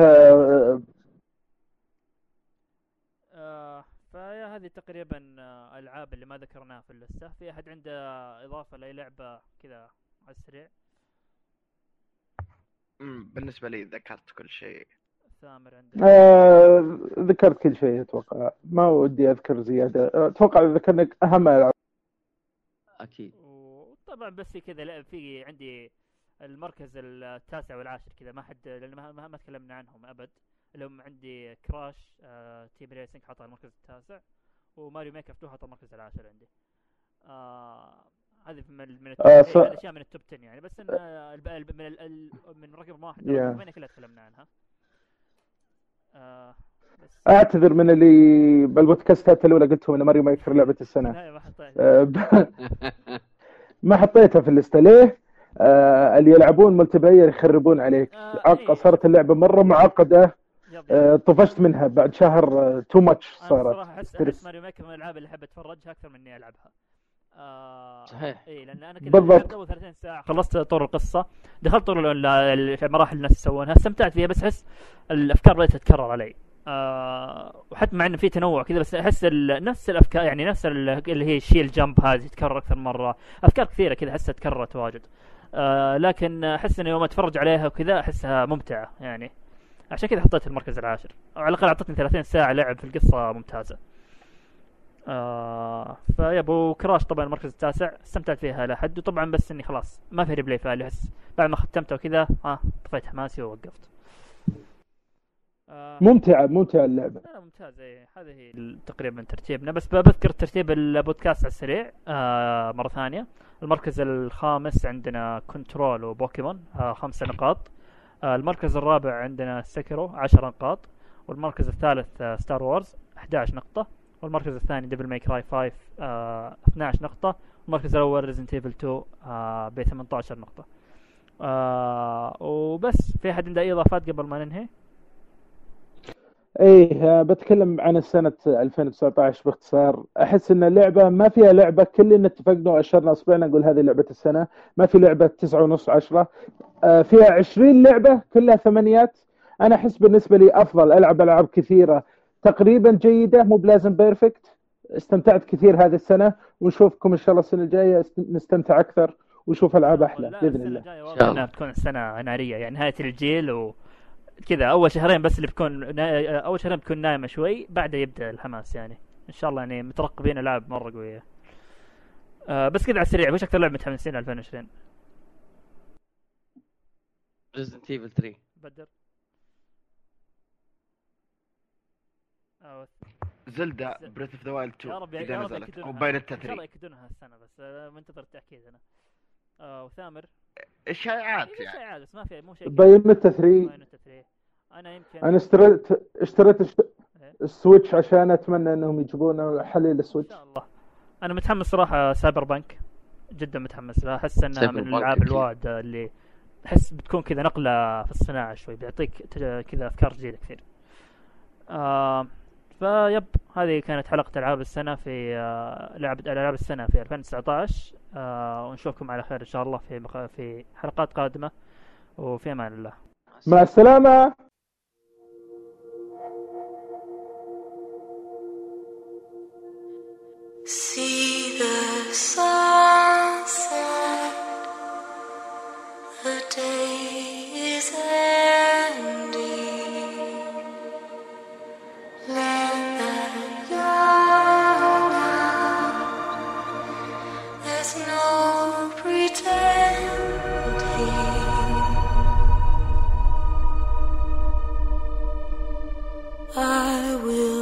فيا هذه تقريبا الالعاب اللي ما ذكرناها في اللسته. في احد عنده اضافه لاي لعبه كذا على السريع؟ بالنسبه لي ذكرت كل شيء. سامر عندك؟ ذكرت كل شيء اتوقع، ما ودي اذكر زياده. اتوقع ذكرنا اهم الالعاب اكيد. وطبعا بس في كذا في عندي المركز التاسع والعاشر كذا ما حد، لان ما تكلمنا عنهم ابد. اللي هم عندي كراش تيم ريسنج حاطها المركز التاسع، وماريو ميكر 2 حاطها المركز العاشر عندي. هذه من الاشياء من التوب 10 يعني. بس من رقم واحد كلها تكلمنا عنها. بس اعتذر من اللي بالبودكاستات الاولى قلتهم ان ماريو ميكر لعبه السنه. ما حطيتها في الليسته ليه؟ اللي يلعبون ملتي بلاير يخربون عليك. صارت اللعبه مره معقده. طفشت منها بعد شهر. تو ماتش صارت. صراحه احس ماريو ميكر من الالعاب اللي احب اتفرجها اكثر من اني العبها. صحيح. لان انا كذا لعبت اول 30 ساعه، خلصت طور القصه، دخلت طور المراحل الناس يسوونها، استمتعت فيها، بس احس الافكار بدات تتكرر علي. وحتى مع انه في تنوع كذا، بس احس نفس الافكار يعني نفس اللي هي الشيل جامب هذه تتكرر اكثر مره. افكار كثيره كذا احسها تكررت واجد. لكن احس اني يوم اتفرج عليها وكذا احسها ممتعه يعني. عشان كذا حطيت المركز العاشر، او على الاقل اعطتني 30 ساعه لعب في القصه ممتازه. فيابو كراش طبعا المركز التاسع، استمتعت فيها لحد. وطبعا بس اني خلاص ما في ريبلاي فالي، احس بعد ما ختمتها وكذا طفيت حماسي ووقفت. ممتعه اللعبه. لا ممتازه. هذه هي تقريبا ترتيبنا. بس بذكر ترتيب البودكاست على السريع مره ثانيه. المركز الخامس عندنا كنترول وبوكيمون 5 نقاط. المركز الرابع عندنا سكرو 10 نقاط. والمركز الثالث ستار وورز 11 نقطه. والمركز الثاني ديفل ماي كراي 5 12 نقطه. والمركز الاول ريزنت ايفل 2 ب 18 نقطه. وبس. في احد عنده اي اضافات قبل ما ننهي؟ بتكلم عن السنة 2019 باختصار. أحس إن اللعبة ما فيها لعبة كلنا اتفقنا وأشرنا أصبعنا نقول هذه لعبة السنة. ما في لعبة 9.5 10. فيها 20 لعبة كلها 8. أنا أحس بالنسبة لي أفضل ألعاب كثيرة تقريبا جيدة، مو بلازم بيرفكت. استمتعت كثير هذه السنة، ونشوفكم إن شاء الله السنة الجاية نستمتع أكثر وشوف العاب احلى لا، باذن السنة الله. الجاية إن واضح شاء انها الله. بتكون سنة نارية، يعني نهاية الجيل وكذا. اول شهرين بس اللي بتكون اول شهرين بتكون نايمة شوي، بعدها يبدأ الحماس يعني ان شاء الله. يعني مترقبين العاب مرة قوية. بس كذا على السريع، وش اكثر لعبة متحمسين 2020؟ ريزنت ايفل 3. بدر. زلدا بريث اوف ذا وايلد 2 يا رب اذا يا رب نزلت يكدونها، وبايونيتا ان شاء الله 3. يكدونها السنة، بس منتظر التأكيد انا. وثامر. اشاعات في يعني. شيء عاد، بس ما في مو شيء كبير. بايونيتا 3 بايونيتا 3 انا يمكن انا اشتريت السويتش عشان اتمنى انهم يجيبون حليل ان السويتش. شاء الله. انا متحمس صراحه سايبر بانك، جدا متحمس لها. احس انها سايبر من بانك الالعاب أكيد. الواعد اللي احس بتكون كذا نقله في الصناعه شوي، بيعطيك كذا افكار جديده كثير. فيب، هذه كانت حلقه العاب السنه في العاب السنه في 2019. ونشوفكم على خير ان شاء الله في حلقات قادمه، وفي امان الله. مع السلامه. See the sunset, the day is ending. Let that yawn out. There's no pretending. I will